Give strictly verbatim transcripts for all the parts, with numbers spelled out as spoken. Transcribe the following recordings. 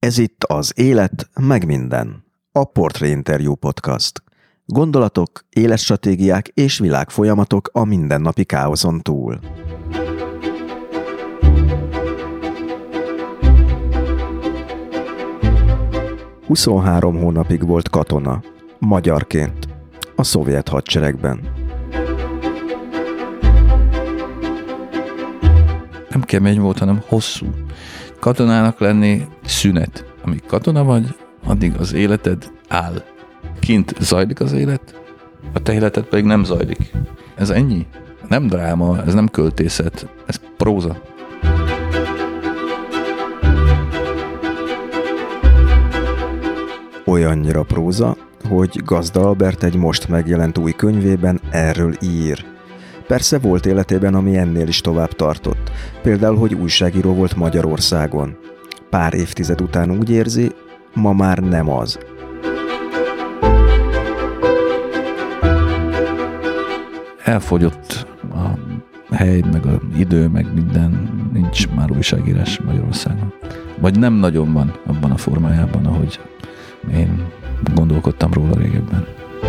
Ez itt az Élet meg minden, a Portré Interview Podcast. Gondolatok, életstratégiák és világfolyamatok a mindennapi káoszon túl. huszonhárom hónapig volt katona, magyarként, a szovjet hadseregben. Nem kemény volt, hanem hosszú. Katonának lenni szünet. Amíg katona vagy, addig az életed áll. Kint zajlik az élet, a te életed pedig nem zajlik. Ez ennyi. Nem dráma, ez nem költészet, ez próza. Olyannyira próza, hogy Gazda Albert egy most megjelent új könyvében erről ír. Persze volt életében, ami ennél is tovább tartott. Például, hogy újságíró volt Magyarországon. Pár évtized után úgy érzi, ma már nem az. Elfogyott a hely, meg az idő, meg minden. Nincs már újságírás Magyarországon. Vagy nem nagyon van abban a formájában, ahogy én gondolkodtam róla régebben.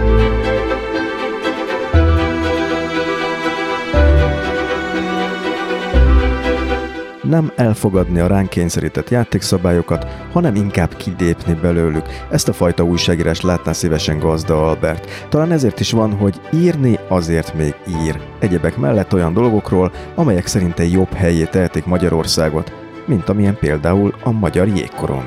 Nem elfogadni a ránk kényszerített játékszabályokat, hanem inkább kilépni belőlük. Ezt a fajta újságírást látná szívesen Gazda Albert. Talán ezért is van, hogy írni azért még ír. Egyebek mellett olyan dolgokról, amelyek szerinte jobb helyé tehetik Magyarországot, mint amilyen például a magyar jégkorong.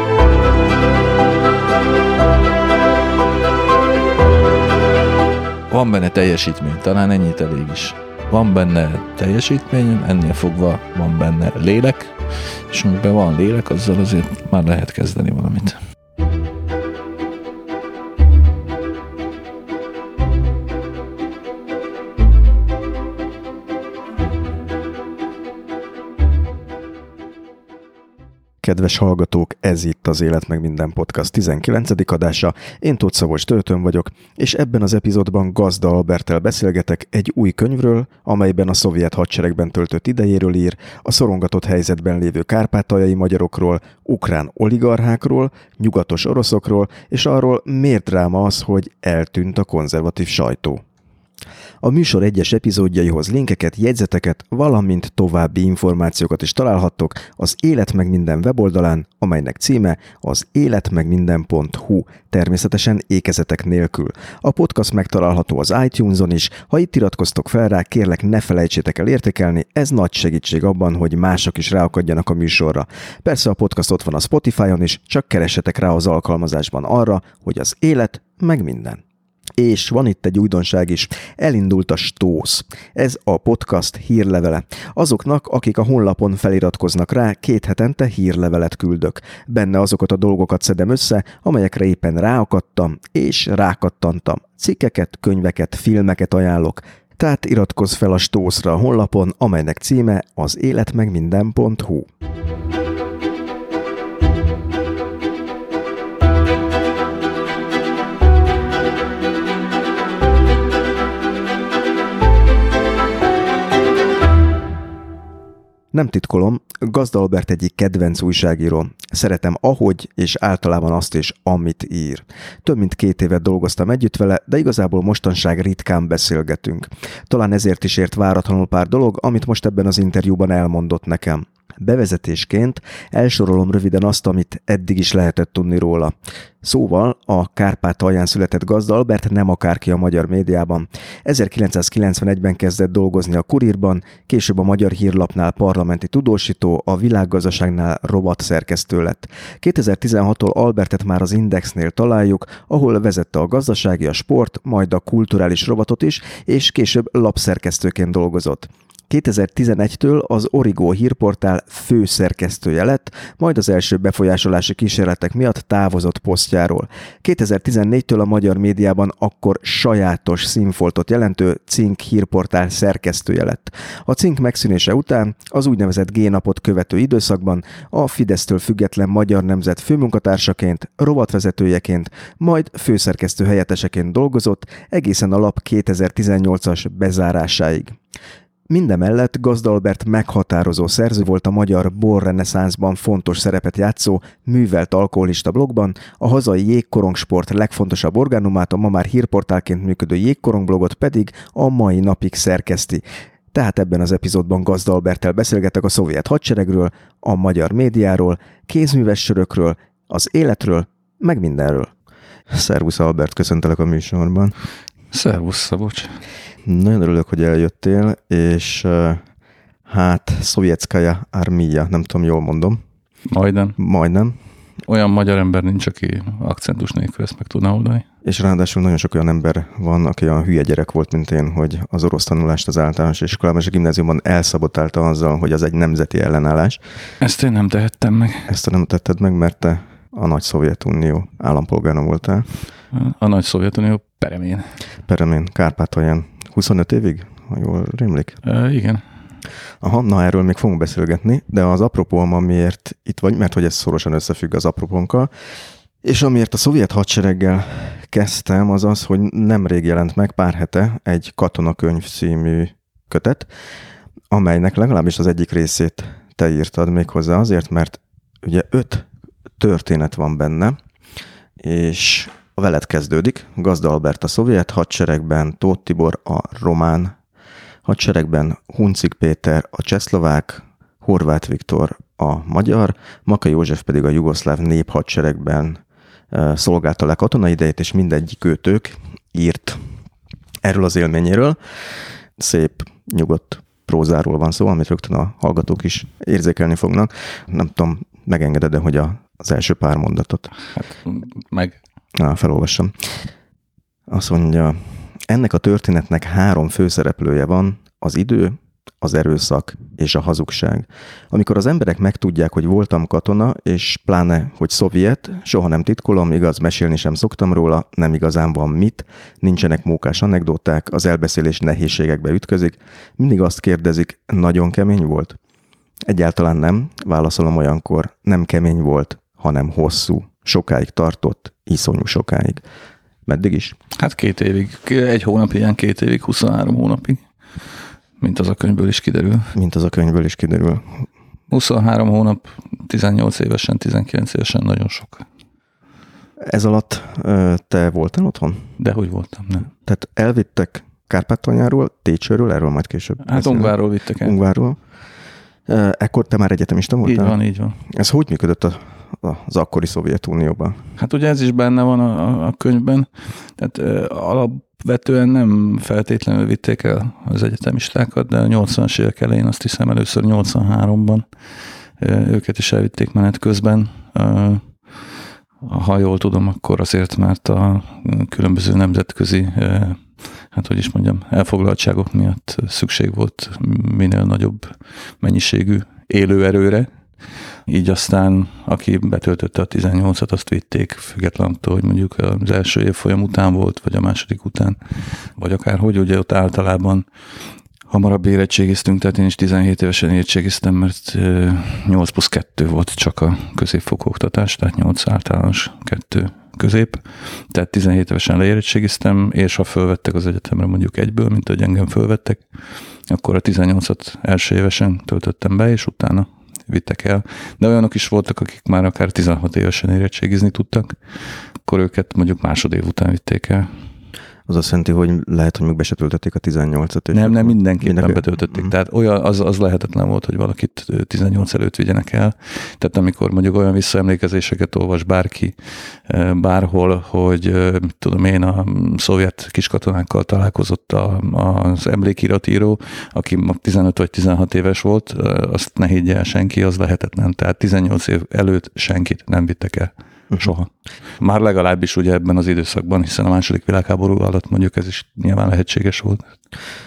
Van benne teljesítmény, talán ennyit elég is. Van benne teljesítmény, ennél fogva van benne lélek, és amiben van lélek, azzal azért már lehet kezdeni valamit. Kedves hallgatók, ez itt az Élet meg minden podcast tizenkilencedik adása. Én Tóth Szabolcs Töltön vagyok, és ebben az epizódban Gazda Alberttel beszélgetek egy új könyvről, amelyben a szovjet hadseregben töltött idejéről ír, a szorongatott helyzetben lévő kárpátaljai magyarokról, ukrán oligarchákról, nyugatos oroszokról, és arról, miért dráma az, hogy eltűnt a konzervatív sajtó. A műsor egyes epizódjaihoz linkeket, jegyzeteket, valamint további információkat is találhattok az Élet meg minden weboldalán, amelynek címe az életmegminden pont hu, természetesen ékezetek nélkül. A podcast megtalálható az iTunes-on is, ha itt iratkoztok fel rá, kérlek ne felejtsétek el értékelni, ez nagy segítség abban, hogy mások is ráakadjanak a műsorra. Persze a podcast ott van a Spotify-on is, csak keressetek rá az alkalmazásban arra, hogy az élet meg minden. És van itt egy újdonság is, elindult a Stósz. Ez a podcast hírlevele. Azoknak, akik a honlapon feliratkoznak rá, két hetente hírlevelet küldök. Benne azokat a dolgokat szedem össze, amelyekre éppen ráakadtam, és rákattantam. Cikkeket, könyveket, filmeket ajánlok. Tehát iratkozz fel a Stószra a honlapon, amelynek címe az életmegminden pont hu. Nem titkolom, Gazda Albert egyik kedvenc újságíró. Szeretem ahogy és általában azt is, amit ír. Több mint két évet dolgoztam együtt vele, de igazából mostanság ritkán beszélgetünk. Talán ezért is ért váratlanul pár dolog, amit most ebben az interjúban elmondott nekem. Bevezetésként elsorolom röviden azt, amit eddig is lehetett tudni róla. Szóval a Kárpátalján született Gazda Albert nem akárki a magyar médiában. ezerkilencszázkilencvenegyben kezdett dolgozni a Kurírban, később a Magyar Hírlapnál parlamenti tudósító, a Világgazdaságnál rovatszerkesztő lett. kétezer-tizenhattól Albertet már az Indexnél találjuk, ahol vezette a gazdasági, a sport, majd a kulturális rovatot is, és később lapszerkesztőként dolgozott. kétezer-tizenegytől az Origo hírportál főszerkesztője lett, majd az első befolyásolási kísérletek miatt távozott posztjáról. kétezer-tizennégytől a magyar médiában akkor sajátos színfoltot jelentő Cink hírportál szerkesztője lett. A Cink megszűnése után az úgynevezett G-napot követő időszakban a Fidesztől független Magyar Nemzet főmunkatársaként, rovatvezetőjeként, majd főszerkesztő helyetteseként dolgozott egészen a lap kétezer-tizennyolcas bezárásáig. Mindemellett Gazda Albert meghatározó szerző volt a magyar borreneszánszban fontos szerepet játszó Művelt alkoholista blogban, a hazai jégkorongsport legfontosabb orgánumát, a ma már hírportálként működő jégkorongblogot pedig a mai napig szerkeszti. Tehát ebben az epizódban Gazda Alberttel beszélgetek a szovjet hadseregről, a magyar médiáról, kézműves sörökről, az életről, meg mindenről. Szervusz Albert, köszöntelek a műsorban. Szervusz Szabocs. Nagyon örülök, hogy eljöttél, és hát Szovjetszkaja Armija, nem tudom, jól mondom. Majdnem. Majdnem. Olyan magyar ember nincs, aki akcentus nélkül ezt meg tudna oldani. És ráadásul nagyon sok olyan ember van, aki olyan hülye gyerek volt, mint én, hogy az orosz tanulást az általános iskolában és a gimnáziumban elszabotálta azzal, hogy az egy nemzeti ellenállás. Ezt én nem tehettem meg. Ezt nem tetted meg, mert te a nagy Szovjetunió állampolgára voltál. A nagy Szovjetunió peremén. Peremén, Kárpátalján. huszonöt évig, ha jól rémlik? E, igen. Aha, na erről még fogunk beszélgetni, de az apropóm, amiért itt vagy, mert hogy ez szorosan összefügg az apropónkkal, és amiért a szovjet hadsereggel kezdtem, az az, hogy nemrég jelent meg pár hete egy Katonakönyv című kötet, amelynek legalábbis az egyik részét te írtad méghozzá azért, mert ugye öt történet van benne, és veled kezdődik. Gazda Albert a szovjet hadseregben, Tóth Tibor a román hadseregben, Huncik Péter a csehszlovák, Horváth Viktor a magyar, Maka József pedig a jugoszláv néphadseregben uh, szolgálta le katonai idejét, és mindegyik őtök írt erről az élményéről. Szép, nyugodt prózáról van szó, amit rögtön a hallgatók is érzékelni fognak. Nem tudom, megengeded-e, hogy a, az első pár mondatot? Hát meg. Na, felolvassam. Azt mondja, ennek a történetnek három főszereplője van, az idő, az erőszak és a hazugság. Amikor az emberek megtudják, hogy voltam katona, és pláne, hogy szovjet, soha nem titkolom, igaz, mesélni sem szoktam róla, nem igazán van mit, nincsenek mókás anekdóták, az elbeszélés nehézségekbe ütközik, mindig azt kérdezik, nagyon kemény volt? Egyáltalán nem, válaszolom olyankor, nem kemény volt, hanem hosszú, sokáig tartott, iszonyú sokáig. Meddig is? Hát két évig, egy hónap ilyen, két évig, huszonhárom hónapig. Mint az a könyvből is kiderül. Mint az a könyvből is kiderül. huszonhárom hónap, tizennyolc évesen, tizenkilenc évesen nagyon sok. Ez alatt te voltál otthon? Dehogy voltam, nem. Tehát elvittek Kárpátaljánról, Técsőről, erről majd később. Hát Ungvárról vittek el. Ungvárról. Ekkor te már egyetemista voltál? Így van, így van. Ez hogy működött a, az akkori Szovjetunióban? Hát ugye ez is benne van a, a, a könyvben. Tehát uh, alapvetően nem feltétlenül vitték el az egyetemistákat, de a nyolcvanas évek elején, azt hiszem először nyolcvanháromban uh, őket is elvitték menet közben. Uh, ha jól tudom, akkor azért, mert a különböző nemzetközi uh, hát hogy is mondjam, elfoglaltságok miatt szükség volt minél nagyobb mennyiségű élőerőre. Így aztán, aki betöltötte a tizennyolcat, azt vitték, függetlenül attól, hogy mondjuk az első évfolyam után volt, vagy a második után, vagy akárhogy, ugye ott általában hamarabb érettségiztünk, tehát én is tizenhét évesen érettségiztem, mert nyolc plusz kettő volt csak a középfokú oktatás, tehát nyolc általános, kettő közép, tehát tizenhét évesen leérettségiztem, és ha fölvettek az egyetemre mondjuk egyből, mint ahogy engem fölvettek, akkor a tizennyolcat első évesen töltöttem be, és utána vittek el. De olyanok is voltak, akik már akár tizenhat évesen érettségizni tudtak, akkor őket mondjuk másodév után vitték el. Az azt jelenti, hogy lehet, hogy még be se töltötték a tizennyolcat. Nem, nem, mindenképpen mindenki... betöltötték. Mm. Tehát olyan, az, az lehetetlen volt, hogy valakit tizennyolc előtt vigyenek el. Tehát amikor mondjuk olyan visszaemlékezéseket olvas bárki bárhol, hogy mit tudom én, a szovjet kiskatonákkal találkozott a, az emlékiratíró, aki tizenöt vagy tizenhat éves volt, azt ne higgye el senki, az lehetetlen. Tehát tizennyolc év előtt senkit nem vittek el. Soha. Már legalábbis ugye ebben az időszakban, hiszen a második világháború alatt mondjuk ez is nyilván lehetséges volt.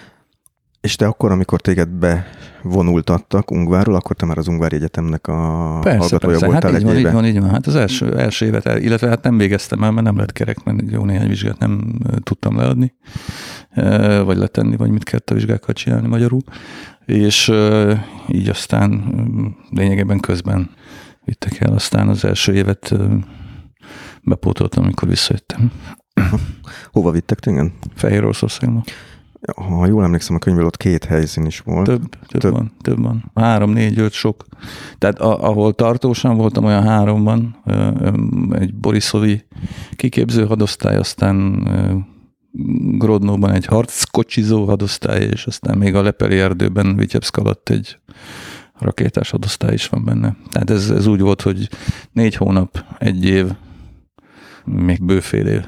És te akkor, amikor téged bevonultattak Ungvárról, akkor te már az Ungvári Egyetemnek a persze, hallgatója persze. voltál Hát egy így van, éve. így van, így van. Hát az első, első évet, el, illetve hát nem végeztem el, mert nem lett kerek, mert jó néhány vizsgát nem tudtam leadni, vagy letenni, vagy mit kellett a vizsgákkal csinálni magyarul. És így aztán lényegében közben vittek el, aztán az első évet bepótoltam, amikor visszajöttem. Hova vittek téged? Fehér Oroszországba. Ha jól emlékszem, a könyvből ott két helyszín is volt. Több, több, több. van, több van. Három, négy, öt, sok. Tehát a, ahol tartósan voltam, olyan háromban, egy boriszovi kiképző hadosztály, aztán Grodnóban egy harckocsizó hadosztály, és aztán még a Lepeli erdőben Vityebszk alatt egy rakétás hadosztály is van benne. Tehát ez, ez úgy volt, hogy négy hónap, egy év, még bőfél év.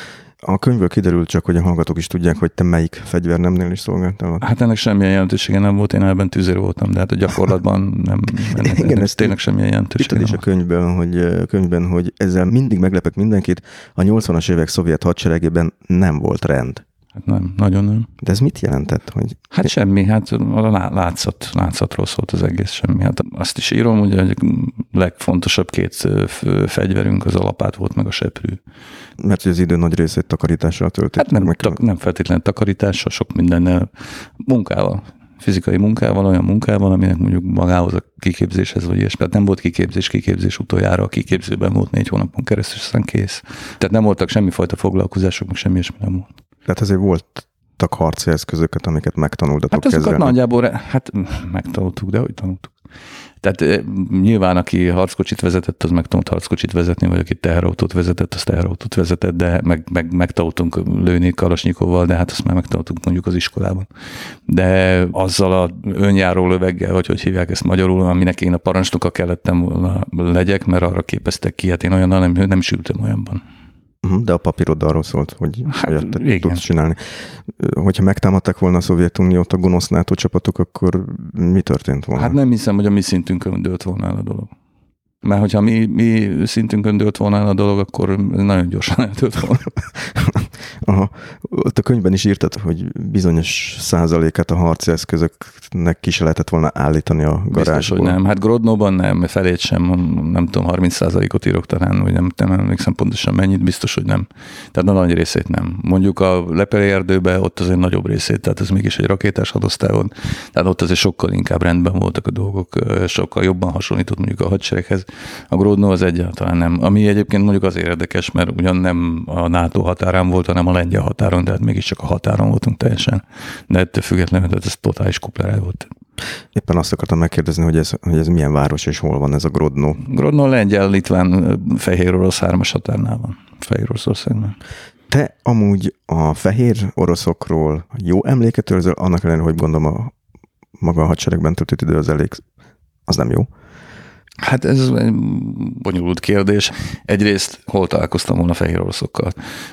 A könyvből kiderült csak, hogy a hallgatók is tudják, hogy te melyik fegyvernemnél is szolgáltál. Hát ennek semmilyen jelentősége nem volt, én ebben tüzér voltam, de hát a gyakorlatban nem, ennek, igen, ennek ez tényleg semmilyen jelentősége nem volt. Itt is a könyvben hogy, könyvben, hogy ezzel mindig meglepek mindenkit, a nyolcvanas évek szovjet hadseregében nem volt rend. Hát nem, nagyon nem. De ez mit jelentett? Hogy... Hát semmi, hát a látszat, látszatról szólt az egész, semmi. Hát azt is írom, hogy a legfontosabb két fegyverünk az a lapát volt, meg a seprű. Mert hogy az idő nagy részét takarítással töltött. Hát nem, tak, nem feltétlenül takarítással, sok mindennel, munkával, fizikai munkával, olyan munkával, aminek mondjuk magához a kiképzéshez vagy ilyesmi. Tehát nem volt kiképzés, kiképzés utoljára, a kiképzőben volt négy hónapon keresztül, és aztán kész. Tehát nem voltak semmifajta foglalkozások, meg semmi ilyesmi nem volt. Tehát azért voltak harci eszközöket, amiket megtanultatok hát kezelni. Hát azokat nagyjából, hát megtanultuk, de hogy tanultuk. Tehát nyilván, aki harckocsit vezetett, az megtanult harckocsit vezetni, vagy aki teherautót vezetett, az teherautót vezetett, de meg, meg, megtanultunk lőni kalasnyikovval, de hát azt már megtanultunk mondjuk az iskolában. De azzal a önjáró löveggel, vagy hogy hívják ezt magyarul, aminek én a parancsnoka kellettem volna legyek, mert arra képeztek ki, hát én olyannal nem, nem is ültem olyanban. De a papírod arról szólt, hogy hát, tudsz csinálni. Hogyha megtámadták volna a Szovjetuniót a gonosz NATO csapatok, akkor mi történt volna? Hát nem hiszem, hogy a mi szintünkön dőlt volna el a dolog. Mert hogyha mi, mi szintünkön dőlt volna el a dolog, akkor nagyon gyorsan eltölt volna. Aha. Ott a könyvben is írtad, hogy bizonyos százalékát a harci eszközöknek ki se lehetett volna állítani a garázsból. Biztos, hogy nem. Hát Grodnóban nem, felét sem, nem tudom, harminc százalékot írok talán, vagy nem, nem emlékszem pontosan mennyit, biztos, hogy nem. Tehát a nagy részét nem. Mondjuk a Lepeli erdőben ott azért nagyobb részét, tehát ez mégis egy rakétás hadosztály volt. Tehát ott azért sokkal inkább rendben voltak a dolgok, sokkal jobban hasonlított mondjuk a hadsereghez. A Grodno az egyáltalán nem. Ami egyébként mondjuk azért érdekes, mert ugyan nem a NATO határán volt, hanem a lengyel határon, tehát mégiscsak a határon voltunk teljesen. De ettől függetlenül, tehát ez totális kupleráj volt. Éppen azt akartam megkérdezni, hogy ez, hogy ez milyen város és hol van ez a Grodno. Grodno lengyel, litván, fehér orosz hármas határnál van. Fehér Oroszországban. Te amúgy a fehér oroszokról jó emléket őrzöl, annak ellenére, hogy gondolom a maga a hadseregben töltött idő az elég, az nem jó. Hát ez egy bonyolult kérdés. Egyrészt hol találkoztam volna fehér oroszokkal?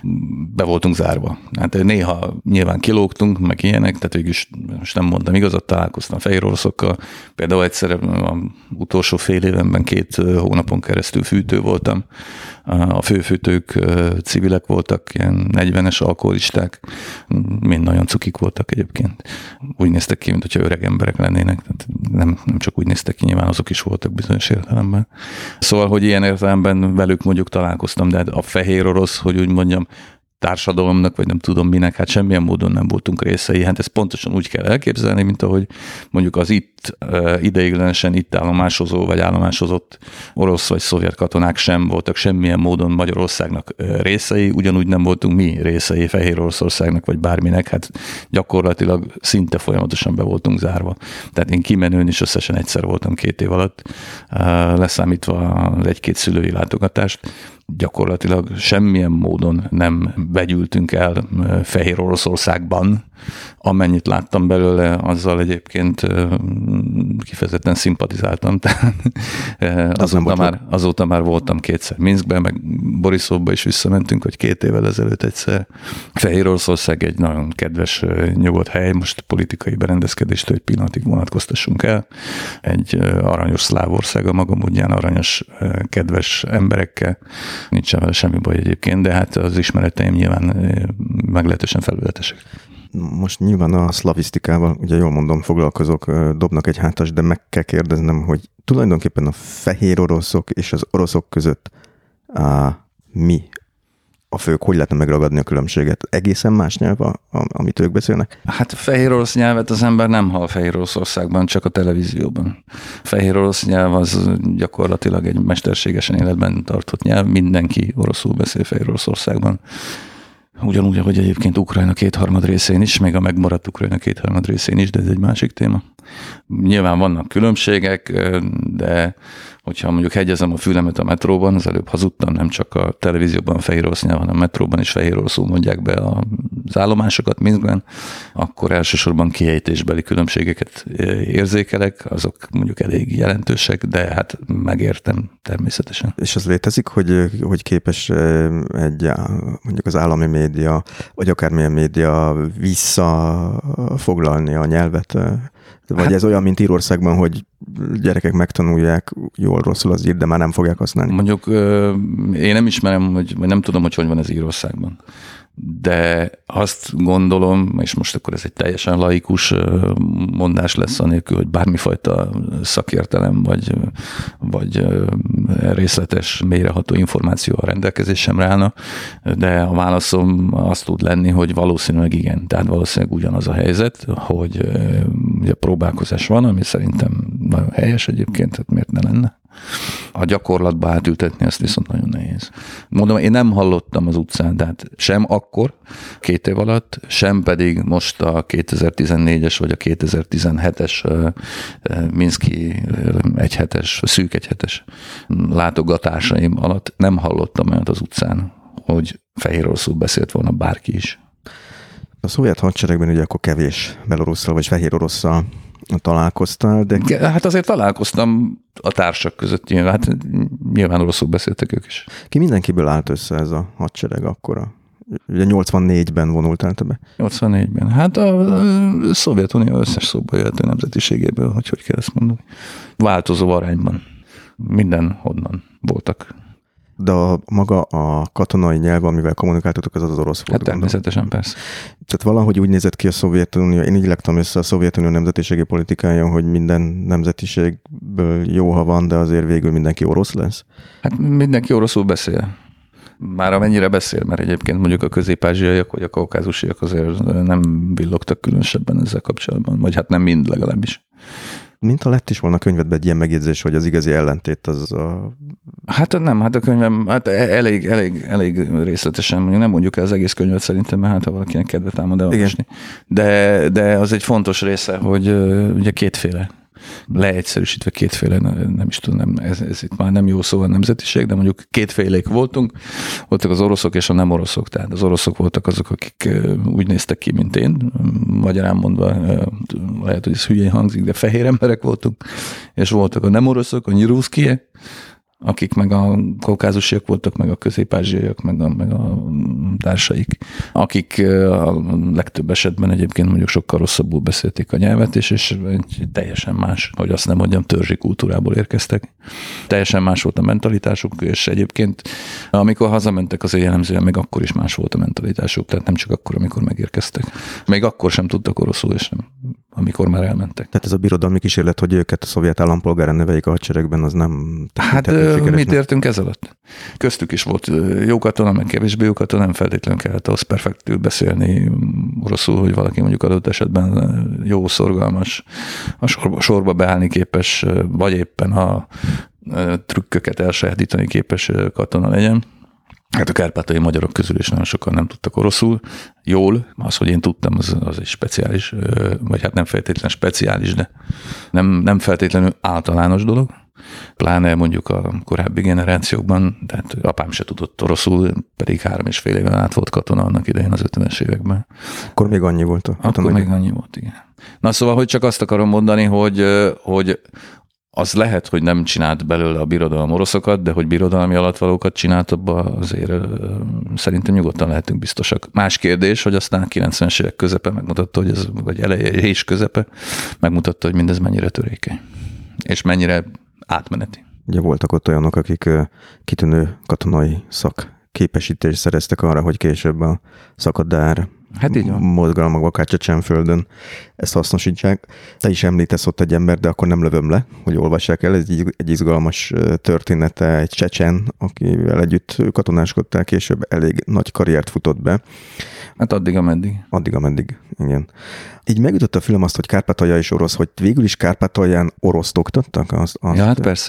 Be voltunk zárva. Hát néha nyilván kilógtunk, meg ilyenek, tehát végülis most nem mondtam igazat, találkoztam fehér oroszokkal. Például egyszer az utolsó fél évenben két hónapon keresztül fűtő voltam. A főfűtők civilek voltak, ilyen negyvenes alkoholisták, mind nagyon cukik voltak egyébként. Úgy néztek ki, mint hogyha öreg emberek lennének, tehát nem, nem csak úgy néztek ki, nyilván azok is voltak bizonyos értelemben. Szóval, hogy ilyen értelemben velük mondjuk találkoztam, de a fehér orosz, hogy úgy mondjam, társadalomnak, vagy nem tudom minek, hát semmilyen módon nem voltunk részei. Hát ezt pontosan úgy kell elképzelni, mint ahogy mondjuk az itt ideiglenesen itt állomásozó, vagy állomásozott orosz vagy szovjet katonák sem voltak semmilyen módon Magyarországnak részei, ugyanúgy nem voltunk mi részei Fehér Oroszországnak, vagy bárminek, hát gyakorlatilag szinte folyamatosan be voltunk zárva. Tehát én kimenőn is összesen egyszer voltam két év alatt, leszámítva az egy-két szülői látogatást, gyakorlatilag semmilyen módon nem vegyültünk el Fehér Oroszországban. Amennyit láttam belőle, azzal egyébként kifejezetten szimpatizáltam. azóta, már, azóta már voltam kétszer Minszkben, meg Borisovba is visszamentünk, hogy két évvel ezelőtt egyszer. Fehér Oroszország egy nagyon kedves, nyugodt hely, most politikai berendezkedéstől egy pillanatig vonatkoztassunk el. Egy aranyos szláv ország, a maga módján aranyos, kedves emberekkel. Nincsen vele semmi baj egyébként, de hát az ismereteim nyilván meglehetősen felületesek. Most nyilván a szlavisztikával, ugye jól mondom, foglalkozok, dobnak egy hátas, de meg kell kérdeznem, hogy tulajdonképpen a fehér oroszok és az oroszok között á, mi a fők, hogy lehetne megragadni a különbséget? Egészen más nyelv, a, a, amit ők beszélnek? Hát a fehér orosz nyelvet az ember nem hall Fehér Oroszországban, csak a televízióban. A fehér orosz nyelv az gyakorlatilag egy mesterségesen életben tartott nyelv, mindenki oroszul beszél Fehér Oroszországban. Ugyanúgy, ahogy egyébként Ukrajna kétharmad részén is, még a megmaradt Ukrajna kétharmad részén is, de ez egy másik téma. Nyilván vannak különbségek, de hogyha mondjuk hegyezem a fülemet a metróban, az előbb hazudtam, nem csak a televízióban fehér orosz nyelv, hanem a metróban is fehér oroszul mondják be az állomásokat Minskben, akkor elsősorban kiejtésbeli különbségeket érzékelek, azok mondjuk elég jelentősek, de hát megértem természetesen. És az létezik, hogy, hogy képes egy mondjuk az állami média, vagy akármilyen média visszafoglalni a nyelvet? Vagy hát, ez olyan, mint Írországban, hogy gyerekek megtanulják jól, rosszul az írt, de már nem fogják használni? Mondjuk én nem ismerem, hogy, vagy nem tudom, hogy hogy van ez Írországban. De azt gondolom, és most akkor ez egy teljesen laikus mondás lesz anélkül, hogy bármifajta szakértelem vagy, vagy részletes, mélyreható információ a rendelkezésemre állna, de a válaszom az tud lenni, hogy valószínűleg igen. Tehát valószínűleg ugyanaz a helyzet, hogy ugye próbálkozás van, ami szerintem nagyon helyes egyébként, tehát miért ne lenne. A gyakorlatba átültetni ezt viszont nagyon nehéz. Mondom, én nem hallottam az utcán, tehát sem akkor, két év alatt, sem pedig most a kétezer-tizennégyes vagy a kétezer-tizenhetes minszki egyhetes, szűk egyhetes látogatásaim alatt nem hallottam olyat az utcán, hogy fehér oroszul beszélt volna bárki is. A szovjet hadseregben ugye akkor kevés belorusszal vagy fehér orosszal találkoztál, de... Hát azért találkoztam a társak között, nyilván, hát nyilván oroszul beszéltek ők is. Ki mindenkiből állt össze ez a hadsereg akkora? Ugye nyolcvannégyben vonultál te be? nyolcvannégyben. Hát a, a Szovjetunió összes szóba jöhető nemzetiségéből, hogy hogy kell ezt mondani. Változó arányban. Minden honnan voltak. De a, maga a katonai nyelv, amivel kommunikáltatok, az az orosz volt. Hát természetesen, persze. Tehát valahogy úgy nézett ki a Szovjetunió, én így lektam össze a Szovjetunió nemzetiségi politikája, hogy minden nemzetiségből jó, ha van, de azért végül mindenki orosz lesz? Hát mindenki oroszul beszél. Már amennyire beszél, mert egyébként mondjuk a közép-ázsiaiak vagy a kaukázusiak azért nem villogtak különösebben ezzel kapcsolatban, vagy hát nem mind legalábbis. Mintha lett is volna a könyvedben egy ilyen megjegyzés, hogy az igazi ellentét az a... Hát nem, hát a könyvem hát elég, elég, elég részletesen, mondjuk nem mondjuk el az egész könyvet szerintem, mert hát ha valakinek kedve támad elolvasni. De, de az egy fontos része, hogy ugye kétféle, leegyszerűsítve kétféle, nem is tudom, nem, ez, ez itt már nem jó szó a nemzetiség, de mondjuk kétfélék voltunk, voltak az oroszok és a nem oroszok, tehát az oroszok voltak azok, akik úgy néztek ki, mint én, magyarán mondva, lehet, hogy ez hülyén hangzik, de fehér emberek voltunk, és voltak a nem oroszok, a nyiruszkiek, akik meg a kaukázusiak voltak, meg a közép-ázsiaiak, meg a, meg a társaik, akik a legtöbb esetben egyébként mondjuk sokkal rosszabbul beszélték a nyelvet, és, és teljesen más, hogy azt nem mondjam, törzsi kultúrából érkeztek. Teljesen más volt a mentalitásuk, és egyébként amikor hazamentek, azért jellemzően még akkor is más volt a mentalitásuk, tehát nem csak akkor, amikor megérkeztek. Még akkor sem tudtak oroszul, és nem, amikor már elmentek. Tehát ez a birodalmi kísérlet, hogy őket a szovjet állampolgára neveljék a hadseregben, az nem... Hát mit értünk ez alatt? Köztük is volt jó katona, meg kevésbé jó katona, nem feltétlenül kellett ahhoz perfektül beszélni oroszul, hogy valaki mondjuk adott esetben jó, szorgalmas, a sorba, sorba beállni képes, vagy éppen a trükköket elsajátítani képes katona legyen. Hát a kárpátaljai magyarok közül is nagyon sokan nem tudtak oroszul. Jól, az, hogy én tudtam, az, az egy speciális, vagy hát nem feltétlenül speciális, de nem, nem feltétlenül általános dolog. Pláne mondjuk a korábbi generációkban, tehát apám se tudott oroszul, pedig három és fél éven át volt katona annak idején az ötvenes években. Akkor még annyi volt a katona. Akkor még annyi volt, igen. Na szóval, hogy csak azt akarom mondani, hogy, hogy az lehet, hogy nem csinált belőle a birodalom oroszokat, de hogy birodalmi alattvalókat csinált, abban azért szerintem nyugodtan lehetünk biztosak. Más kérdés, hogy aztán a kilencvenes évek közepe megmutatta, hogy ez, vagy eleje és közepe, megmutatta, hogy mindez mennyire törékeny. És mennyire átmeneti. Ugye voltak ott olyanok, akik kitűnő katonai szakképesítést szereztek arra, hogy később a szakadár hát így van. Mozgalmak, akár Csecsenföldön ezt hasznosítsák. Te is említesz ott egy ember, de akkor nem lövöm le, hogy olvassák el. Ez egy, egy izgalmas története, egy csecsen, akivel együtt katonáskodtál, később elég nagy karriert futott be. Hát addig, ameddig. Addig, ameddig, igen. Így megütött a film azt, hogy Kárpátalja és orosz, hogy végül is Kárpátalján oroszt oktattak? Azt, azt... Ja, hát persze.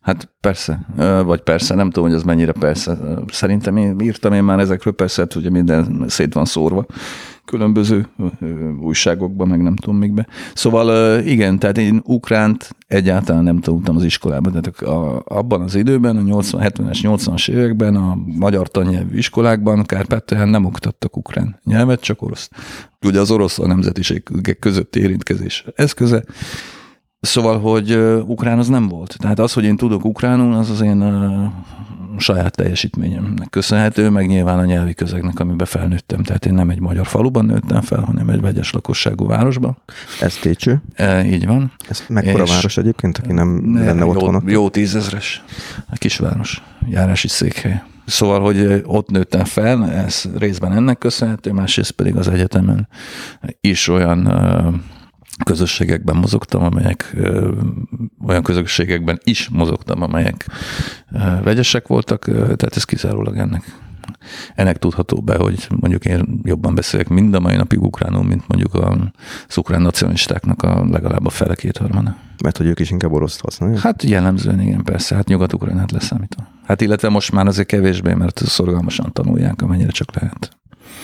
Hát persze, vagy persze, nem tudom, hogy ez mennyire persze. Szerintem én írtam én már ezekről, persze, hát ugye minden szét van szórva különböző újságokban, meg nem tudom mikbe. Szóval igen, tehát én ukránt egyáltalán nem tanultam az iskolában. Tehát a, abban az időben, a nyolcvan, hetvenes, nyolcvanas években a magyar tannyelvű iskolákban Kárpátalján nem oktattak ukrán nyelvet, csak orosz. Ugye az orosz a nemzetiségek közötti érintkezés eszköze. Szóval, hogy ukrán az nem volt. Tehát az, hogy én tudok ukránul, az az én uh, saját teljesítményemnek köszönhető, meg nyilván a nyelvi közegnek, amiben felnőttem. Tehát én nem egy magyar faluban nőttem fel, hanem egy vegyes lakosságú városban. Ez Técső? E, így van. Ez mekkora város egyébként, aki nem lenne otthon? Jó, jó tízezres. A kisváros, járási székhely. Szóval, hogy ott nőttem fel, ez részben ennek köszönhető, másrészt pedig az egyetemen is olyan uh, közösségekben mozogtam, amelyek ö, olyan közösségekben is mozogtam, amelyek ö, vegyesek voltak, ö, tehát ez kizárólag ennek. Ennek tudható be, hogy mondjuk én jobban beszélek mind a mai napig ukránul, mint mondjuk az ukrán nacionalistáknak a legalább a fele kétharmada. Mert hogy ők is inkább oroszt használják? Hát jellemzően igen, persze, hát nyugat-ukránát leszámítva. Hát illetve most már azért kevésbé, mert szorgalmasan tanulják, amennyire csak lehet.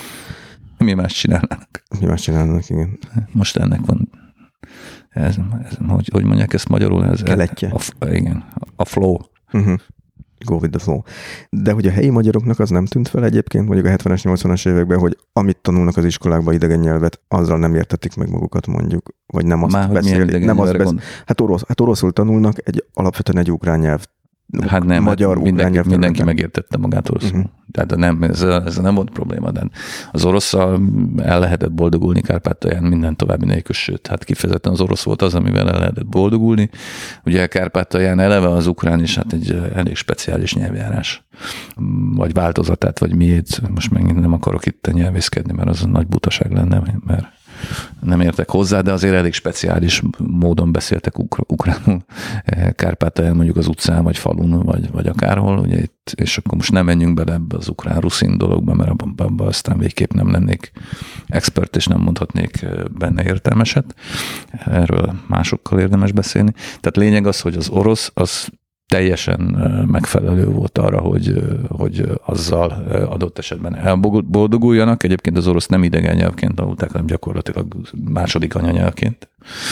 Mi más csinálnának? Mi más csinálnak, igen. Most ennek van, ez, ez, hogy, hogy mondják ezt magyarul? Ez, Keletje. A, igen, a flow. Uh-huh. Go with the flow. De hogy a helyi magyaroknak az nem tűnt fel egyébként, mondjuk a hetvenes, nyolcvanas években, hogy amit tanulnak az iskolákban idegen nyelvet, azzal nem értetik meg magukat mondjuk, vagy nem azt Már, beszélik. Nem azt besz... hát, orosz, hát oroszul tanulnak, egy alapvetően egy ukrán nyelv. Hát nem, magyar, hát mindenki, mindenki megértette magát oroszul. Uh-huh. Tehát nem, ez, ez nem volt probléma, de az orosszal el lehetett boldogulni Kárpátalján minden további nélkül, sőt, hát kifejezetten az orosz volt az, amivel el lehetett boldogulni. Ugye Kárpátalján eleve az ukrán is hát egy elég speciális nyelvjárás, vagy változatát, vagy miért. Most megint nem akarok itt nyelvészkedni, mert az nagy butaság lenne, mert nem értek hozzá, de azért elég speciális módon beszéltek ukra- ukránul Kárpátalján, mondjuk az utcán, vagy falun, vagy, vagy akárhol, ugye itt, és akkor most nem menjünk bele ebbe az ukrán-ruszin dologba, mert abban, abban aztán végképp nem lennék expert, és nem mondhatnék benne értelmeset. Erről másokkal érdemes beszélni. Tehát lényeg az, hogy az orosz, az teljesen megfelelő volt arra, hogy, hogy azzal adott esetben elboldoguljanak. Egyébként az orosz nem idegen nyelvként tanulták, hanem gyakorlatilag második anyanyelvként.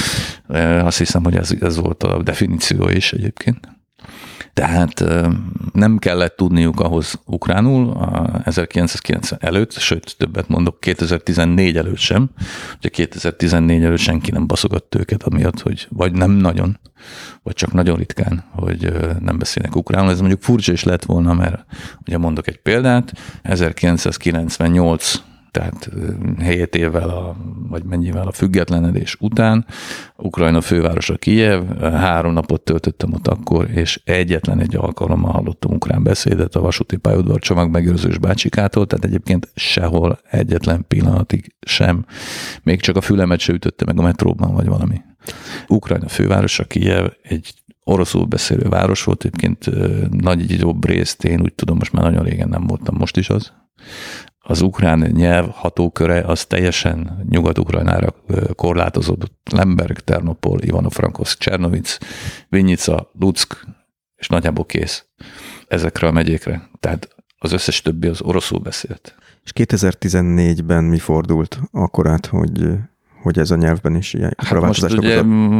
Azt hiszem, hogy ez, ez volt a definíció is egyébként. Tehát nem kellett tudniuk ahhoz ukránul ezerkilencszázkilencven előtt, sőt, többet mondok, kétezer-tizennégy előtt sem. Ugye kétezer-tizennégy előtt senki nem baszogatt őket amiatt, hogy vagy nem nagyon, vagy csak nagyon ritkán, hogy nem beszélnek ukránul. Ez mondjuk furcsa is lett volna, mert ugye mondok egy példát, ezerkilencszázkilencvennyolc, tehát hét évvel, a, vagy mennyivel a függetlenedés után, Ukrajna fővárosa Kijev, három napot töltöttem ott akkor, és egyetlen egy alkalommal hallottam ukrán beszédet a vasúti pályaudvar csomagmegőrzős bácsikától, tehát egyébként sehol egyetlen pillanatig sem, még csak a fülemet se ütötte meg a metróban, vagy valami. Ukrajna fővárosa Kijev egy oroszul beszélő város volt, egyébként nagy jobb részt, én úgy tudom, most már nagyon régen nem voltam, most is az. Az ukrán nyelv hatóköre az teljesen Nyugat-Ukrajnára korlátozódott. Lemberg, Ternopol, Ivano-Frankivszk, Csernovic, Vinnyitsa, Luck, és nagyjából kész ezekre a megyékre. Tehát az összes többi az oroszul beszélt. És kétezer-tizennégyben mi fordult akkor át, hogy, hogy ez a nyelvben is ilyen hát most ugye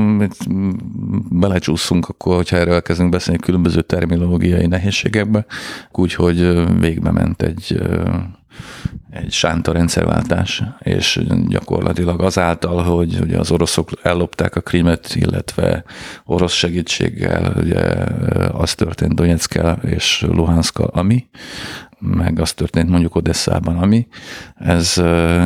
belecsúszunk akkor, hogyha erről elkezdünk beszélni különböző terminológiai nehézségekbe, úgyhogy végbe ment egy egy sánta rendszerváltás, és gyakorlatilag azáltal, hogy ugye az oroszok ellopták a Krimet, illetve orosz segítséggel, ugye az történt Donyeckkel és Luhanszkkal, ami, meg az történt mondjuk Odesszában, ami, ez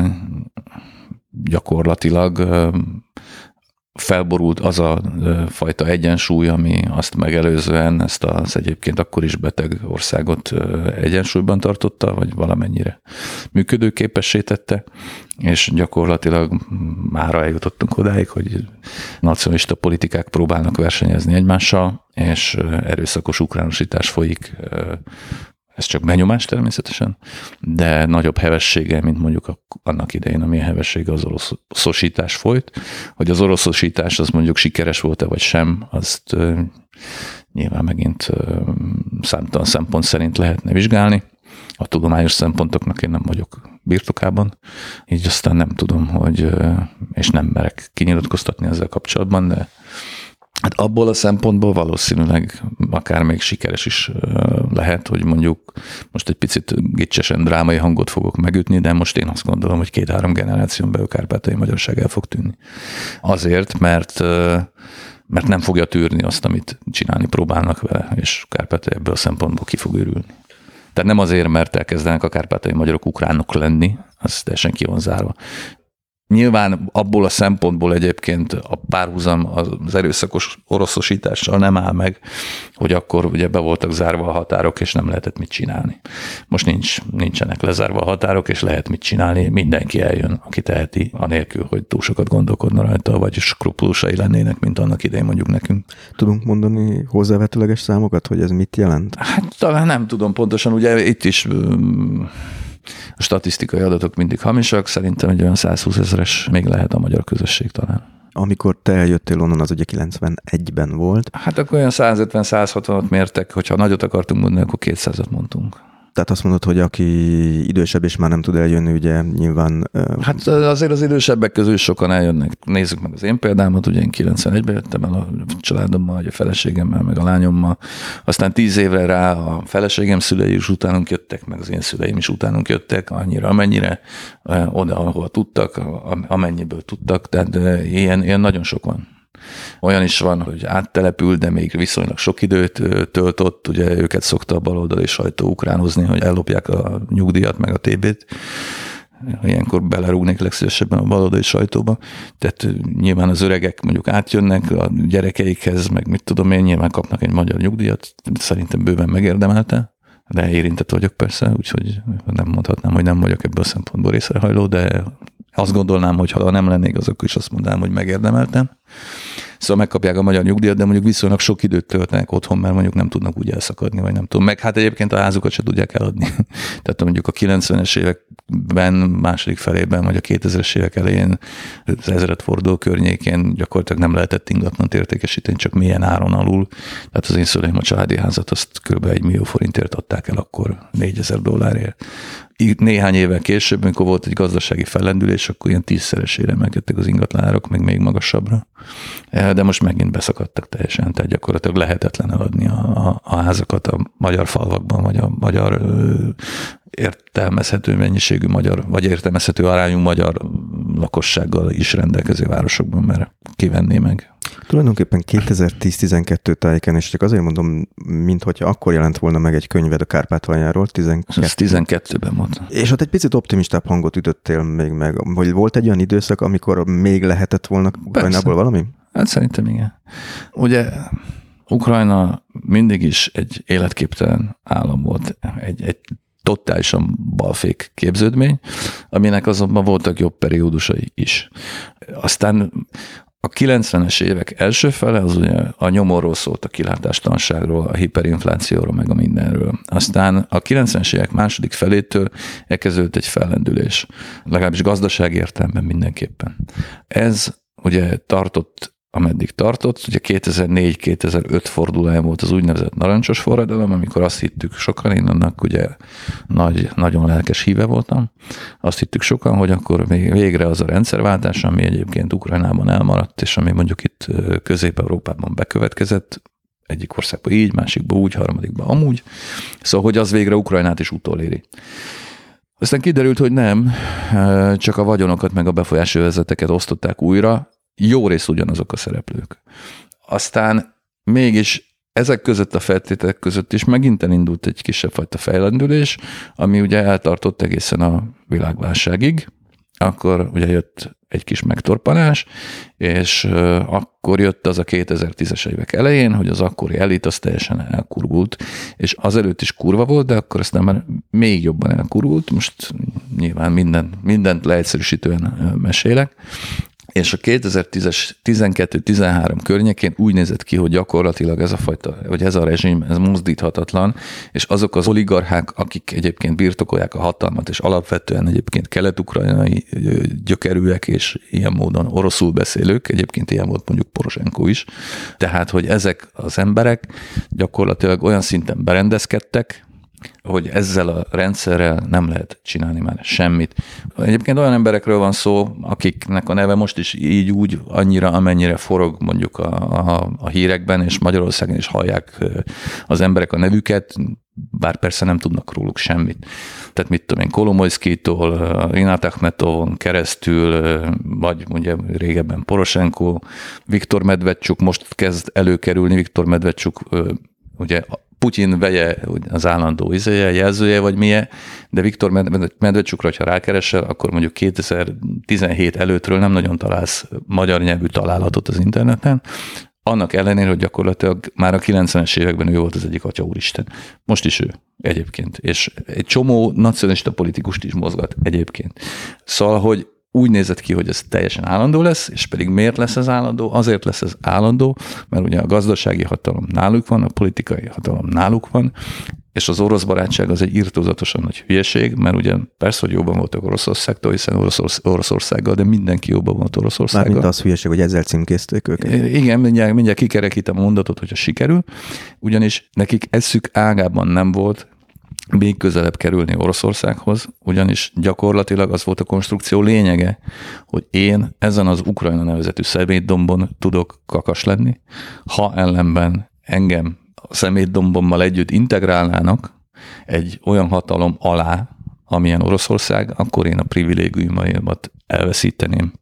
gyakorlatilag felborult az a fajta egyensúly, ami azt megelőzően ezt az egyébként akkor is beteg országot egyensúlyban tartotta, vagy valamennyire működőképessé tette, és gyakorlatilag mára eljutottunk odáig, hogy nacionalista politikák próbálnak versenyezni egymással, és erőszakos ukránosítás folyik. Ez csak benyomás természetesen, de nagyobb hevessége, mint mondjuk annak idején, amilyen hevessége az oroszosítás folyt. Hogy az oroszosítás az mondjuk sikeres volt-e vagy sem, azt nyilván megint számtalan szempont szerint lehetne vizsgálni. A tudományos szempontoknak én nem vagyok birtokában, így aztán nem tudom, hogy, és nem merek kinyilatkoztatni ezzel kapcsolatban, de hát abból a szempontból valószínűleg akár még sikeres is lehet, hogy mondjuk most egy picit gicsesen drámai hangot fogok megütni, de most én azt gondolom, hogy két-három generáción belül kárpátaljai magyarság el fog tűnni. Azért, mert, mert nem fogja tűrni azt, amit csinálni próbálnak vele, és Kárpátalja ebből a szempontból ki fog őrülni. Tehát nem azért, mert elkezdenek a kárpátaljai magyarok ukránok lenni, az teljesen ki van zárva. Nyilván abból a szempontból egyébként a párhuzam az erőszakos oroszosítással nem áll meg, hogy akkor ugye be voltak zárva a határok, és nem lehetett mit csinálni. Most nincs, nincsenek lezárva a határok, és lehet mit csinálni, mindenki eljön, aki teheti, anélkül, hogy túl sokat gondolkodna rajta, vagy skrupulusai lennének, mint annak idején mondjuk nekünk. Tudunk mondani hozzávetőleges számokat, hogy ez mit jelent? Hát talán nem tudom pontosan, ugye itt is a statisztikai adatok mindig hamisak, szerintem egy olyan százhúsz ezeres még lehet a magyar közösség talán. Amikor te eljöttél onnan, az ugye kilencvenegyben volt. Hát akkor olyan százötven-százhatvanat mértek, hogyha nagyot akartunk mondani, akkor kétszázat mondtunk. Tehát azt mondod, hogy aki idősebb és már nem tud eljönni, ugye nyilván... Hát azért az idősebbek közül sokan eljönnek. Nézzük meg az én példámat, ugye én kilencvenegyben jöttem el a családommal, a feleségemmel, meg a lányommal. Aztán tíz évre rá a feleségem szülei is utánunk jöttek, meg az én szüleim is utánunk jöttek, annyira, amennyire, oda, ahol tudtak, amennyiből tudtak, tehát ilyen, ilyen nagyon sok van. Olyan is van, hogy áttelepül, de még viszonylag sok időt töltött, ugye őket szokta a baloldali sajtó ukránozni, hogy ellopják a nyugdíjat meg a té bét. Ilyenkor belerúgnék legszívesebben a baloldali sajtóba. Tehát nyilván az öregek mondjuk átjönnek a gyerekeikhez, meg mit tudom én, nyilván kapnak egy magyar nyugdíjat, szerintem bőven megérdemelte, de érintett vagyok persze, úgyhogy nem mondhatnám, hogy nem vagyok ebből a szempontból részrehajló, de azt gondolnám, hogy ha nem lennék, azok is azt mondanám, hogy megérdemeltem. Szóval megkapják a magyar nyugdíjat, de mondjuk viszonylag sok időt töltenek otthon, mert mondjuk nem tudnak úgy elszakadni, vagy nem tudom. Meg hát egyébként a házukat se tudják eladni. Tehát mondjuk a kilencvenes években, második felében, vagy a kétezres évek elején, az ezredforduló környékén gyakorlatilag nem lehetett ingatlant értékesíteni, csak milyen áron alul. Tehát az én szüleim a családi házat azt kb. egy millió forintért adták el akkor négyezer dollárért. Néhány évvel később, amikor volt egy gazdasági fellendülés, akkor ilyen tízszeresére emelkedtek az ingatlanárok, meg még magasabbra. De most megint beszakadtak teljesen, tehát gyakorlatilag lehetetlen eladni a, a, a házakat a magyar falvakban, vagy a magyar ö, értelmezhető mennyiségű magyar, vagy értelmezhető arányú magyar lakossággal is rendelkező városokban, mert kivenné meg. Tulajdonképpen kétezer-tíz-tizenkettő tájéken, és csak azért mondom, minthogyha akkor jelent volna meg egy könyved a Kárpátaljáról, tizenkettő. Ez tizenkettőben volt. És ott egy picit optimistább hangot ütöttél még meg, hogy volt egy olyan időszak, amikor még lehetett volna Ukrajnából valami? Hát szerintem igen. Ugye Ukrajna mindig is egy életképtelen állam volt, egy, egy totálisan balfék képződmény, aminek azonban voltak jobb periódusai is. Aztán a kilencvenes évek első fele az ugye a nyomorról szólt, a kilátástalanságról, a hiperinflációról, meg a mindenről. Aztán a kilencvenes évek második felétől elkezdődött egy fellendülés, legalábbis gazdasági értelemben mindenképpen. Ez ugye tartott, ameddig tartott, ugye kétezer-négy-kétezer-öt fordulóján volt az úgynevezett narancsos forradalom, amikor azt hittük sokan, én annak ugye nagy, nagyon lelkes híve voltam, azt hittük sokan, hogy akkor még végre az a rendszerváltás, ami egyébként Ukrajnában elmaradt, és ami mondjuk itt Közép-Európában bekövetkezett, egyik országban így, másikban úgy, harmadikban amúgy, szóval, hogy az végre Ukrajnát is utoléri. Aztán kiderült, hogy nem, csak a vagyonokat meg a befolyási övezeteket osztották újra, jó rész ugyanazok a szereplők. Aztán mégis ezek között a feltételek között is megint elindult egy kisebb fajta fejlendülés, ami ugye eltartott egészen a világválságig. Akkor ugye jött egy kis megtorpanás, és akkor jött az a kétezer-tízes évek elején, hogy az akkori elit az teljesen elkurvult, és azelőtt is kurva volt, de akkor aztán már még jobban elkurvult, most nyilván minden, mindent leegyszerűsítően mesélek. És a kétezer-tízes, tizenkettő tizenhárom környékén úgy nézett ki, hogy gyakorlatilag ez a fajta, hogy ez a rezsim, ez mozdíthatatlan, és azok az oligarchák, akik egyébként birtokolják a hatalmat, és alapvetően egyébként kelet-ukrajnai gyökerűek, és ilyen módon oroszul beszélők, egyébként ilyen volt mondjuk Poroshenko is, tehát, hogy ezek az emberek gyakorlatilag olyan szinten berendezkedtek, hogy ezzel a rendszerrel nem lehet csinálni már semmit. Egyébként olyan emberekről van szó, akiknek a neve most is így úgy annyira, amennyire forog mondjuk a, a, a hírekben, és Magyarországon is hallják az emberek a nevüket, bár persze nem tudnak róluk semmit. Tehát mit tudom én, Kolomoyszkijtól, Rinat Akhmetovon keresztül, vagy ugye régebben Poroshenko, Viktor Medvedcsuk, most kezd előkerülni Viktor Medvedcsuk, ugye Putyin veje az állandó izéje, jelzője, vagy milyen, de Viktor Medvedcsukra, hogyha rákeresel, akkor mondjuk kétezer-tizenhét előttről nem nagyon találsz magyar nyelvű találatot az interneten, annak ellenére, hogy gyakorlatilag már a kilencvenes években ő volt az egyik atya úristen. Most is ő egyébként. És egy csomó nacionalista politikust is mozgat egyébként. Szóval, hogy úgy nézett ki, hogy ez teljesen állandó lesz, és pedig miért lesz ez állandó? Azért lesz ez állandó, mert ugye a gazdasági hatalom náluk van, a politikai hatalom náluk van, és az orosz barátság az egy irtózatosan nagy hülyeség, mert ugye persze, hogy jobban voltak Oroszországtól, hiszen Oroszorsz, Oroszországgal, de mindenki jobban volt Oroszországgal. Mármint az hülyeség, hogy ezzel címkézték őket. Igen, mindjárt, mindjárt kikerekítem a mondatot, hogyha sikerül, ugyanis nekik eszük ágában nem volt még közelebb kerülni Oroszországhoz, ugyanis gyakorlatilag az volt a konstrukció lényege, hogy én ezen az Ukrajna nevezetű szemétdombon tudok kakas lenni, ha ellenben engem a szemétdombommal együtt integrálnának egy olyan hatalom alá, amilyen Oroszország, akkor én a privilégiumaimat elveszíteném.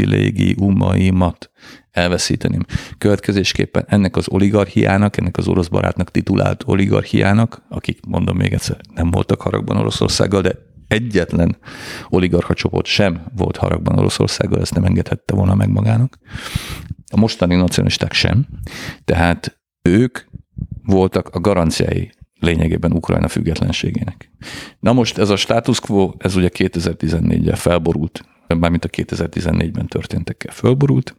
Privilégiumaimat elveszíteném. Következésképpen ennek az oligarchiának, ennek az orosz barátnak titulált oligarchiának, akik, mondom még egyszer, nem voltak haragban Oroszországgal, de egyetlen oligarcha csoport sem volt haragban Oroszországgal, ezt nem engedhette volna meg magának. A mostani nacionalisták sem. Tehát ők voltak a garanciái lényegében Ukrajna függetlenségének. Na most ez a status quo, ez ugye kétezer-tizennégyel felborult, mármint a kétezer-tizennégyben történtekkel felborult.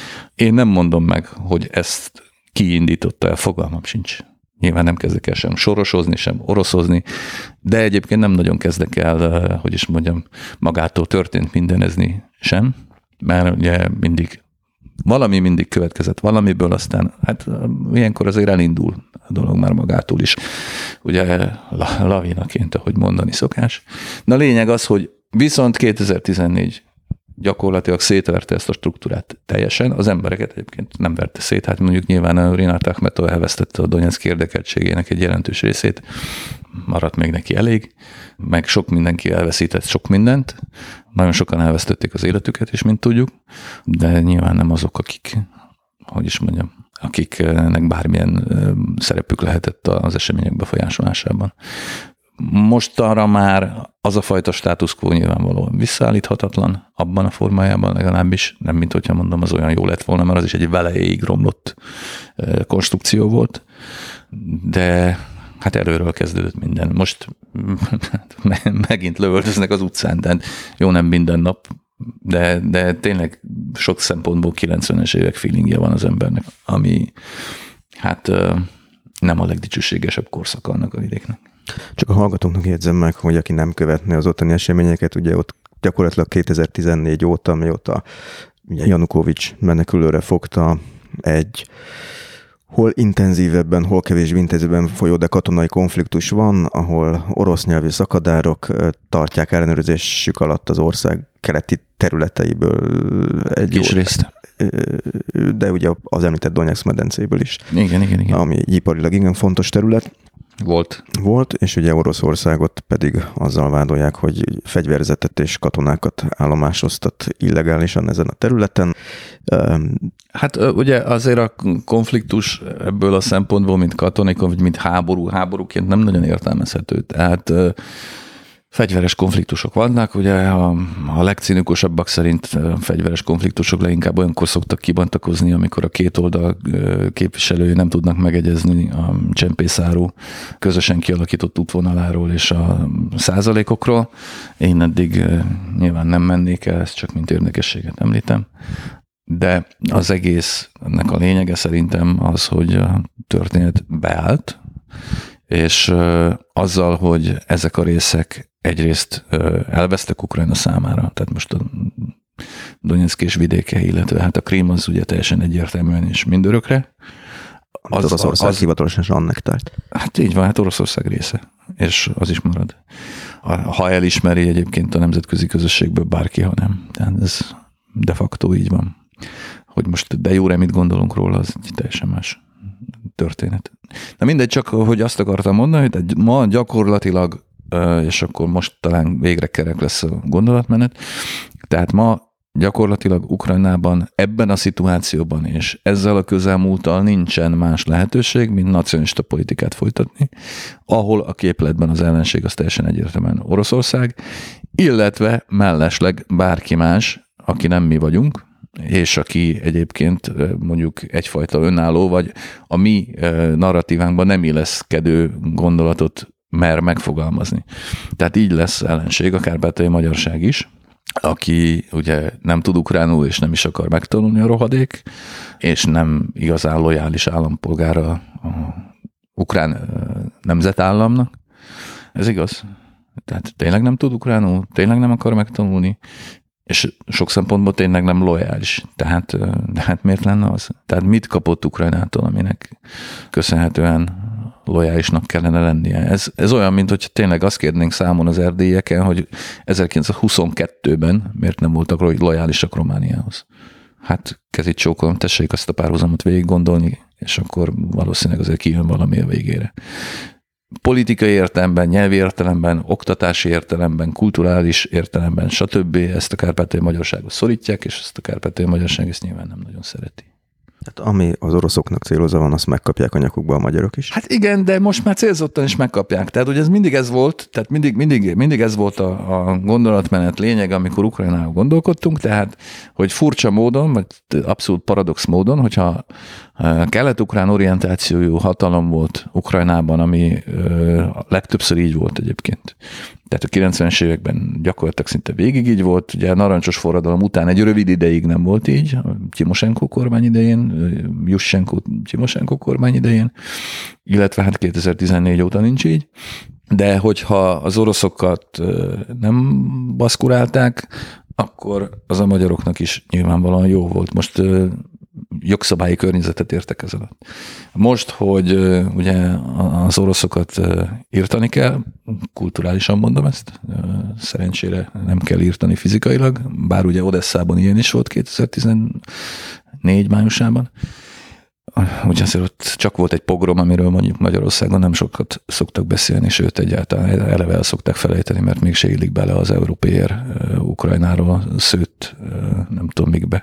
Én nem mondom meg, hogy ezt kiindította el, fogalmam sincs. Nyilván nem kezdek el sem sorosozni, sem oroszozni, de egyébként nem nagyon kezdek el, hogy is mondjam, magától történt mindenezni sem, mert ugye mindig valami mindig következett valamiből, aztán hát ilyenkor azért elindul a dolog már magától is. Ugye lavinaként, ahogy mondani szokás. Na lényeg az, hogy viszont kétezer-tizennégy gyakorlatilag szétverte ezt a struktúrát teljesen. Az embereket egyébként nem verte szét. Hát mondjuk nyilván a Rinat Akhmetov elvesztette a Donetszki érdekeltségének egy jelentős részét. Maradt még neki elég. Meg sok mindenki elveszített sok mindent. Nagyon sokan elvesztették az életüket is, mint tudjuk. De nyilván nem azok, akik, hogy is mondjam, akiknek bármilyen szerepük lehetett az események befolyásolásában. Mostanra már az a fajta status quo nyilvánvalóan visszaállíthatatlan, abban a formájában legalábbis, nem mint hogyha mondom, az olyan jó lett volna, mert az is egy velejéig romlott konstrukció volt, de hát erőről kezdődött minden. Most megint lövöldöznek az utcán, tehát jó, nem minden nap, de, de tényleg sok szempontból kilencvenes évek feelingje van az embernek, ami hát nem a legdicsőségesebb korszak annak a vidéknek. Csak a hallgatóknak jegyzem meg, hogy aki nem követne az ottani eseményeket, ugye ott gyakorlatilag kétezer-tizennégy óta, mióta ugye Janukovics menekülőre fogta, egy hol intenzívebben, hol kevésbé intenzívebben folyó, de katonai konfliktus van, ahol orosz nyelvű szakadárok tartják ellenőrzésük alatt az ország keleti területeiből egy kis részt. De ugye az említett Donetsz medencéből is. Igen, igen, igen. Ami egy iparilag igen fontos terület. Volt. Volt, és ugye Oroszországot pedig azzal vádolják, hogy fegyverzetet és katonákat állomásoztat illegálisan ezen a területen. Hát ugye azért a konfliktus ebből a szempontból, mint katonai, vagy mint háború, háborúként nem nagyon értelmezhető. Tehát Fegyveres konfliktusok vannak, ugye a, a legcinikusabbak szerint a fegyveres konfliktusok leginkább olyankor szoktak kibontakozni, amikor a két oldal képviselői nem tudnak megegyezni a csempészáru közösen kialakított útvonaláról és a százalékokról. Én eddig nyilván nem mennék el, ezt csak mint érdekességet említem. De az egész, ennek a lényege szerintem az, hogy a történet beállt, és azzal, hogy ezek a részek egyrészt elvesztek Ukrajna számára, tehát most a Donetszk és vidéke, illetve hát a Krím az ugye teljesen egyértelműen és mindörökre. Az, az Oroszország az, hivatalosan annektált. Hát így van, hát Oroszország része, és az is marad. Ha elismeri egyébként a nemzetközi közösségből bárki, ha nem. Tehát ez de facto így van. Hogy most de jóra mit gondolunk róla, az egy teljesen más történet. Na mindegy, csak hogy azt akartam mondani, hogy ma gyakorlatilag, és akkor most talán végre kerek lesz a gondolatmenet, tehát ma gyakorlatilag Ukrajnában ebben a szituációban és ezzel a közelmúlttal nincsen más lehetőség, mint nacionalista politikát folytatni, ahol a képletben az ellenség az teljesen egyértelműen Oroszország, illetve mellesleg bárki más, aki nem mi vagyunk, és aki egyébként mondjuk egyfajta önálló, vagy a mi narratívánkban nem illeszkedő gondolatot mer megfogalmazni. Tehát így lesz ellenség, a kárpátaljai magyarság is, aki ugye nem tud ukránul, és nem is akar megtanulni a rohadék, és nem igazán lojális állampolgára a ukrán nemzetállamnak. Ez igaz. Tehát tényleg nem tud ukránul, tényleg nem akar megtanulni, és sok szempontból tényleg nem lojális. Tehát, de hát miért lenne az? Tehát mit kapott Ukrajnától, aminek köszönhetően lojálisnak kellene lennie? Ez, ez olyan, mint hogy tényleg azt kérnénk számon az erdélyeken, hogy ezerkilencszázhuszonkettőben miért nem voltak lojálisak Romániához. Hát kezit csókolom, tessék azt a párhuzamot végig gondolni, és akkor valószínűleg azért kijön valami a végére. Politikai értelemben, nyelvi értelemben, oktatási értelemben, kulturális értelemben, stb. Ezt a kárpátaljai magyarságot szorítják, és ezt a kárpátaljai magyarság ezt nyilván nem nagyon szereti. Tehát ami az oroszoknak célozva van, azt megkapják a nyakukba a magyarok is? Hát igen, de most már célzottan is megkapják. Tehát ugye ez mindig ez volt, tehát mindig, mindig, mindig ez volt a, a gondolatmenet lényeg, amikor Ukrajnáról gondolkodtunk, tehát hogy furcsa módon, vagy abszolút paradox módon, hogyha kelet-ukrán orientációjú hatalom volt Ukrajnában, ami legtöbbször így volt egyébként. Tehát a kilencvenes években gyakorlatilag szinte végig így volt. Ugye a narancsos forradalom után egy rövid ideig nem volt így, a Timosenko kormány idején, Juschenko Timosenko kormány idején, illetve hát kétezer-tizennégy óta nincs így. De hogyha az oroszokat nem baszkurálták, akkor az a magyaroknak is nyilvánvalóan jó volt. Most jogszabályi környezetet értek ez alatt. Most, hogy ugye az oroszokat írtani kell, kulturálisan mondom ezt, szerencsére nem kell írtani fizikailag, bár ugye Odesszában ilyen is volt kétezer-tizennégy májusában. Ugye azért ott csak volt egy pogrom, amiről mondjuk Magyarországon nem sokat szoktak beszélni, sőt egyáltalán eleve el szokták felejteni, mert mégse illik bele az európér Ukrajnáról szőtt, nem tudom mikbe.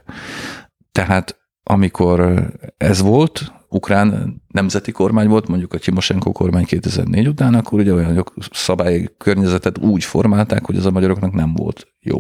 Tehát amikor ez volt, ukrán nemzeti kormány volt, mondjuk a Timosenko kormány kétezer-négy után, akkor ugye olyan szabályi környezetet úgy formálták, hogy az a magyaroknak nem volt jó.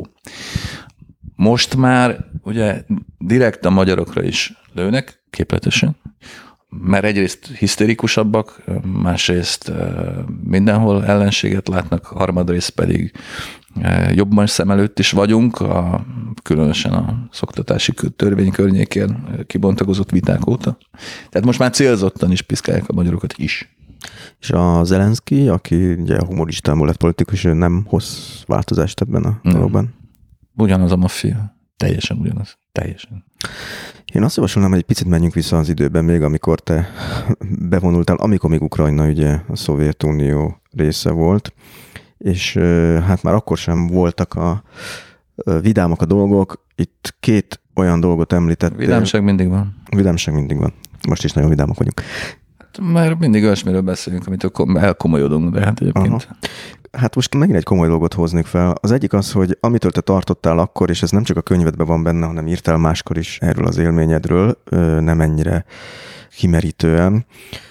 Most már ugye direkt a magyarokra is lőnek, képletesen, mert egyrészt hisztérikusabbak, másrészt mindenhol ellenséget látnak, harmadrészt pedig jobban szem előtt is vagyunk, a, különösen a szoktatási törvény környékén kibontakozott viták óta. Tehát most már célzottan is piszkálják a magyarokat is. És a Zelenszky, aki ugye a humoristából lett politikus, nem hoz változást ebben a dologban? Ugyanaz a maffia. Teljesen ugyanaz. Teljesen. Én azt javasolnám, hogy egy picit menjünk vissza az időben még, amikor te bevonultál, amikor még Ukrajna ugye a Szovjetunió része volt, és hát már akkor sem voltak a vidámak a dolgok. Itt két olyan dolgot említettél. Vidámság mindig van. Vidámság mindig van. Most is nagyon vidámak vagyunk. Hát, mert mindig olyasmiről beszélünk, amit elkomolyodunk, de hát egyébként. Aha. Hát most megint egy komoly dolgot hoznék fel. Az egyik az, hogy amitől te tartottál akkor, és ez nem csak a könyvedben van benne, hanem írtál máskor is erről az élményedről, nem ennyire kimerítően,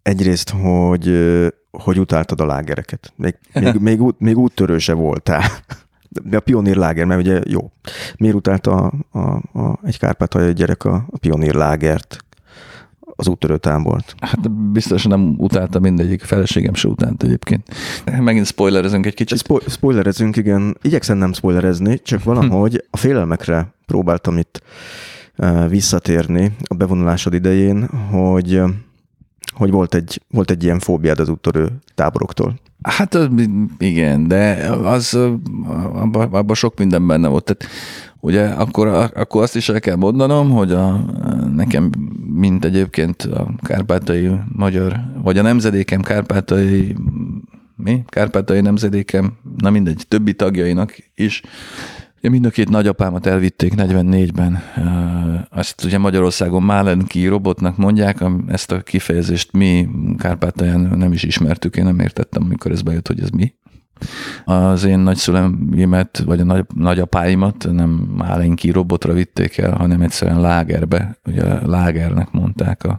egyrészt, hogy, hogy utáltad a lágereket. Még, még, még, út, még úttörőse voltál. De a pionír láger, mert ugye jó. Miért utálta a, a, a, egy kárpátaljai gyerek a, a pionír lágert, az úttörő tábort? Hát biztos nem utálta mindegyik, a feleségem se utált egyébként. Megint spoilerezünk egy kicsit. Spo- spoilerezünk, igen. Igyekszem nem spoilerezni, csak valahogy a félelmekre próbáltam itt uh, visszatérni a bevonulásod idején, hogy, uh, hogy volt, egy, volt egy ilyen fóbiád az úttörő táboroktól. Hát igen, de az abban abba sok minden benne volt. Tehát ugye akkor, akkor azt is el kell mondanom, hogy a, nekem, mint egyébként a kárpátai magyar, vagy a nemzedékem kárpátai, mi? Kárpátai nemzedékem, na mindegy, többi tagjainak is. Ugye mind a két nagyapámat elvitték negyvennégyben. Azt ugye Magyarországon Málenki robotnak mondják, ezt a kifejezést mi Kárpátalján nem is ismertük, én nem értettem, amikor ez bejött, hogy ez mi. Az én nagyszüleimet, vagy a nagy, nagyapáimat nem Málenki robotra vitték el, hanem egyszerűen lágerbe, ugye lágernek mondták a,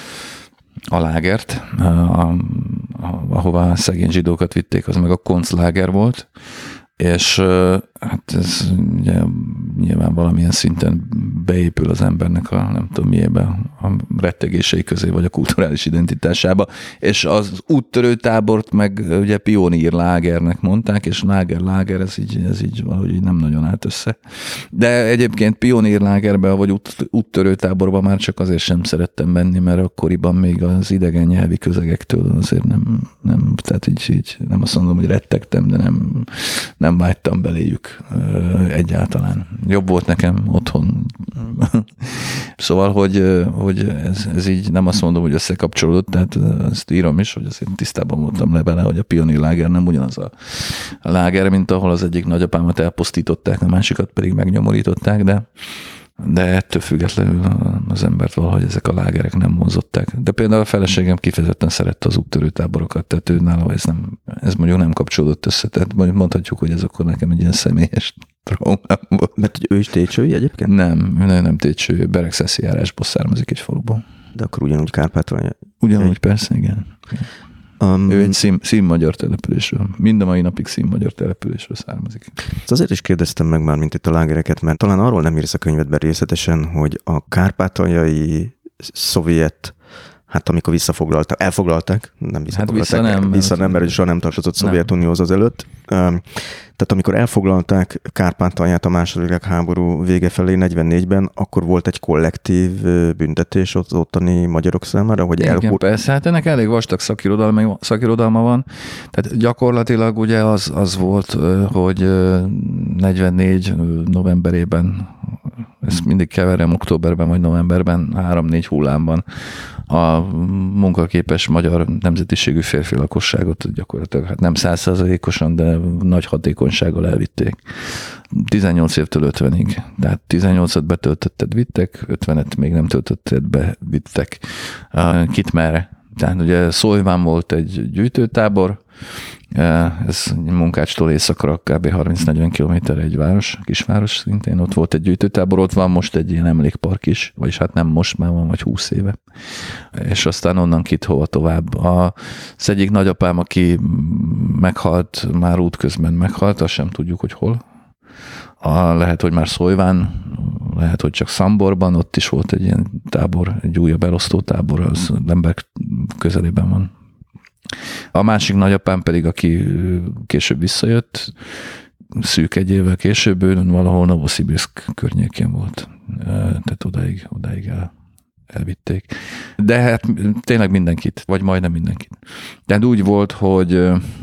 a lágert, a, a, ahová szegény zsidókat vitték, az meg a koncláger volt, és hát ez ugye nyilván valamilyen szinten beépül az embernek a nem tudom miébe, a rettegései közé, vagy a kulturális identitásába, és az úttörő tábort meg ugye pionír lágernek mondták, és láger-láger, ez így, ez így valahogy így nem nagyon állt össze. De egyébként pionír lágerbe, vagy út, úttörő táborba már csak azért sem szerettem menni, mert akkoriban még az idegen nyelvi közegektől azért nem, nem tehát így, így nem azt mondom, hogy rettegtem, de nem, nem vágytam beléjük egyáltalán. Jobb volt nekem otthon. Szóval, hogy, hogy ez, ez így nem azt mondom, hogy összekapcsolódott, tehát ezt írom is, hogy azért tisztában voltam le vele, hogy a pionír láger nem ugyanaz a láger, mint ahol az egyik nagyapámat elpusztították, a másikat pedig megnyomorították, de de ettől függetlenül az embert valahogy ezek a lágerek nem vonzották. De például a feleségem kifejezetten szerette az úttörő táborokat, tehát ő nála ez, nem, ez mondjuk nem kapcsolódott össze, tehát mondhatjuk, hogy ez akkor nekem egy ilyen személyes traumám volt. Mert ő is técsői egyébként? Nem, ő nem técső, Beregszeszi járásból származik egy faluból. De akkor ugyanúgy Kárpátaljai? Ugyanúgy, persze, igen. Um, ő egy szín, színmagyar településről. Mind a mai napig színmagyar településről származik. Azért is kérdeztem meg már, mint itt a lágereket, mert talán arról nem írsz a könyvedben részletesen, hogy a kárpátaljai szovjet, hát amikor visszafoglalták, elfoglalták, nem visszafoglalták, hát vissza nem, vissza nem, mert soha nem tartozott Szovjetunióhoz az előtt. Tehát amikor elfoglalták Kárpátalját a második világháború vége felé negyvennégyben, akkor volt egy kollektív büntetés az ottani magyarok számára, hogy igen, elhúr... persze, hát ennek elég vastag szakirodalma, szakirodalma van. Tehát gyakorlatilag ugye az, az volt, hogy negyvennégy novemberében, ezt mindig keverem, októberben vagy novemberben, három-négy hullámban a munkaképes magyar nemzetiségű férfi lakosságot gyakorlatilag, hát nem száz százalékosan, de nagy hatékonysággal elvitték. tizennyolc évtől ötvenig. Tehát tizennyolcat betöltötted, vittek, ötvenet még nem töltötted be, vittek. Kit merre? Tehát ugye Szólyván volt egy gyűjtőtábor, ez Munkácstól északra kb. harminc-negyven kilométerre egy város, kisváros szintén, ott volt egy gyűjtőtábor, ott van most egy ilyen emlékpark is, vagyis hát nem most, már van vagy húsz éve. És aztán onnan kit hova tovább. Az egyik nagyapám, aki meghalt, már útközben meghalt, azt sem tudjuk, hogy hol. A, lehet, hogy már Szólyván, lehet, hogy csak Szamborban, ott is volt egy ilyen tábor, egy újabb elosztó tábor, az Lemberg közelében van. A másik nagyapám pedig, aki később visszajött, szűk egy évvel később, ő valahol Novoszibirszk környékén volt. Tehát odáig, odáig el, elvitték. De hát tényleg mindenkit, vagy majdnem mindenkit. Tehát úgy volt, hogy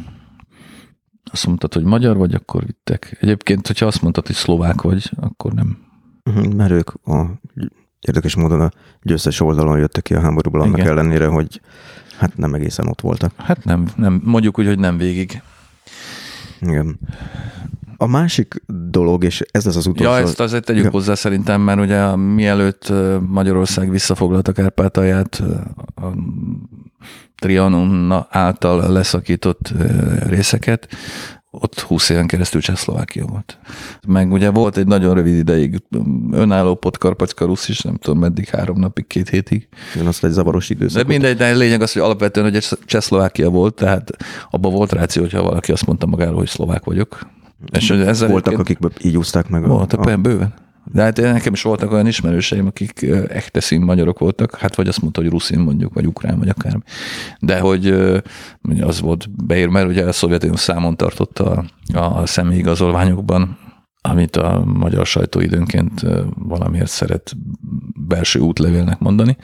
azt mondtad, hogy magyar vagy, akkor vittek. Egyébként, hogyha azt mondtad, hogy szlovák vagy, akkor nem. Uh-huh, mert ők a, érdekes módon a győztes oldalon jöttek ki a háborúból, annak igen. ellenére, hogy hát nem egészen ott voltak. Hát nem, nem, mondjuk úgy, hogy nem végig. Igen. A másik dolog, és ez az az utolsó... Ja, ezt azért tegyük igen. hozzá szerintem, mert ugye mielőtt Magyarország visszafoglalta Kárpátalját, a Trianon által leszakított részeket, ott húsz éven keresztül Csehszlovákia volt. Meg ugye volt egy nagyon rövid ideig önálló Podkarpacka Rusz is, nem tudom meddig, három napig, két hétig. Igen, az egy zavaros időszak. De mindegy, de lényeg az, hogy alapvetően, hogy Csehszlovákia volt, tehát abban volt ráció, hogyha valaki azt mondta magáról, hogy szlovák vagyok. És ezzel voltak, akik így úszták meg. Voltak, a... bőven. De hát nekem is voltak olyan ismerőseim, akik echteszín magyarok voltak, hát vagy azt mondta, hogy ruszin mondjuk, vagy ukrán, vagy akármi. De hogy az volt beír, mert ugye a Szovjetunió számon tartotta a, a személyigazolványokban, amit a magyar sajtó időnként valamiért szeret belső útlevélnek mondani.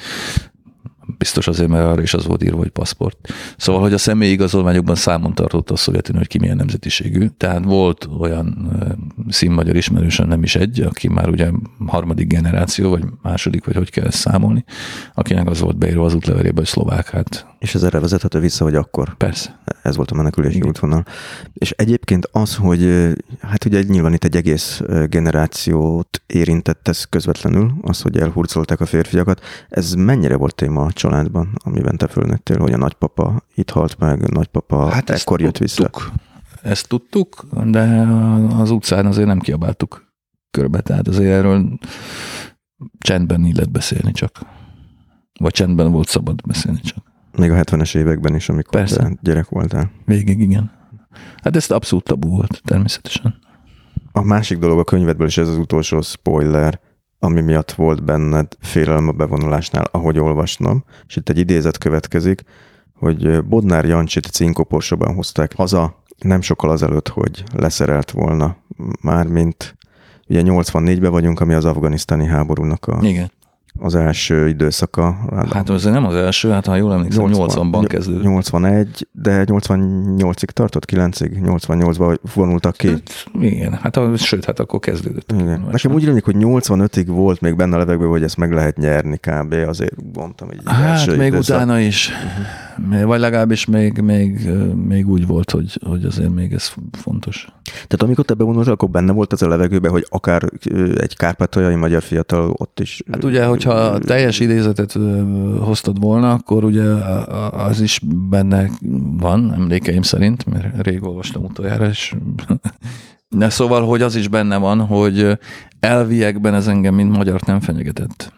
Biztos azért, mert arra is az volt írva, hogy paszport. Szóval, hogy a személyi igazolványokban számon tartotta a Szovjetunió, hogy ki milyen nemzetiségű. Tehát volt olyan színmagyar ismerősen, nem is egy, aki már ugye harmadik generáció, vagy második, vagy hogy kell ezt számolni, akinek az volt beírva az útlevelében, hogy szlovák. Hát. És ez erre vezethető vissza, hogy akkor? Persze. Ez volt a menekülési útvonal. És egyébként az, hogy hát ugye nyilván itt egy egész generációt érintett ez közvetlenül, az, hogy elhurcolták a férfiakat, ez mennyire volt téma a családban, amiben te fölnőttél, hogy a nagypapa itt halt meg, a nagypapa hát ekkor jött vissza? Ezt tudtuk, de az utcán azért nem kiabáltuk körbe, tehát azért erről csendben illet beszélni csak. Vagy csendben volt szabad beszélni csak. Még a hetvenes években is, amikor gyerek voltál. Végig, igen. Hát ez abszolút tabu volt, természetesen. A másik dolog a könyvedből, és ez az utolsó spoiler, ami miatt volt benned félelem a bevonulásnál, ahogy olvasnom, és itt egy idézet következik, hogy Bodnár Jancsit cinkoporsóban hozták haza, nem sokkal azelőtt, hogy leszerelt volna, mármint ugye nyolcvannégyben vagyunk, ami az afganisztáni háborúnak a... Igen. Az első időszaka. Hát ez nem az első, hát ha jól emlékszem, nyolcvanban kezdődött. nyolcvanegy, de nyolcvannyolcig tartott, kilencig, nyolcvannyolcban vonultak ki. Hát, igen, hát a, sőt, hát akkor kezdődött. Igen. Nekem úgy rémlik, hogy nyolcvanötig volt még benne a levegőben, hogy ezt meg lehet nyerni kb. Azért mondtam. Egy hát még időszak. Utána is. Uh-huh. Vagy legalábbis még, még, még úgy volt, hogy, hogy azért még ez fontos. Tehát amikor te bevonultál, akkor benne volt az a levegőben, hogy akár egy kárpátaljai magyar fiatal ott is... Hát ugye, hogyha a teljes idézetet hoztad volna, akkor ugye az is benne van, emlékeim szerint, mert rég olvastam utoljára, és de szóval, hogy az is benne van, hogy elviekben ez engem mint magyart nem fenyegetett.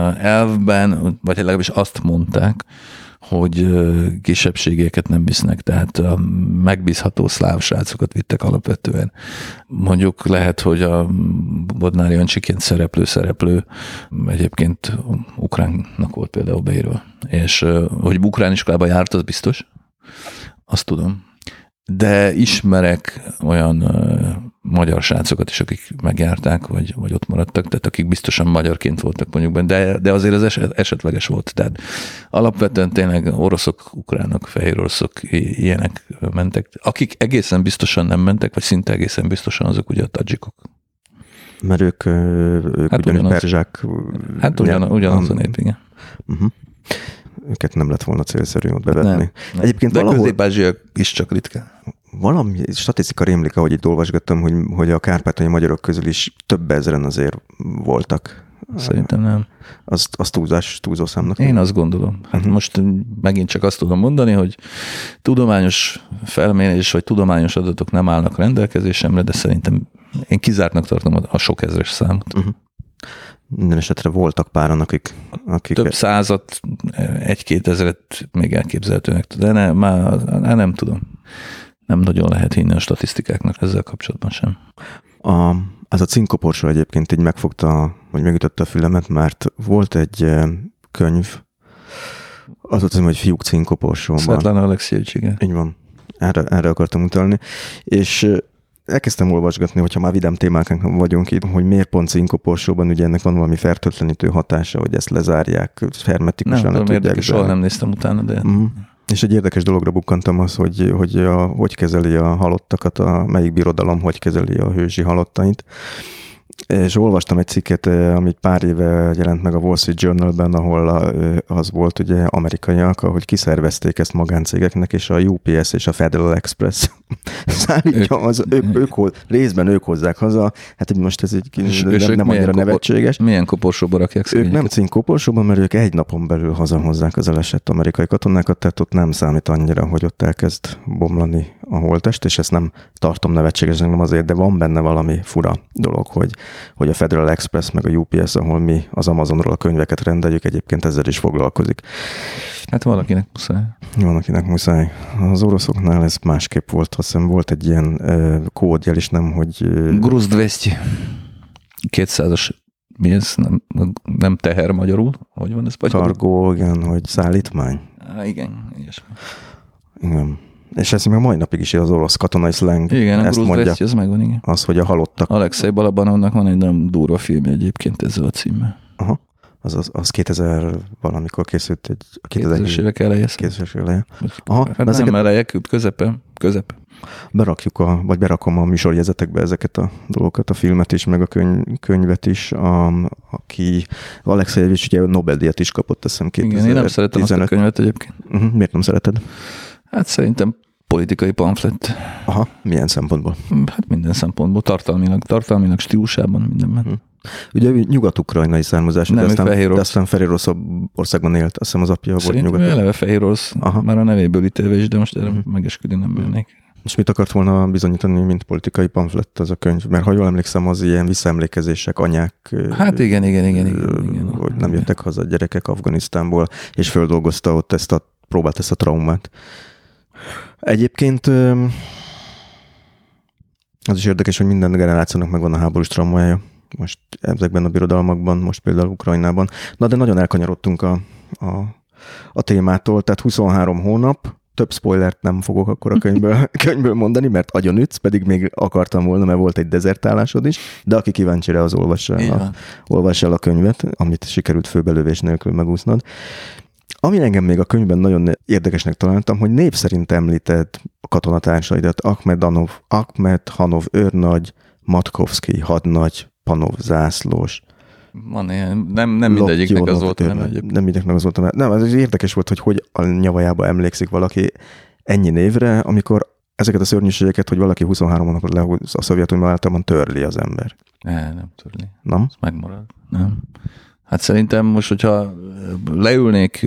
Elvben, vagy legalábbis azt mondták, hogy kisebbségeket nem visznek, tehát a megbízható szláv srácokat vittek alapvetően. Mondjuk lehet, hogy a Bodnár Jancsiként szereplő-szereplő egyébként ukránnak volt például beírva. És hogy ukrán iskolában járt, az biztos. Azt tudom. De ismerek olyan uh, magyar srácokat is, akik megjárták, vagy, vagy ott maradtak, tehát akik biztosan magyarként voltak mondjuk benne, de, de azért az eset, esetleges volt. Tehát alapvetően tényleg oroszok, ukránok, fehér oroszok, ilyenek mentek. Akik egészen biztosan nem mentek, vagy szinte egészen biztosan, azok ugye a tadzsikok. Mert ők, ők hát ugyanúgy perzsák. Hát ugyan, ugyanaz a nép, igen. Uh-huh. Őket nem lett volna célszerű ott bevetni. Nem, nem. Egyébként de valahol... közép-ázsiak is csak ritkán. Valami statisztika rémlik, ahogy itt olvasgattam, hogy, hogy a kárpátaljai magyarok közül is több ezeren azért voltak. Szerintem nem. Azt, azt túlzás, túlzó számnak. Én azt gondolom. Hát uh-huh. most megint csak azt tudom mondani, hogy tudományos felmérés vagy tudományos adatok nem állnak rendelkezésemre, de szerintem én kizártnak tartom a sok ezres számot. Uh-huh. Minden esetre voltak páran, akik... akik több százat, egy-két ezeret még elképzelhetőnek, de ne, már nem tudom. Nem nagyon lehet hinni a statisztikáknak ezzel kapcsolatban sem. A, ez a cinkoporsó egyébként így megfogta, vagy megütötte a fülemet, mert volt egy könyv, az volt az, hogy Fiúk cinkoporsóban. Svetlana Alexijevics, igen. Így van. Erre, erre akartam utalni. És elkezdtem olvasgatni, hogyha már vidám témákon vagyunk itt, hogy miért pont cinkoporsóban, ugye ennek van valami fertőtlenítő hatása, hogy ezt lezárják, hermetikusan. Nem tudom, érdekes, soha nem néztem utána, de... Mm. És egy érdekes dologra bukkantam az, hogy, hogy a, hogy kezeli a halottakat, a, melyik birodalom hogy kezeli a hősi halottait. És olvastam egy cikket, amit pár éve jelent meg a Wall Street Journalben, ahol az volt ugye amerikaiak, ahogy kiszervezték ezt magáncégeknek, és a U P S és a Federal Express szállítja, az, ők, ők, ők, részben ők hozzák haza, hát most ez egy nem, nem annyira nevetséges. Milyen koporsóba rakják szegényeket? Ők nem cinkoporsóban, mert ők egy napon belül hazahozzák az elesett amerikai katonákat, tehát ott nem számít annyira, hogy ott elkezd bomlani a holttest, és ezt nem tartom nevetségesnek, nem azért, de van benne valami fura dolog, hogy, hogy a Federal Express meg a U P S, ahol mi az Amazonról a könyveket rendeljük, egyébként ezzel is foglalkozik. Hát valakinek muszáj. Van, akinek muszáj. Az oroszoknál ez másképp volt, azt hiszem volt egy ilyen uh, kódjel is, nem, hogy... Uh, Gruz kétszáz. kétszázas, mi ez? Nem, nem teher magyarul? Hogy van ez magyarul? Kargó, igen, hogy szállítmány. Á, igen, ilyesmi. Igen. És ez még mai napig is az orosz katonai slang. Igen, a ezt Gruz mondja, kétszáz, ez megvan, igen. az, hogy a halottak... Alexei Balabanovnak van egy nagyon durva filmje egyébként ezzel a címmel. Aha. Az, az, az kétezer valamikor készült egy... kétezres évek eleje. kétezres eleje. Aha, hát nem ezeket eleje, közepe, közepe. Berakjuk, a, vagy berakom a műsorjegyzetekbe ezeket a dolgokat, a filmet is, meg a könyv, könyvet is, a, aki Alexejevics ugye Nobel-díjat is kapott, azt hiszem kétezer-tizenöt. Igen, én nem szeretem azt a könyvet egyébként. Uh-huh. Miért nem szereted? Hát szerintem politikai pamflett. Aha, milyen szempontból? Hát minden szempontból, tartalmilag, tartalmilag, stílusában, mindenben. Uh-huh. Ugye nyugat-ukrajnai származású, de aztán, de aztán Fehéroroszországban élt, azt hiszem az apja volt nyugat. Szerintem eleve Fehérorosz, már a nevéből ítélve is, de most erre uh-huh. megesküdni nem mennék. És mit akart volna bizonyítani, mint politikai pamflett az a könyv? Mert ha jól emlékszem, az ilyen visszaemlékezések, anyák... Hát igen, igen, igen. igen, igen hogy nem jöttek haza a gyerekek Afganisztánból, és földolgozta ott ezt a, próbált ezt a traumát. Egyébként az is érdekes, hogy minden generációnak megvan a háborús traumája. Most ezekben a birodalmakban, most például Ukrajnában. Na, de nagyon elkanyarodtunk a, a, a témától, tehát huszonhárom hónap, több spoilert nem fogok akkor a könyvből, könyvből mondani, mert agyonütsz, pedig még akartam volna, mert volt egy dezertálásod is, de aki kíváncsi rá, az olvassa el, a, olvassa el a könyvet, amit sikerült főbelövés nélkül megúsznod. Ami engem még a könyvben nagyon érdekesnek találtam, hogy név szerint említed a katonatársaidat, Akhmedanov, Akhmedhanov őrnagy, Matkovszki hadnagy, Panov zászlós. Van ilyen, nem, nem mindegyiknek az volt. Nem, nem mindegyiknek az volt. Nem, ez érdekes volt, hogy hogy a nyavajába emlékszik valaki ennyi névre, amikor ezeket a szörnyűségeket, hogy valaki huszonhárom hónapot lehúz a Szovjetunió általában törli az ember. Ne, nem törli. Nem? Ez megmarad. Nem. Hát szerintem most, hogyha leülnék,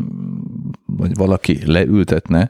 vagy valaki leültetne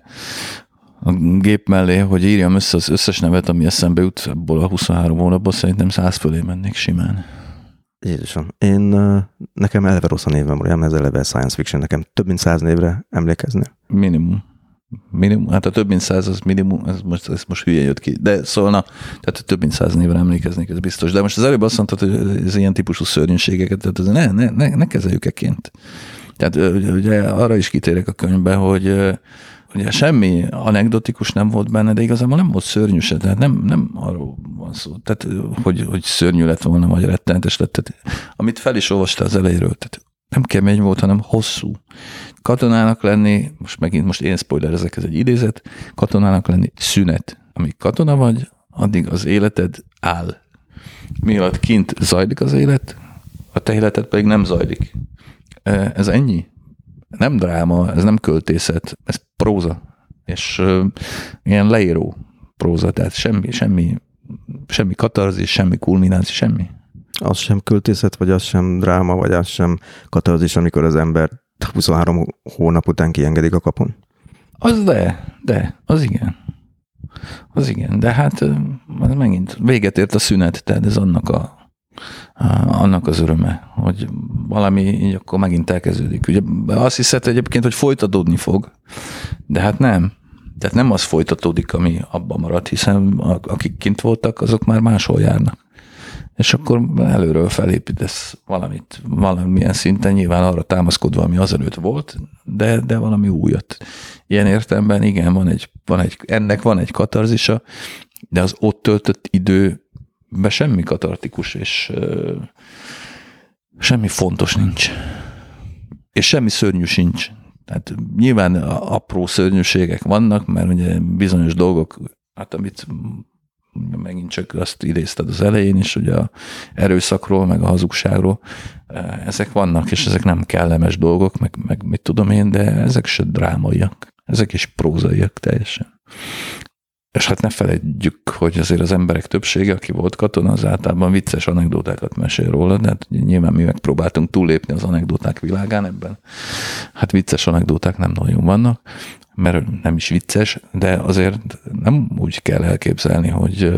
a gép mellé, hogy írjam össze az összes nevet, ami eszembe jut abból a huszonhárom hónapból, szerintem száz fölé mennék simán. Jézusom, én, nekem eleve rossz a névem, olyan ez eleve science fiction, nekem több mint száz névre emlékezni. Minimum. Minimum, hát a több mint száz az minimum, ez most, ez most hülye jött ki, de szólna, tehát a több mint száz névre emlékeznék, ez biztos. De most az előbb azt mondtad, hogy ez ilyen típusú szörnyűségeket, tehát az ne, ne, ne, ne kezeljük eként. Tehát ugye arra is kitérek a könyvbe, hogy ugye semmi anekdotikus nem volt benne, de igazából nem volt szörnyű se, tehát nem, nem arról van szó, tehát hogy, hogy szörnyű lett volna, vagy rettenetes lett. Tehát, amit fel is olvasta az elejéről, tehát nem kemény volt, hanem hosszú. Katonának lenni, most megint most én spoilerezek, ez egy idézet, katonának lenni szünet. Amíg katona vagy, addig az életed áll. Mielőtt kint zajlik az élet, a te életed pedig nem zajlik. Ez ennyi. Nem dráma, ez nem költészet, ez próza. És uh, ilyen leíró próza, tehát semmi, semmi, semmi katarzis, semmi kulmináció, semmi. Az sem költészet, vagy az sem dráma, vagy az sem katarzis, amikor az ember huszonhárom hónap után kiengedik a kapun? Az de, de, az igen. Az igen, de hát az megint véget ért a szünet, tehát ez annak a annak az öröme, hogy valami így akkor megint elkezdődik. Ugye azt hiszed egyébként, hogy folytatódni fog, de hát nem. Tehát nem az folytatódik, ami abban marad, hiszen akik kint voltak, azok már máshol járnak. És akkor előről felépítesz valamit, valamilyen szinten, nyilván arra támaszkodva, ami azelőtt volt, de, de valami újat. Ilyen értelemben igen, van egy, van egy, ennek van egy katarzisa, de az ott töltött idő be semmi katartikus, és uh, semmi fontos nincs. És semmi szörnyű sincs. Tehát nyilván apró szörnyűségek vannak, mert ugye bizonyos dolgok, hát amit megint csak azt idézted az elején is, ugye a erőszakról, meg a hazugságról, ezek vannak, és ezek nem kellemes dolgok, meg, meg mit tudom én, de ezek se drámaiak. Ezek is prózaiak teljesen. És hát ne felejtjük, hogy azért az emberek többsége, aki volt katona, az általában vicces anekdotákat mesél róla, de hát nyilván mi megpróbáltunk túllépni az anekdoták világán ebben. Hát vicces anekdoták nem nagyon vannak, mert nem is vicces, de azért nem úgy kell elképzelni, hogy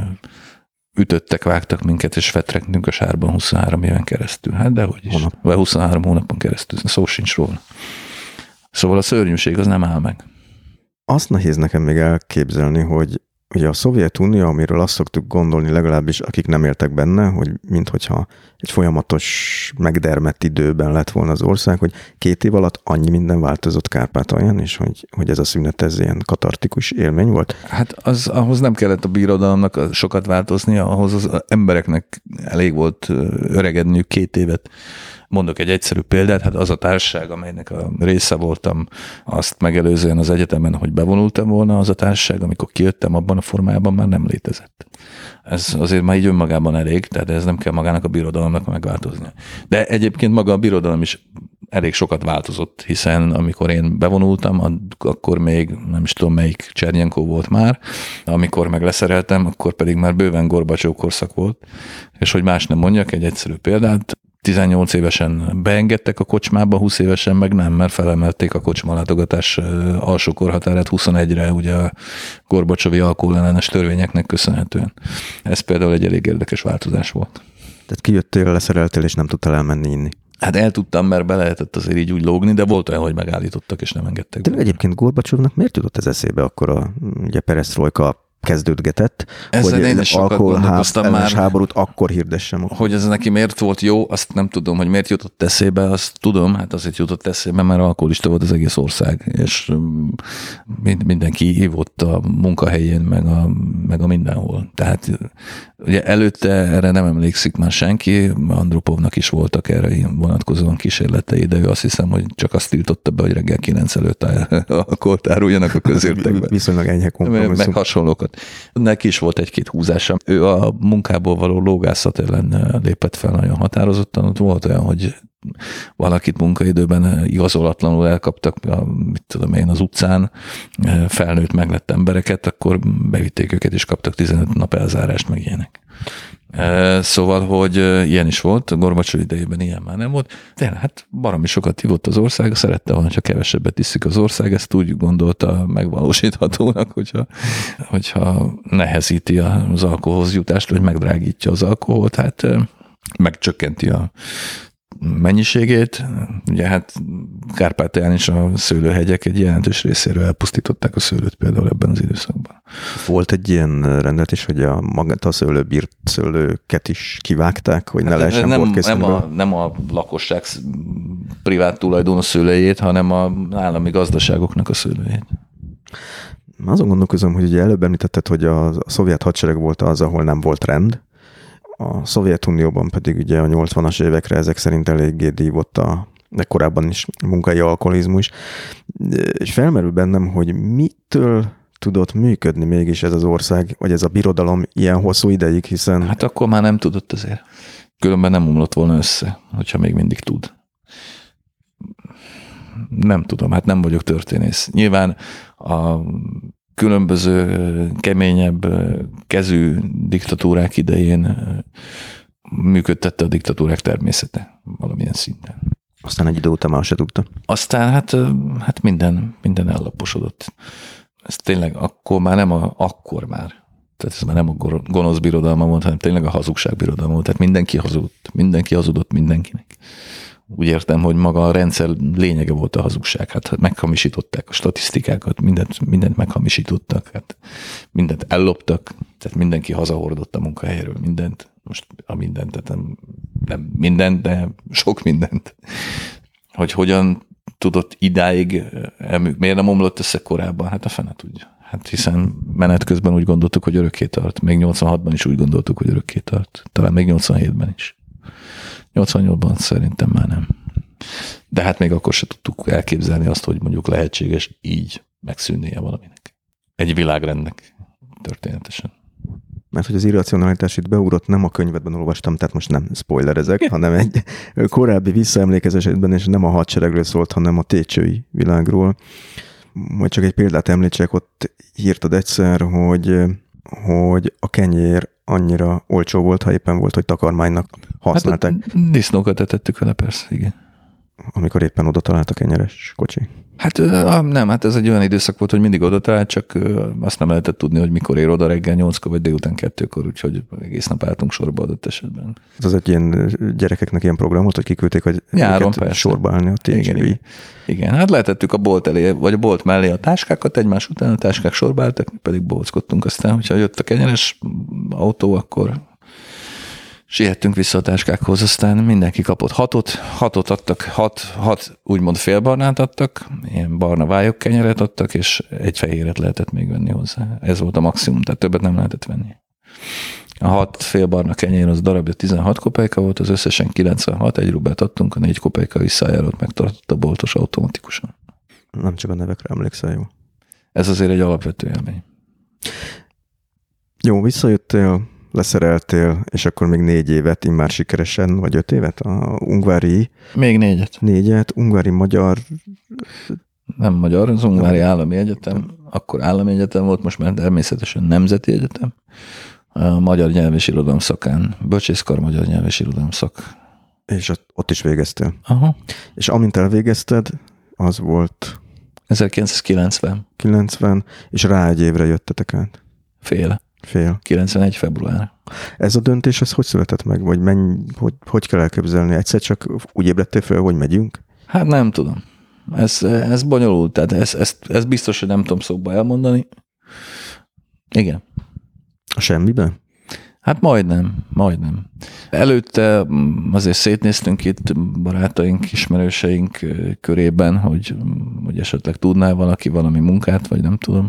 ütöttek, vágtak minket, és fetrektünk a sárban huszonhárom éven keresztül. Hát dehogy is. Hónap. Vagy huszonhárom hónapon keresztül. Szó sincs róla. Szóval a szörnyűség az nem áll meg. Azt nehéz nekem még elképzelni, hogy ugye a Szovjetunió, amiről azt szoktuk gondolni legalábbis, akik nem éltek benne, hogy minthogyha egy folyamatos megdermedt időben lett volna az ország, hogy két év alatt annyi minden változott Kárpátalján, és hogy, hogy ez a szünet ez ilyen katartikus élmény volt. Hát az, ahhoz nem kellett a birodalomnak sokat változnia, ahhoz az embereknek elég volt öregedniük két évet. Mondok egy egyszerű példát, hát az a társaság, amelynek a része voltam, azt megelőzően az egyetemen, hogy bevonultam volna, az a társaság, amikor kijöttem, abban a formájában már nem létezett. Ez azért már így önmagában elég, tehát ez nem kell magának a birodalomnak megváltoznia. De egyébként maga a birodalom is elég sokat változott, hiszen amikor én bevonultam, akkor még nem is tudom melyik Csernyenkó volt már, amikor meg leszereltem, akkor pedig már bőven Gorbacsov korszak volt, és hogy más nem mondjak, egy egyszerű példát, tizennyolc évesen beengedtek a kocsmába, húsz évesen meg nem, mert felemelték a kocsmalátogatás alsó korhatárát huszonegyre, ugye a Gorbacsovi alkoholellenes törvényeknek köszönhetően. Ez például egy elég érdekes változás volt. Tehát kijöttél, leszereltél, és nem tudtál elmenni inni. Hát el tudtam, mert be lehetett azért így úgy lógni, de volt olyan, hogy megállítottak, és nem engedtek. De egyébként Gorbacsovnak miért jutott ez eszébe, akkor a ugye peresztrojka kezdődgetett, ezzel hogy én is sokat gondolkoztam már, háborút akkor hirdessem. Hogy ez neki miért volt jó, azt nem tudom, hogy miért jutott eszébe, azt tudom, hát azért jutott eszébe, mert alkoholista volt az egész ország, és mindenki ívott a munkahelyén, meg a, meg a mindenhol. Tehát ugye előtte erre nem emlékszik már senki, Andropovnak is voltak erre vonatkozóan kísérletei, de ő azt hiszem, hogy csak azt tiltotta be, hogy reggel kilenc előtt alkoholt áruljanak a közértekben. Viszonylag enyhe kompromisszum. Meg hasonlókat. Neki is volt egy-két húzása. Ő a munkából való lógászat ellen lépett fel nagyon határozottan. Ott volt olyan, hogy valakit munkaidőben igazolatlanul elkaptak, mit tudom én, az utcán, felnőtt meglett embereket, akkor bevitték őket, és kaptak tizenöt nap elzárást, meg ilyenek. Szóval, hogy ilyen is volt, a Gorbacsov idejében ilyen már nem volt, de hát baromi sokat hívott az ország, szerette volna, csak kevesebbet iszik az ország, ezt úgy gondolta megvalósíthatónak, hogyha, hogyha nehezíti az alkoholhoz jutást, vagy megdrágítja az alkoholt, hát megcsökkenti a mennyiségét. Ugye hát Kárpátalján is a szőlőhegyek egy jelentős részéről elpusztították a szőlőt például ebben az időszakban. Volt egy ilyen rendet is, hogy a magát a szőlőbírt szőlőket is kivágták, hogy ne hát lehessen nem, borkészülni. Nem a, nem a lakosság privát tulajdon a szőlőjét, hanem az állami gazdaságoknak a szőlőjét. Azon gondolkozom, hogy ugye előbb említetted, hogy a, a szovjet hadsereg volt az, ahol nem volt rend. A Szovjetunióban pedig ugye a nyolcvanas évekre ezek szerint eléggé dívott a, de korábban is munkai alkoholizmus. És felmerül bennem, hogy mitől tudott működni mégis ez az ország, vagy ez a birodalom ilyen hosszú ideig, hiszen... Hát akkor már nem tudott azért. Különben nem omlott volna össze, hogyha még mindig tud. Nem tudom, hát nem vagyok történész. Nyilván a különböző keményebb kezű diktatúrák idején működtette a diktatúrák természete valamilyen szinten. Aztán egy idő után már se tudta. Aztán hát, hát minden, minden ellaposodott. Ez tényleg akkor már nem a, akkor már. Tehát ez már nem a gonosz birodalma volt, hanem tényleg a hazugság birodalma volt. Tehát mindenki hazudott. Mindenki hazudott mindenkinek. Úgy értem, hogy maga a rendszer lényege volt a hazugság. Hát meghamisították a statisztikákat, mindent, mindent meghamisítottak, hát mindent elloptak, tehát mindenki hazahordott a munkahelyről mindent. Most a mindent, tehát nem, nem mindent, de sok mindent. Hogy hogyan tudott idáig, miért nem omlott össze korábban? Hát a fene tudja. Hát hiszen menet közben úgy gondoltuk, hogy örökké tart. Még nyolcvanhatban is úgy gondoltuk, hogy örökké tart. Talán még nyolcvanhétben is. nyolcvannyolcban szerintem már nem. De hát még akkor se tudtuk elképzelni azt, hogy mondjuk lehetséges így megszűnnie valaminek. Egy világrendnek történetesen. Mert hogy az irracionalitás itt beugrott, nem a könyvedben olvastam, tehát most nem spoilerezek, hanem egy korábbi visszaemlékezésben, és nem a hadseregről szólt, hanem a técsői világról. majd csak egy példát említsek, ott írtad egyszer, hogy, hogy a kenyér annyira olcsó volt, ha éppen volt, hogy takarmánynak használták. Hát disznókat etettük vele, persze, igen. Amikor éppen oda talált a kenyeres kocsi. Hát nem, hát ez egy olyan időszak volt, hogy mindig oda talált, csak azt nem lehetett tudni, hogy mikor ér oda reggel nyolckor, vagy délután kettőkor, úgyhogy egész nap álltunk sorba adott esetben. Ez egy ilyen gyerekeknek ilyen program volt, hogy kiküldték, hogy nyáron sorba állni a té gé vé. Igen, igen, hát lehetettük a bolt elé, vagy a bolt mellé a táskákat egymás után, a táskák sorba álltak, pedig bolckodtunk aztán, hogyha jött a kenyeres autó, akkor siettünk vissza a táskákhoz, aztán mindenki kapott hatot, hatot adtak, hat, hat úgymond félbarnát adtak, ilyen barna vályok kenyeret adtak, és egy fehéret lehetett még venni hozzá. Ez volt a maximum, tehát többet nem lehetett venni. A hat félbarna kenyér az darabja tizenhat kopejka volt, az összesen kilencvenhat, egy rubelt adtunk, a négy kopejka visszajárót megtartott a boltos automatikusan. Nem csak a nevekre emlékszel, jó? Ez azért egy alapvető élmény. Jó, visszajöttél, leszereltél, és akkor még négy évet, immár sikeresen, vagy öt évet a Ungvári. Még négyet. Négyet, Ungvári Magyar. Nem magyar, az Ungvári Állami Egyetem. Akkor Állami Egyetem volt, most már természetesen Nemzeti Egyetem. A magyar nyelv és irodalom szakán. Bölcsészkar magyar nyelv és irodalom szak. És ott is végeztél. Aha. És amint elvégezted, az volt ezerkilencszázkilencven. kilencven, és rá egy évre jöttetek át. Fél. Fél. kilencvenegy február. Ez a döntés, ez hogy született meg? Vagy menj, hogy, hogy kell elképzelni? Egyszer csak úgy ébredtél fel, hogy megyünk? Hát nem tudom. Ez, ez bonyolult, tehát ez, ez, ez biztos, hogy nem tudom szóba elmondani. Igen. A semmiben? Hát majdnem, majdnem. Előtte azért szétnéztünk itt barátaink, ismerőseink körében, hogy, hogy esetleg tudnál valaki valami munkát, vagy nem tudom.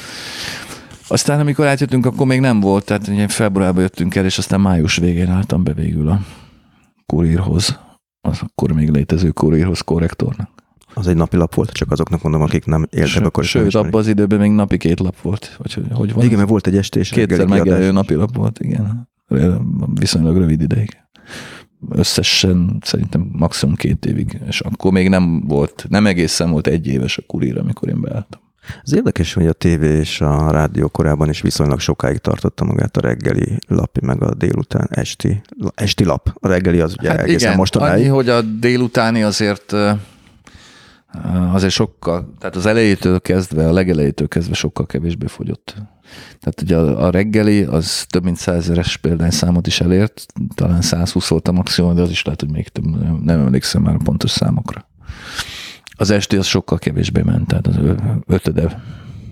Aztán, amikor átjöttünk, akkor még nem volt, tehát ugye februárban jöttünk el, és aztán május végén álltam be végül a kurírhoz, az akkor még létező kurírhoz, korrektornak. Az egy napi lap volt, csak azoknak mondom, akik nem éltek akkor. Sőt, abban az időben még napi két lap volt. Vagy hogy, hogy van? Igen, mert volt egy estés. Kétszer megjelenő napi lap volt, igen. Viszonylag rövid ideig. Összesen szerintem maximum két évig, és akkor még nem volt, nem egészen volt egy éves a kurír, amikor én beálltam. Az érdekes, hogy a tévé és a rádió korában is viszonylag sokáig tartotta magát a reggeli lap, meg a délután esti, esti lap. A reggeli az ugye hát egészen mostanáig. Annyi, hogy a délutáni azért azért sokkal, tehát az elejétől kezdve, a legelejétől kezdve sokkal kevésbé fogyott. Tehát ugye a, a reggeli az több mint százezeres példányszámot is elért, talán százhúsz volt a maximum, de az is lehet, hogy még több, nem emlékszem már a pontos számokra. Az esti az sokkal kevésbé ment, tehát az ötöde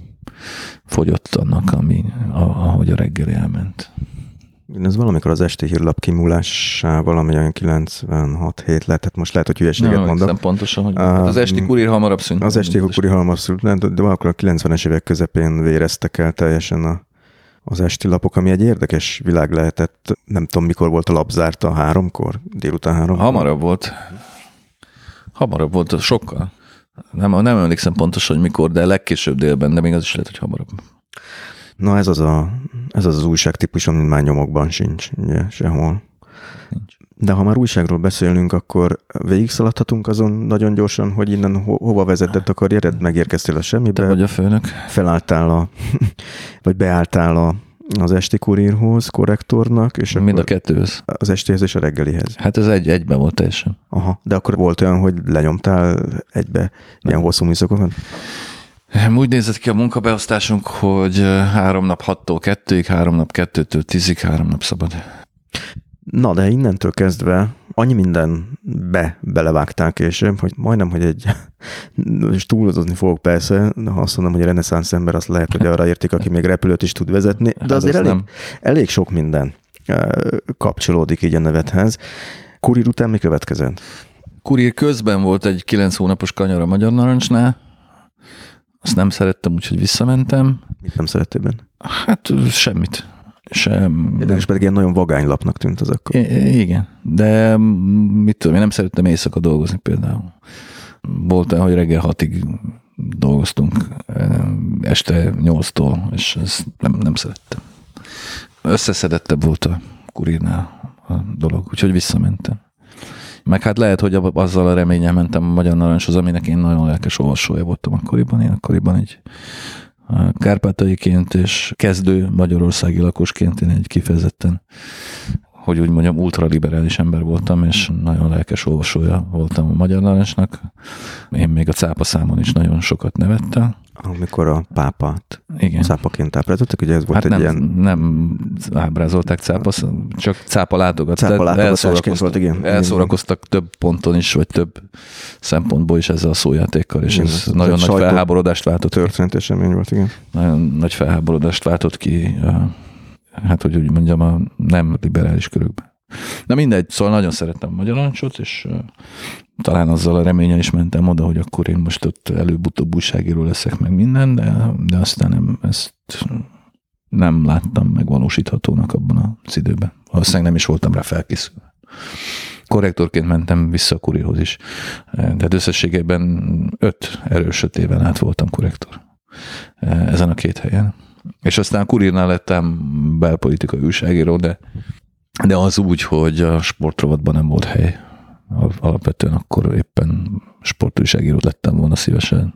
fogyott annak, ami, ahogy a reggeli elment. Ez valamikor az esti hírlap kimúlásával, valamilyen kilencvenhat hét lett, tehát most lehet, hogy hülyeséget nem, mondok. Nem pontosan, hogy uh, az esti kurír hamarabb szűnt. Az esti kurír hamarabb szűnt, de valakor a kilencvenes évek közepén véreztek el teljesen a, az esti lapok, ami egy érdekes világ lehetett. Nem tudom, mikor volt a lap zárt, a háromkor, délután háromkor. Hamarabb volt. Hamarabb volt, sokkal. Nem, nem emlékszem pontosan, hogy mikor, de legkésőbb délben, de még az is lehet, hogy hamarabb. Na ez az a, ez az, az újságtípus, ami már nyomokban sincs, ugye, sehol. Nincs. De ha már újságról beszélünk, akkor végigszaladhatunk azon nagyon gyorsan, hogy innen ho- hova vezetett a karriered, megérkeztél a semmibe. Te vagy a főnök. Felálltál a, vagy beálltál a, az esti kurírhoz, korrektornak, és mind a kettőhöz. Az estihez és a reggelihez. Hát ez egy, egyben volt teljesen. Aha, de akkor volt olyan, hogy lenyomtál egybe nem. Ilyen hosszú műszakokat? Úgy nézett ki a munkabeosztásunk, hogy három nap hattól kettőig, három nap kettőtől tízig, három nap szabad. Na, de innentől kezdve annyi mindenbe belevágtál később, hogy majdnem, hogy egy, és túlozni fogok persze, ha azt mondom, hogy a reneszánsz ember, azt lehet, hogy arra értik, aki még repülőt is tud vezetni, de azért hát elég, elég sok minden kapcsolódik így a nevedhez. Kurír után mi következett? Kurír közben volt egy kilenc hónapos kanyar a Magyar Narancsnál, azt nem szerettem, úgyhogy visszamentem. Mit nem szerettél benne? Hát semmit. Sem. Érdekes, pedig ilyen nagyon vagány lapnak tűnt az akkor. I- igen, de mit tudom, én nem szerettem éjszaka dolgozni például. Volt olyan, hogy reggel hatig dolgoztunk, este nyolctól, és ezt nem, nem szerettem. Összeszedettebb volt a kurírnál a dolog, úgyhogy visszamentem. Meg hát lehet, hogy azzal a reményen mentem a Magyar Narancshoz, aminek én nagyon lelkes olvasója voltam akkoriban. Én akkoriban egy kárpátaiként és kezdő magyarországi lakosként én egy kifejezetten, hogy úgy mondjam, ultraliberális ember voltam, és nagyon lelkes olvasója voltam a Magyar Narancsnak. Én még a cápa számon is nagyon sokat nevettem. Amikor a pápát igen. cápaként ábrázoltak, ugye ez volt hát egy nem, ilyen... nem ábrázolták cápa, csak cápa látogat. Cápa látogatásként volt, igen. Elszórakoztak igen. több ponton is, vagy több szempontból is ezzel a szójátékkal, és igen, ez, ez nagyon nagy felháborodást váltott ki. Történet esemény volt, igen. Nagyon nagy felháborodást váltott ki, hát hogy úgy mondjam, a nem liberális körökben. Na mindegy, szóval nagyon szerettem a Magyar Narancsot, és talán azzal a reményen is mentem oda, hogy akkor én most ott előbb-utóbb újságíró leszek meg minden, de, de aztán nem, ezt nem láttam megvalósíthatónak abban az időben. Valószínűleg nem is voltam rá felkészülve. Korrektorként mentem vissza a Kurírhoz is. Tehát összességében öt erős öt éven át voltam korrektor ezen a két helyen. És aztán a Kurírnál lettem belpolitikai újságíró, de, de az úgy, hogy a sportrovatban nem volt hely. Alapvetően akkor éppen sportújságírót lettem volna szívesen.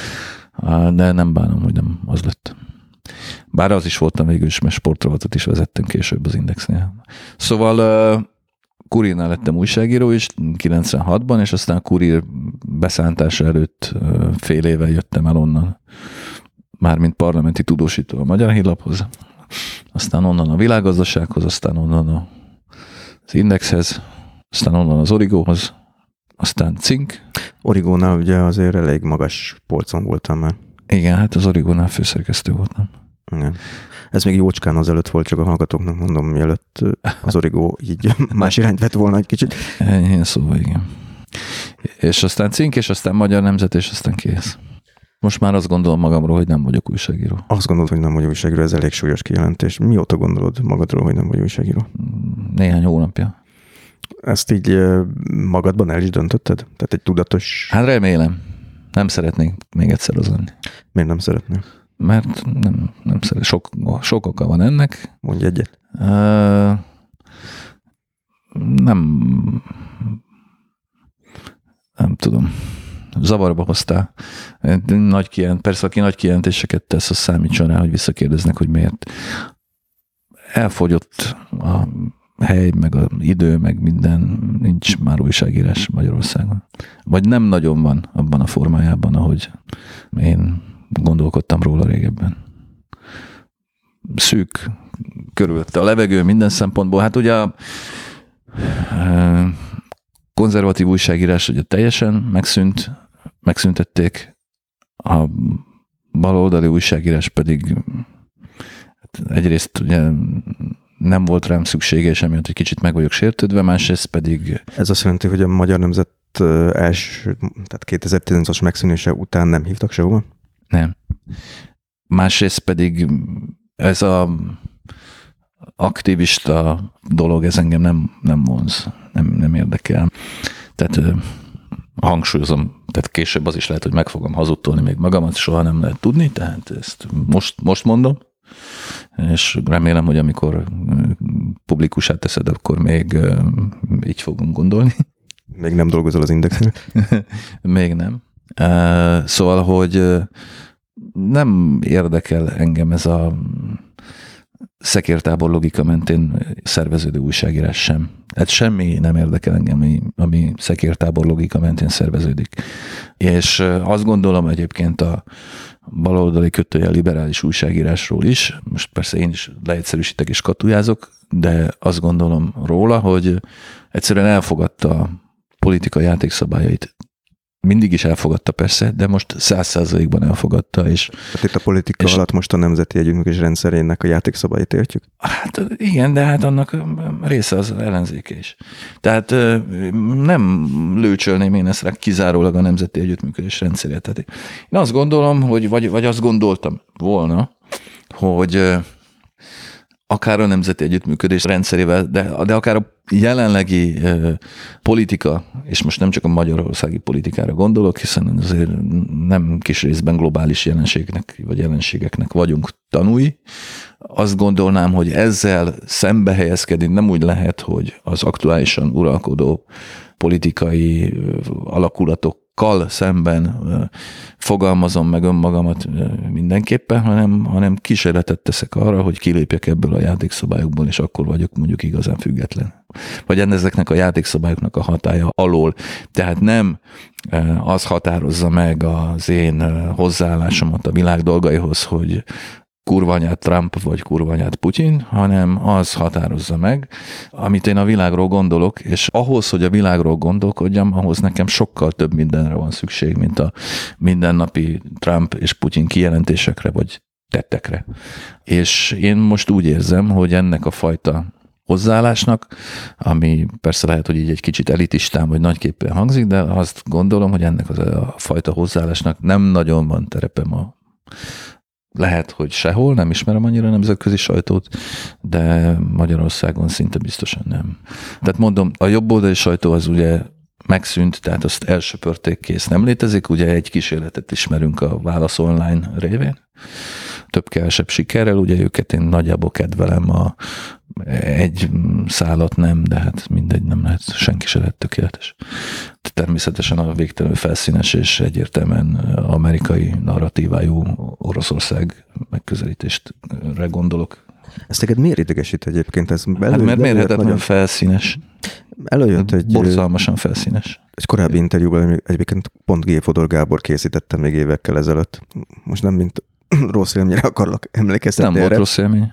De nem bánom, hogy nem az lett. Bár az is voltam végül is, mert sportrovatot is vezettem később az Indexnél. Szóval Kurírnál lettem újságíró is kilencvenhatban, és aztán a Kurír beszántása előtt fél éve jöttem el onnan. Mármint parlamenti tudósító a Magyar Hírlaphoz, aztán onnan a Világgazdasághoz, aztán onnan az Indexhez, aztán onnan az Origóhoz, aztán Cink. Origónál ugye azért elég magas polcon voltam már. Igen, hát az Origónál főszerkesztő voltam. Igen. Ez még jócskán azelőtt volt, csak a hallgatóknak mondom, mielőtt az Origó így más irányt vett volna egy kicsit. Én szóval igen. És aztán Cink, és aztán Magyar Nemzet, és aztán kész. Most már azt gondolom magamról, hogy nem vagyok újságíró. Azt gondolod, hogy nem vagy újságíró, ez elég súlyos kijelentés. Mióta gondolod magadról, hogy nem vagy újságíró? Néhány hónapja. Ezt így magadban el is döntötted? Tehát egy tudatos... Hát remélem. Nem szeretnék még egyszer az lenni. Miért nem szeretnél? Mert nem, nem szeret. Sok, sok oka van ennek. Mondj egyet. Uh, nem... Nem tudom. Zavarba hoztál. Nagy kijelent, persze, aki nagy kijelentéseket tesz, az számítson rá, hogy visszakérdeznek, hogy miért. Elfogyott a hely, meg az idő, meg minden, nincs már újságírás Magyarországon. Vagy nem nagyon van abban a formájában, ahogy én gondolkodtam róla régebben. Szűk körülötte a levegő minden szempontból. Hát ugye a konzervatív újságírás ugye teljesen megszűnt, megszüntették, a baloldali újságírás pedig egyrészt ugye nem volt rám szüksége, és emiatt egy kicsit meg vagyok sértődve, másrészt pedig... Ez azt jelenti, hogy a Magyar Nemzet első, tehát kétezer-tizennyolcas megszűnése után nem hívtak sehova? Nem. Másrészt pedig ez a aktivista dolog, ez engem nem, nem vonz, nem, nem érdekel. Tehát hangsúlyozom, tehát később az is lehet, hogy meg fogom hazudtolni még magamat, soha nem lehet tudni, tehát ezt most, most mondom, és remélem, hogy amikor publikussá teszed, akkor még így fogunk gondolni. Még nem dolgozol az Indexnél? Még nem. Szóval, hogy nem érdekel engem ez a szekértábor logika mentén szerveződő újságírás sem. Hát semmi nem érdekel engem, ami, ami szekértábor logika mentén szerveződik. És azt gondolom egyébként a baloldali kötőjel liberális újságírásról is, most persze én is leegyszerűsítek és katujázok, de azt gondolom róla, hogy egyszerűen elfogadta a politika játékszabályait. Mindig is elfogadta persze, de most száz százalékban elfogadta. És, hát itt a politika és alatt most a nemzeti együttműködés rendszerének a játékszabályait értjük? Hát igen, de hát annak része az ellenzéke is. Tehát nem lőcsölném én ezt rá kizárólag a nemzeti együttműködés rendszerét. Tehát én azt gondolom, hogy, vagy, vagy azt gondoltam volna, hogy akár a nemzeti együttműködés rendszerével, de, de akár a jelenlegi uh, politika, és most nem csak a magyarországi politikára gondolok, hiszen azért nem kis részben globális jelenségnek, vagy jelenségeknek vagyunk tanúi. Azt gondolnám, hogy ezzel szembe helyezkedni nem úgy lehet, hogy az aktuálisan uralkodó politikai alakulatokkal szemben fogalmazom meg önmagamat mindenképpen, hanem, hanem kísérletet teszek arra, hogy kilépjek ebből a játékszabályokból, és akkor vagyok mondjuk igazán független. Vagy ezeknek a játékszabályoknak a hatálya alól. Tehát nem az határozza meg az én hozzáállásomat a világ dolgaihoz, hogy kurvanyát Trump vagy kurvanyát Putyin, hanem az határozza meg, amit én a világról gondolok, és ahhoz, hogy a világról gondolkodjam, ahhoz nekem sokkal több mindenre van szükség, mint a mindennapi Trump és Putyin kijelentésekre vagy tettekre. És én most úgy érzem, hogy ennek a fajta hozzáállásnak, ami persze lehet, hogy így egy kicsit elitistán vagy nagyképpen hangzik, de azt gondolom, hogy ennek a fajta hozzáállásnak nem nagyon van terepem a lehet, hogy sehol, nem ismerem annyira a nemzetközi sajtót, de Magyarországon szinte biztosan nem. Tehát mondom, a jobboldali sajtó az ugye megszűnt, tehát azt elsöpörték, kész, nem létezik. Ugye egy kísérletet ismerünk a Válasz Online révén, több-kevesebb sikerrel, ugye őket én nagyjából kedvelem, a egy szálat nem, de hát mindegy, nem lehet, senki se lett tökéletes. Természetesen a végtelenül felszínes és egyértelműen amerikai narratívájú Oroszország megközelítéstre gondolok. Ez neked miért idegesít egyébként? Ez elő, hát mert mérhetetlenül nagyon felszínes. Előjött egy... Borzalmasan felszínes. Egy korábbi interjúban egyébként pont G. Fodor Gábor készítette még évekkel ezelőtt. Most nem mint rossz élményre akarlak emlékeztetni. Nem volt rossz élmény.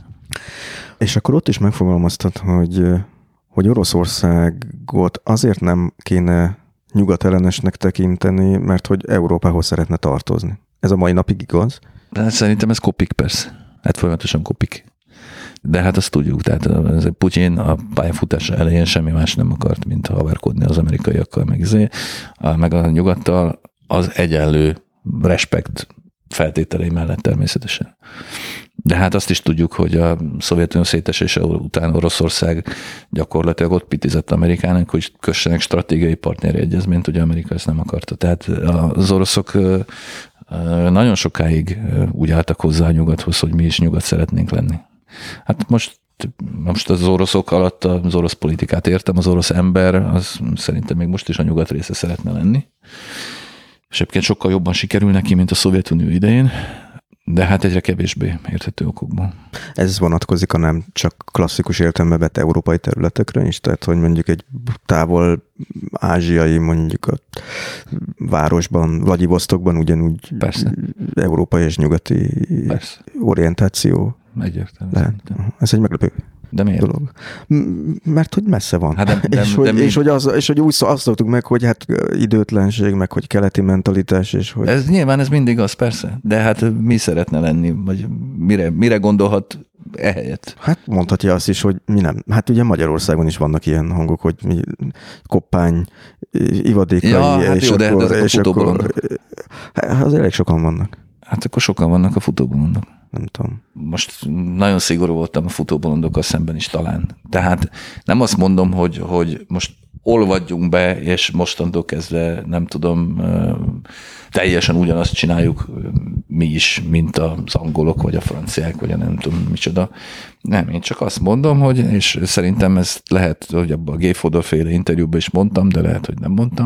És akkor ott is megfogalmaztad, hogy, hogy Oroszországot azért nem kéne nyugatellenesnek tekinteni, mert hogy Európához szeretne tartozni. Ez a mai napig igaz? De szerintem ez kopik persze. Hát folyamatosan kopik. De hát azt tudjuk, tehát Putyin a pályafutása elején semmi más nem akart, mint haverkodni az amerikaiakkal, meg, meg a nyugattal az egyenlő respekt feltételei mellett természetesen. De hát azt is tudjuk, hogy a Szovjetunió szétesése után Oroszország gyakorlatilag ott pitizett Amerikának, hogy kössenek stratégiai partneri egyezményt, ugye Amerika ezt nem akarta. Tehát az oroszok nagyon sokáig úgy álltak hozzá a nyugathoz, hogy mi is nyugat szeretnénk lenni. Hát most, most az oroszok alatt az orosz politikát értem, az orosz ember, az szerintem még most is a nyugat része szeretne lenni. És egyébként sokkal jobban sikerül neki, mint a Szovjetunió idején, de hát egyre kevésbé érthető okokból. Ez vonatkozik a nem csak klasszikus értelembe vett európai területekre is, tehát hogy mondjuk egy távol ázsiai, mondjuk a városban, Vladivostokban ugyanúgy persze. Európai és nyugati persze. orientáció. Egyértelműen. Ez egy meglepő de miért? dolog. Mert hogy messze van. Hát de, de, és, de, hogy, de és, hogy az, és hogy úgy azt szoktuk meg, hogy hát időtlenség, meg hogy keleti mentalitás, és hogy... Ez nyilván ez mindig az, persze. De hát mi szeretne lenni, vagy mire, mire gondolhat ehelyett? Hát mondhatja azt is, hogy mi nem. Hát ugye Magyarországon is vannak ilyen hangok, hogy mi koppány, ivadékai, ja, hát és jó, de akkor... Hát és akkor hát az elég sokan vannak. Hát akkor sokan vannak a futóbolondok. Nem tudom. Most nagyon szigorú voltam a futóbolondokkal szemben is talán. Tehát nem azt mondom, hogy, hogy most olvadjunk be, és mostantól kezdve nem tudom, teljesen ugyanazt csináljuk mi is, mint az angolok, vagy a franciák, vagy a nem tudom micsoda. Nem, én csak azt mondom, hogy, és szerintem ezt lehet, hogy abban a G. Fodor féle interjúban is mondtam, de lehet, hogy nem mondtam.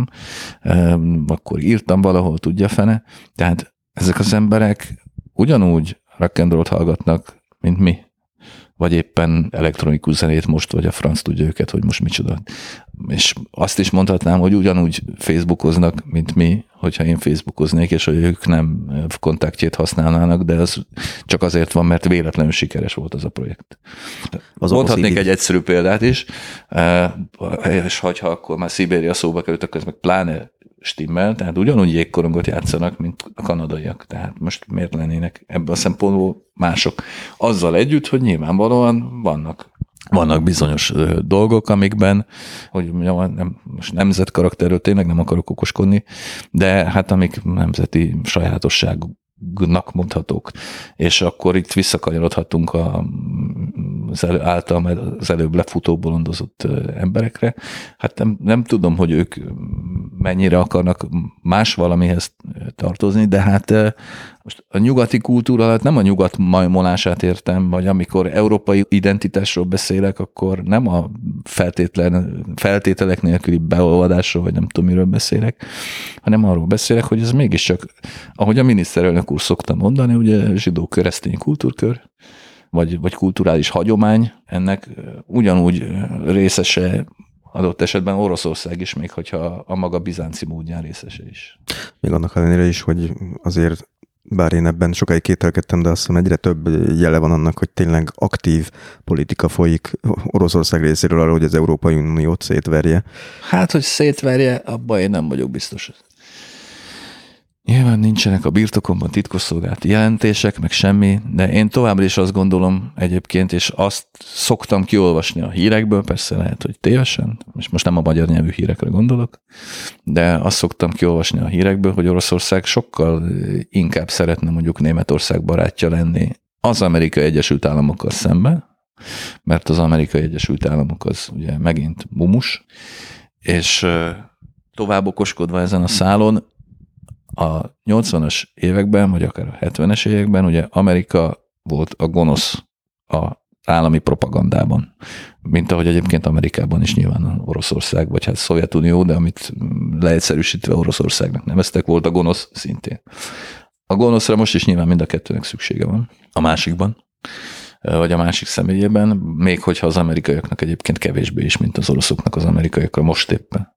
Akkor írtam valahol, tudja fene. Tehát ezek az emberek ugyanúgy rock and rollt hallgatnak, mint mi. Vagy éppen elektronikus zenét most, vagy a franc tudja őket, hogy most micsoda. És azt is mondhatnám, hogy ugyanúgy Facebookoznak, mint mi, hogyha én Facebookoznék, és hogy ők nem kontaktjét használnának, de az csak azért van, mert véletlenül sikeres volt az a projekt. Az mondhatnék egy egyszerű példát is, és hogyha akkor már Szibéria szóba került, akkor ez meg pláne stimmel, tehát ugyanúgy jégkorongot játszanak, mint a kanadaiak. Tehát most miért lennének ebből a szempontból mások? Azzal együtt, hogy nyilvánvalóan vannak, vannak bizonyos dolgok, amikben, hogy nem, most nemzetkarakterről tényleg nem akarok okoskodni, de hát amik nemzeti sajátosságnak mondhatók. És akkor itt visszakanyarodhatunk a, az elő, által az előbb lefutó bolondozott emberekre. Hát nem, nem tudom, hogy ők mennyire akarnak más valamihez tartozni, de hát most a nyugati kultúra alatt nem a nyugat majmolását értem, vagy amikor európai identitásról beszélek, akkor nem a feltétlen, feltételek nélküli beolvadásról, vagy nem tudom, miről beszélek, hanem arról beszélek, hogy ez mégiscsak, ahogy a miniszterelnök úr szokta mondani, ugye zsidó-keresztény kultúrkör, vagy, vagy kulturális hagyomány, ennek ugyanúgy részese adott esetben Oroszország is, még hogyha a maga bizánci módján részese is. Még annak ellenére is, hogy azért, bár én ebben sokáig kételkedtem, de azt hiszem egyre több jele van annak, hogy tényleg aktív politika folyik Oroszország részéről arra, hogy az Európai Uniót szétverje. Hát, hogy szétverje, abban én nem vagyok biztos. Nyilván nincsenek a birtokomban titkosszolgálati jelentések, meg semmi, de én továbbra is azt gondolom egyébként, és azt szoktam kiolvasni a hírekből, persze lehet, hogy tévesen, és most nem a magyar nyelvű hírekre gondolok, de azt szoktam kiolvasni a hírekből, hogy Oroszország sokkal inkább szeretne mondjuk Németország barátja lenni az Amerikai Egyesült Államokkal szemben, mert az Amerikai Egyesült Államok az ugye megint mumus, és tovább okoskodva ezen a szálon, a nyolcvanas években, vagy akár a hetvenes években, ugye Amerika volt a gonosz a állami propagandában, mint ahogy egyébként Amerikában is nyilván Oroszország, vagy hát Szovjetunió, de amit leegyszerűsítve Oroszországnak neveztek, volt a gonosz szintén. A gonoszra most is nyilván mind a kettőnek szüksége van, a másikban, vagy a másik személyében, még hogyha az amerikaiaknak egyébként kevésbé is, mint az oroszoknak az amerikaiakra most éppen.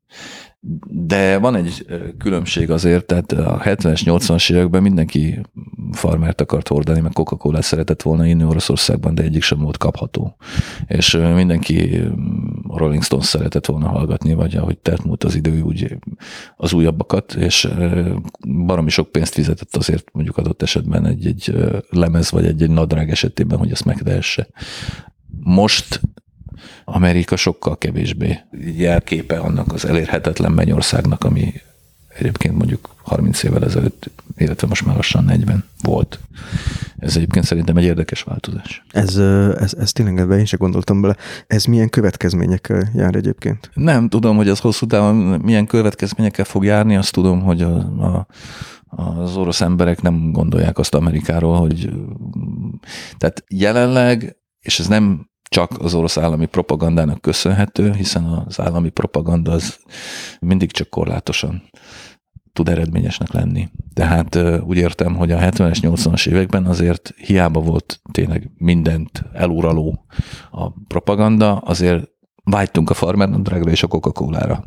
De van egy különbség azért, tehát a hetvenes, nyolcvanas években mindenki farmert akart hordani, meg Coca-Colát szeretett volna inni Oroszországban, de egyik sem volt kapható. És mindenki a Rolling Stones szeretett volna hallgatni, vagy ahogy telt múlt az idő, úgy az újabbakat, és baromi sok pénzt fizetett azért mondjuk adott esetben egy-egy lemez, vagy egy-egy nadrág esetében, hogy ezt megtehesse. Most Amerika sokkal kevésbé jelképe annak az elérhetetlen mennyországnak, ami egyébként mondjuk harminc évvel ezelőtt, illetve most már lassan negyven volt. Ez egyébként szerintem egy érdekes változás. Ez, ez, ez tényleg ebben én sem gondoltam bele. Ez milyen következményekkel jár egyébként? Nem tudom, hogy az hosszú távon milyen következményekkel fog járni, azt tudom, hogy a, a az orosz emberek nem gondolják azt Amerikáról, hogy tehát jelenleg, és ez nem csak az orosz állami propagandának köszönhető, hiszen az állami propaganda az mindig csak korlátosan tud eredményesnek lenni. Tehát úgy értem, hogy a hetvenes, nyolcvanas években azért hiába volt tényleg mindent eluraló a propaganda, azért vágytunk a farmernadrágra és a Coca-Colára.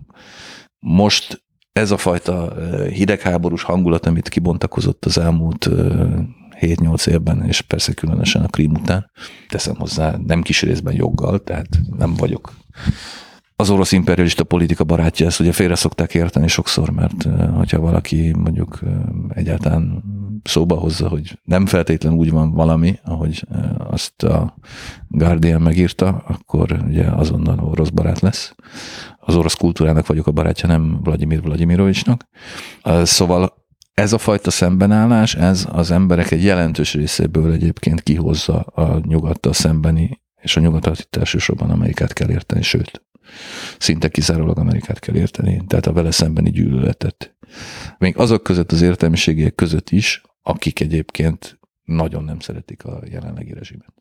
Most ez a fajta hidegháborús hangulat, amit kibontakozott az elmúlt hét-nyolc évben, és persze különösen a Krím után, teszem hozzá nem kis részben joggal, tehát nem vagyok az orosz imperialista politika barátja, ezt ugye félre szokták érteni sokszor, mert hogyha valaki mondjuk egyáltalán szóba hozza, hogy nem feltétlenül úgy van valami, ahogy azt a Guardian megírta, akkor ugye azonnal orosz barát lesz. Az orosz kultúrának vagyok a barátja, nem Vladimir Vladimirovicsnak. Szóval ez a fajta szembenállás, ez az emberek egy jelentős részéből egyébként kihozza a nyugattal szembeni, és a nyugatot itt elsősorban Amerikát kell érteni, sőt, szinte kizárólag Amerikát kell érteni, tehát a vele szembeni gyűlöletet. Még azok között az értelmiségiek között is, akik egyébként nagyon nem szeretik a jelenlegi rezsimet.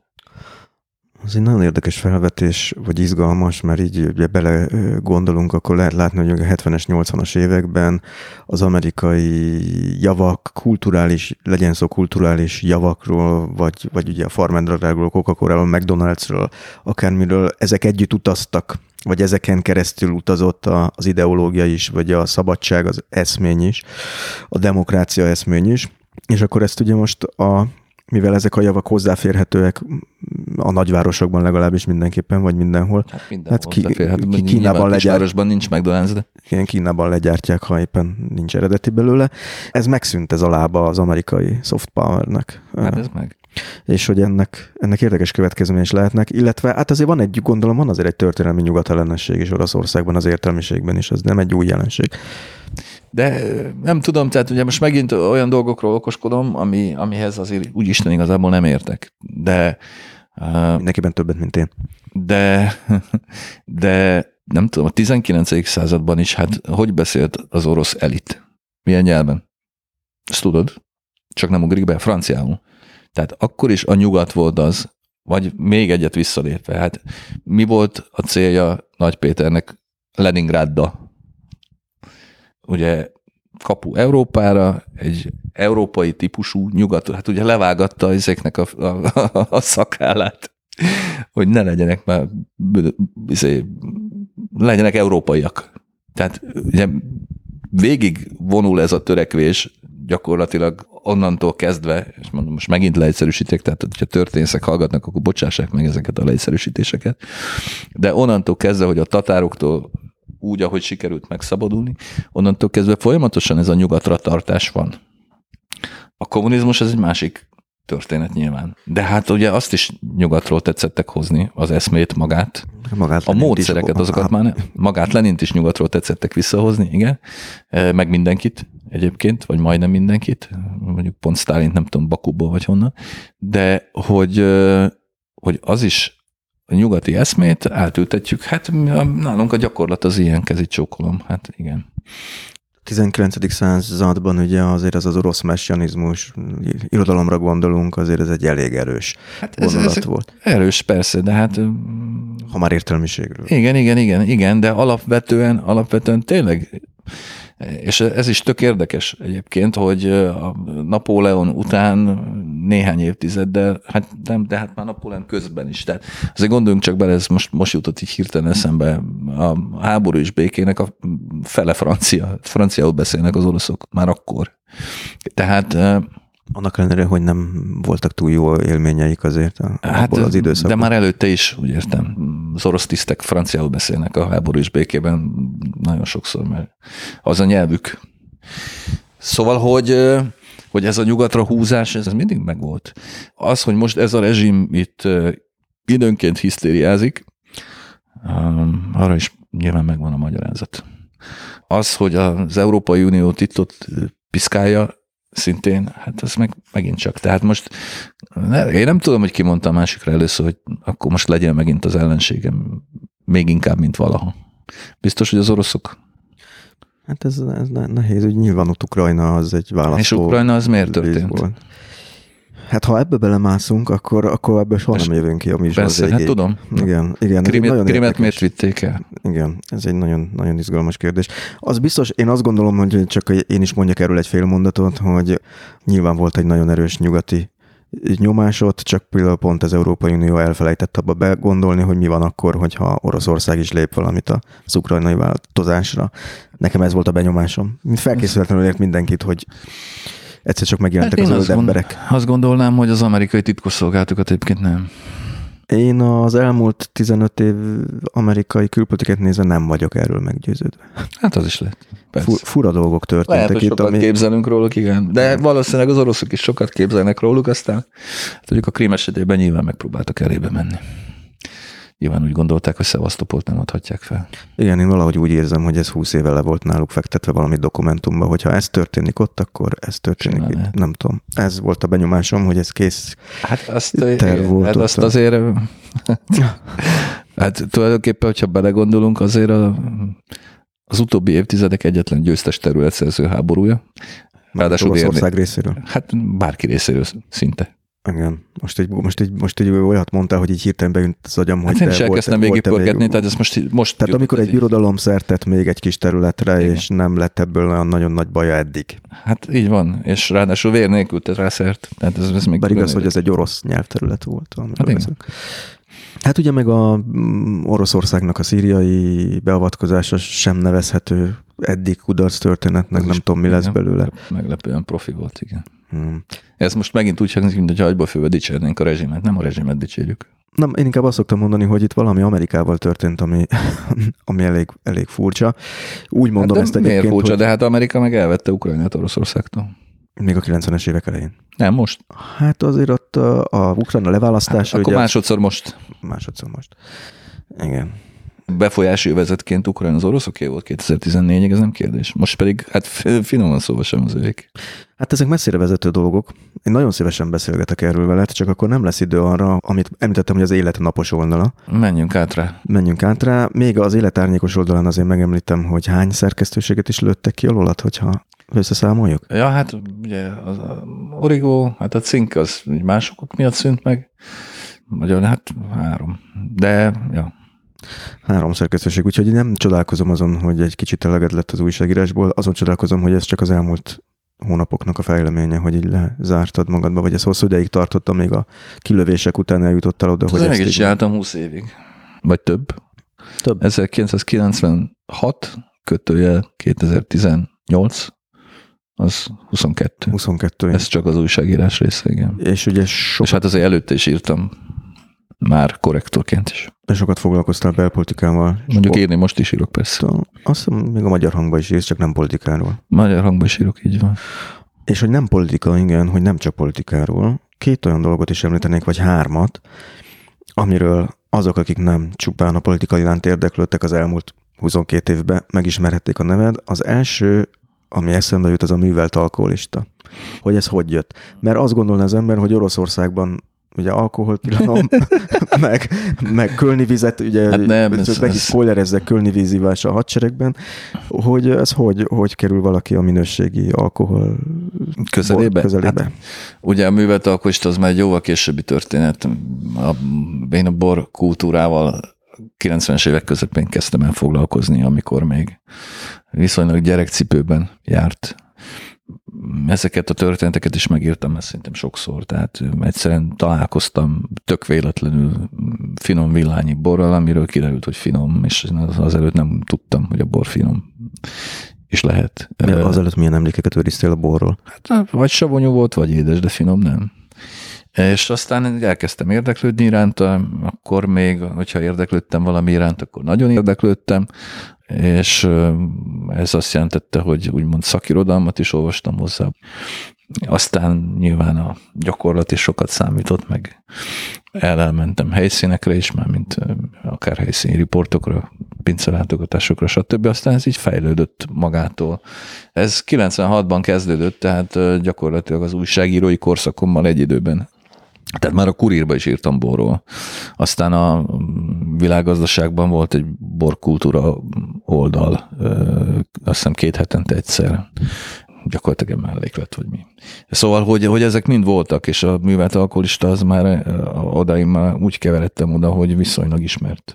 Ez egy nagyon érdekes felvetés, vagy izgalmas, mert így ugye bele gondolunk, akkor lehet látni, hogy a hetvenes, nyolcvanas években az amerikai javak, kulturális, legyen szó kulturális javakról, vagy, vagy ugye a farmernadrágról, Coca-Coláról, McDonald'sről, akármiről, ezek együtt utaztak, vagy ezeken keresztül utazott az ideológia is, vagy a szabadság, az eszmény is, a demokrácia eszmény is, és akkor ezt ugye most a mivel ezek a javak hozzáférhetőek a nagyvárosokban legalábbis mindenképpen, vagy mindenhol. Hát mindenhol hát ki, hozzáférhető. Ki, Kínában legyártják. Nincs McDonald's, de... Igen, Kínában legyártják, ha éppen nincs eredeti belőle. Ez megszűnt, ez a lába az amerikai soft powernek. Hát ez meg. És hogy ennek, ennek érdekes következmények is lehetnek, illetve hát azért van egy, gondolom, van azért egy történelmi nyugatellenesség is Oroszországban, az értelmiségben is, ez nem egy új jelenség. De nem tudom, tehát ugye most megint olyan dolgokról okoskodom, ami, amihez azért úgy Isten igazából nem értek. De mindenkiben többet, mint én. De, de nem tudom, a tizenkilencedik században is, hát hogy beszélt az orosz elit? Milyen nyelven? Ezt tudod? Csak nem ugrik be, franciául. Tehát akkor is a nyugat volt az, vagy még egyet visszalépve. Hát mi volt a célja Nagy Péternek Leningradda? Ugye kapu Európára, egy európai típusú nyugat, hát ugye levágatta ezeknek a, a, a, a szakállát, hogy ne legyenek már, izé, legyenek európaiak. Tehát ugye végig vonul ez a törekvés gyakorlatilag onnantól kezdve, és mondom, most megint leegyszerűsítek, tehát hogyha történészek hallgatnak, akkor bocsássák meg ezeket a leegyszerűsítéseket, de onnantól kezdve, hogy a tatároktól úgy, ahogy sikerült megszabadulni, onnantól kezdve folyamatosan ez a nyugatra tartás van. A kommunizmus ez egy másik történet nyilván. De hát ugye azt is nyugatról tetszettek hozni, az eszmét, magát. magát a módszereket, azokat már nem. Magát Lenint is nyugatról tetszettek visszahozni, igen. Meg mindenkit egyébként, vagy majdnem mindenkit. Mondjuk pont Sztálint nem tudom, Bakuból vagy honnan. De hogy, hogy az is a nyugati eszmét átültetjük, hát nálunk a gyakorlat az ilyen, kezit csókolom, hát igen. tizenkilencedik században ugye azért az az orosz messianizmus, irodalomra gondolunk, azért ez egy elég erős hát ez, vonulat ez volt. Erős persze, de hát... Ha már értelmiségről. Igen, igen, igen, igen, de alapvetően, alapvetően tényleg, és ez is tök érdekes egyébként, hogy a Napóleon után néhány évtizeddel, hát nem, de hát már Napóleon közben is. Tehát azért gondoljunk csak bele, ez most, most jutott így hirtelen eszembe, a háború és békének a fele francia, franciául beszélnek az oroszok már akkor. Tehát... Annak ellenére, hogy nem voltak túl jó élményeik azért hát, az időszakban. De már előtte is, úgy értem, az orosz tisztek franciául beszélnek a háború és békében nagyon sokszor, mert az a nyelvük. Szóval, hogy, hogy ez a nyugatra húzás, ez mindig megvolt. Az, hogy most ez a rezsim itt időnként hisztériázik, arra is nyilván megvan a magyarázat. Az, hogy az Európai Unió titkot piszkálja, szintén, hát ez meg megint csak. Tehát most én nem tudom, hogy ki mondta a másikra először, hogy akkor most legyen megint az ellenségem még inkább, mint valaha. Biztos, hogy az oroszok? Hát ez, ez nehéz, hogy nyilván ott Ukrajna az egy választó. És Ukrajna az miért történt? Volt. Hát ha ebbe belemászunk, akkor, akkor ebből soha nem jövünk ki a mi Persze, hát tudom. Igen, igen. Krimet, Krimet miért vitték el? Igen, ez egy nagyon, nagyon izgalmas kérdés. Az biztos, én azt gondolom, hogy csak én is mondjak erről egy fél mondatot, hogy nyilván volt egy nagyon erős nyugati nyomásot, csak például pont az Európai Unió elfelejtett abba begondolni, hogy mi van akkor, hogyha Oroszország is lép valamit az ukrajnai változásra. Nekem ez volt a benyomásom. Felkészületlenül ért mindenkit, hogy egyszer csak megjelentek hát az zöld emberek. Gond, azt gondolnám, hogy az amerikai titkosszolgálatokat egyébként nem. Én az elmúlt tizenöt év amerikai külpolitikát nézve nem vagyok erről meggyőződve. Hát az is lehet. Fu, fura dolgok történtek lehet, hogy itt. Sokat ami... képzelünk róluk, igen. De valószínűleg az oroszok is sokat képzelnek róluk, aztán tudjuk a Krím esetében nyilván megpróbáltak elébe menni. Nyilván úgy gondolták, hogy Szevasztopolt nem adhatják fel. Igen, én valahogy úgy érzem, hogy ez húsz éve le volt náluk fektetve valami dokumentumban, hogyha ez történik ott, akkor ez történik Simán itt. Lehet. Nem tudom. Ez volt a benyomásom, hogy ez kész hát azt, terv volt. Hát azt azért... hát tulajdonképpen, hogyha belegondolunk, azért a, az utóbbi évtizedek egyetlen győztes területszerző háborúja. Ráadásul Oroszország részéről? Hát bárki részéről szinte. Igen. Most egy, most, egy, most egy olyat mondtál, hogy így hirtelen beünt az agyam, hát hogy én is elkezdtem végigpörgetni, tehát ez most, most Tehát amikor egy birodalom szert még egy kis területre, igen. És nem lett ebből olyan nagyon nagy baja eddig. Hát így van, és ráadásul vér nélkül tett rá szert. Tehát ez, ez még bár igaz, hogy ez egy orosz nyelvterület volt. Hát, hát ugye meg a Oroszországnak a szíriai beavatkozása sem nevezhető eddig kudarc történetnek, nem tudom, mi lesz igen, belőle. Meglepően profi volt, igen. Hmm. Ez most megint úgy hangzik, mint hogy agyba főve dicsérnénk a rezsimet. Nem a rezsimet dicsérjük. Nem, én inkább azt szoktam mondani, hogy itt valami Amerikával történt, ami, ami elég, elég furcsa. Úgy mondom hát ezt egyébként, miért furcsa, hogy... de hát Amerika megelvette Ukrajnát Oroszországtól. Még a kilencvenes évek elején. Nem, most? Hát azért ott a, a Ukrajna leválasztása... Hát, akkor ugye, másodszor most. Másodszor most. Igen. befolyási vezetként Ukrajna az oroszoké volt kétezer-tizennégyig, ez nem kérdés. Most pedig, hát finoman szóval sem az ők. Hát ezek messzire vezető dolgok. Én nagyon szívesen beszélgetek erről veled, csak akkor nem lesz idő arra, amit említettem, hogy az élet napos oldala. Menjünk át rá. Menjünk át rá. Még az élet árnyékos oldalán azért megemlítem, hogy hány szerkesztőséget is lőttek ki alólad, hogyha összeszámoljuk? Ja, hát ugye az Origo, hát a Cink az másokok miatt szűnt meg. Magyar, hát három. De, ja. Három szerkesztőség, úgyhogy nem csodálkozom azon, hogy egy kicsit eleged lett az újságírásból, azon csodálkozom, hogy ez csak az elmúlt hónapoknak a fejleménye, hogy így lezártad magadba, vagy ez hosszú ideig tartotta, még a kilövések után eljutottál oda, hogy ezt is csináltam húsz évig. Vagy több. Több. ezerkilencszázkilencvenhat kötőjel kétezer-tizennyolc az huszonkettő. huszonkettő. Ez csak az újságírás része, igen. És ugye sokat... És hát azért előtte is írtam már korrektorként is. És sokat foglalkoztál belpolitikával. Mondjuk írni most is írok, persze. Azt hiszem, még a Magyar Hangban is írsz, csak nem politikáról. Magyar Hangban is írok, így van. És hogy nem politika, igen, hogy nem csak politikáról. Két olyan dolgot is említenék, vagy hármat, amiről azok, akik nem csupán a politika iránt érdeklődtek az elmúlt huszonkét évben, megismerhették a neved. Az első, ami eszembe jut, az a művelt alkoholista. Hogy ez hogy jött? Mert azt gondolná az ember, hogy Oroszországban ugye alkoholtilalom, meg, meg kölni vizet, ugye hát nem, ez, meg is spoilerezzek, kölni vízívás a hadseregben, hogy ez hogy, hogy kerül valaki a minőségi alkohol közelébe? közelébe? Hát, ugye a művelt alkoholista az már egy jóval későbbi történet. A, én a bor kultúrával kilencvenes évek közepén kezdtem el foglalkozni, amikor még viszonylag gyerekcipőben járt. Ezeket a történeteket is megírtam, ezt szerintem sokszor, tehát egyszerűen találkoztam tök véletlenül finom villányi borral, amiről kiderült, hogy finom, és azelőtt nem tudtam, hogy a bor finom is lehet. De azelőtt milyen emlékeket őriztél a borról? Hát, vagy savonyú volt, vagy édes, de finom nem. És aztán elkezdtem érdeklődni iránta, akkor még, hogyha érdeklődtem valami iránt, akkor nagyon érdeklődtem, és ez azt jelentette, hogy úgymond szakirodalmat is olvastam hozzá. Aztán nyilván a gyakorlat is sokat számított, meg elmentem helyszínekre is, már mint akár helyszíni riportokra, pincelátogatásokra, stb. Aztán ez így fejlődött magától. Ez kilencvenhatban kezdődött, tehát gyakorlatilag az újságírói korszakommal egy időben. Tehát már a Kurírba is írtam borról. Aztán a Világgazdaságban volt egy borkultúra oldal, azt hiszem két hetente egyszer. Gyakorlatilag melléklet, vagy mi. Szóval, hogy, hogy ezek mind voltak, és a művelt alkoholista az már odaim már úgy keveredtem oda, hogy viszonylag ismert.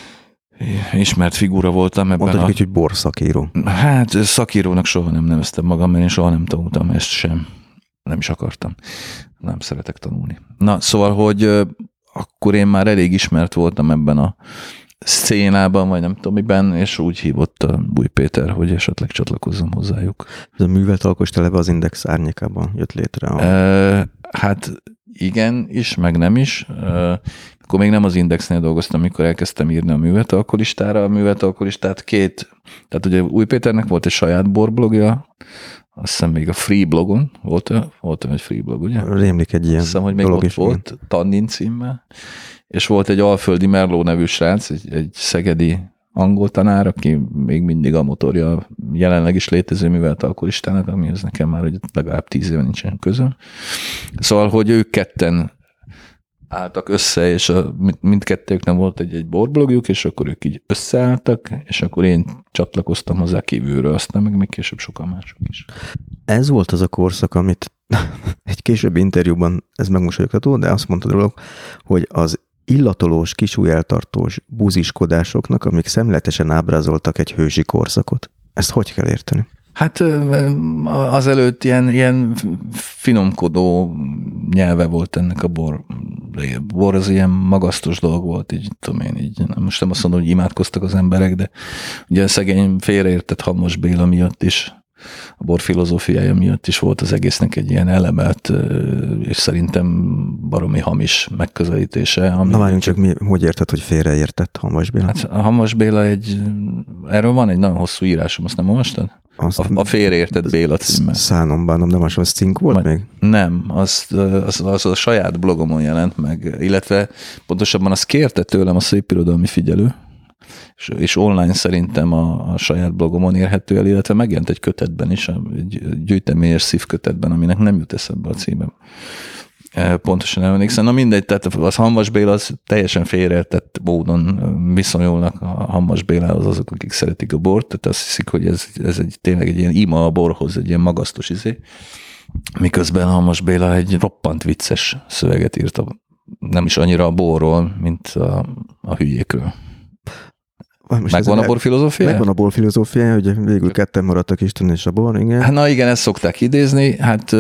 Ismert figura voltam ebben. Mondtad, a... hogy borszakíró. Hát szakírónak soha nem neveztem magam, mert én soha nem tanultam ezt sem. Nem is akartam. Nem szeretek tanulni. Na, szóval, hogy akkor én már elég ismert voltam ebben a szcénában, vagy nem tudom miben, és úgy hívott a Búj Péter, hogy esetleg csatlakozzam hozzájuk. Ez a művelt alkoholista eleve az Index árnyékában jött létre? A... E, hát igen is, meg nem is. E, akkor még nem az Indexnél dolgoztam, amikor elkezdtem írni a művelt alkoholistára. A művelt alkoholistát két, tehát ugye Búj Péternek volt egy saját borblogja, azt hiszem még a Free blogon volt, volt egy Free blog, ugye? Rémlik egy ilyen azt hiszem, hogy még dolog ott is volt, igen. Tannin címmel, és volt egy Alföldi Merló nevű srác, egy, egy szegedi angol tanár, aki még mindig a motorja jelenleg is létező művelt alkoholistának, amihez nekem már hogy legalább tíz éve nincsen közöm. Szóval, hogy ők ketten álltak össze, és a, mindkettőknek volt egy, egy borblogjuk, és akkor ők így összeálltak, és akkor én csatlakoztam hozzá kívülről, aztán meg még később sokan mások is. Ez volt az a korszak, amit egy későbbi interjúban, ez megmosolyogtató, de azt mondtad róla, hogy az illatolós, kisúlyeltartós búziskodásoknak, amik szemletesen ábrázoltak egy hősi korszakot. Ezt hogy kell érteni? Hát azelőtt ilyen, ilyen finomkodó nyelve volt ennek a bor. Bor az ilyen magasztos dolog volt, így tudom én, így most nem azt mondom, hogy imádkoztak az emberek, de ugye a szegény félreértett Halmos Béla miatt is, a bor filozófiája miatt is volt az egésznek egy ilyen elemelt, és szerintem baromi hamis megközelítése. Ami Na várjunk csak, mi, hogy érted, hogy félreértett Halmos Béla? Hát a Halmos Béla egy, erről van egy nagyon hosszú írásom, azt nem olvastad? Azt a, a félreértett Béla címmel. Szánom bánom, de most az cink volt Majd, még? Nem, az, az, az a saját blogomon jelent meg, illetve pontosabban azt kérte tőlem a Szépirodalmi Figyelő, és, és online szerintem a, a saját blogomon érhető el, illetve megjelent egy kötetben is, egy gyűjteményes szívkötetben, aminek nem jut eszembe a címem. Pontosan emlékszem. Na mindegy, tehát az Hamvas Béla az teljesen félreértett módon viszonyulnak a Hamvas Bélához azok, akik szeretik a bort, tehát azt hiszik, hogy ez, ez egy, tényleg egy ilyen ima a borhoz, egy ilyen magasztos izé. Miközben Hamvas Béla egy roppant vicces szöveget írt, a, nem is annyira a borról, mint a, a hülyékről. Most megvan a borfilozófia? Megvan a borfilozófia, hogy végül ketten maradtak Isten és a bor, igen. Hát, na igen, ezt szokták idézni, hát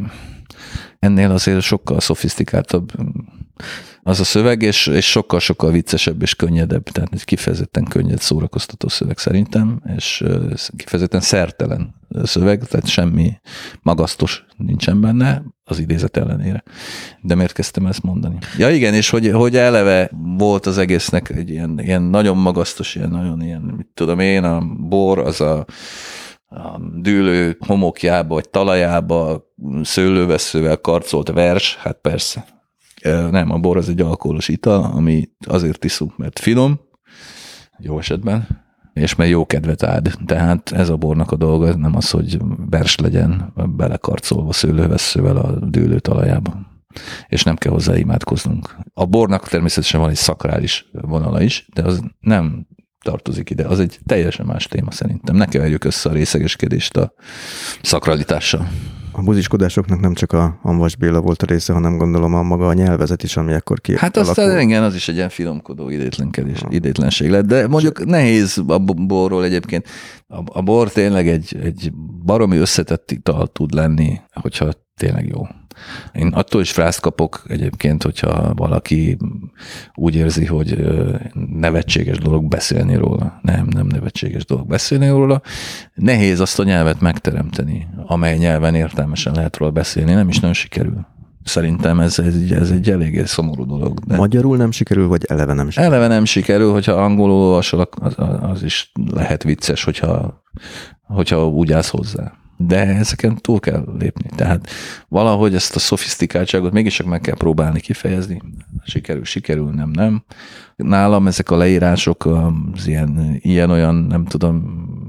ennél azért sokkal szofisztikáltabb az a szöveg, és, és sokkal-sokkal viccesebb és könnyedebb, tehát egy kifejezetten könnyed szórakoztató szöveg szerintem, és kifejezetten szertelen szöveg, tehát semmi magasztos nincsen benne, az idézet ellenére. De miért kezdtem ezt mondani? Ja igen, és hogy, hogy eleve volt az egésznek egy ilyen, ilyen nagyon magasztos, ilyen nagyon ilyen, mit tudom én, a bor az a a dűlő homokjába, vagy talajába szőlővesszővel karcolt vers, hát persze. Nem, a bor az egy alkoholos ital, ami azért iszunk, mert finom, jó esetben, és mert jó kedvet ad. Tehát ez a bornak a dolga, nem az, hogy vers legyen belekarcolva szőlővesszővel a dűlő talajába. És nem kell hozzá imádkoznunk. A bornak természetesen van egy szakrális vonala is, de az nem tartozik ide. Az egy teljesen más téma szerintem. Ne keverjük össze a részegeskedést a szakralitással. A buziskodásoknak nem csak a Hamvas Béla volt a része, hanem gondolom a maga a nyelvezet is, ami ekkor ki. Hát aztán igen, az is egy ilyen finomkodó idétlenkedés, idétlenség lett, de mondjuk nehéz a borról egyébként. A, a bor tényleg egy, egy baromi összetett ital tud lenni, hogyha tényleg jó. Én attól is frászt kapok egyébként, hogyha valaki úgy érzi, hogy nevetséges dolog beszélni róla. Nem, nem nevetséges dolog beszélni róla. Nehéz azt a nyelvet megteremteni, amely nyelven értelmesen lehet róla beszélni. Nem is nagyon sikerül. Szerintem ez, ez, ez egy eléggé szomorú dolog. De magyarul nem sikerül, vagy eleve nem sikerül? Eleve nem sikerül, hogyha angolul olvasol, az, az is lehet vicces, hogyha, hogyha úgy állsz hozzá. De ezeken túl kell lépni. Tehát valahogy ezt a szofisztikáltságot mégis csak meg kell próbálni kifejezni. Sikerül, sikerül, nem, nem. Nálam ezek a leírások, az ilyen, ilyen olyan, nem tudom,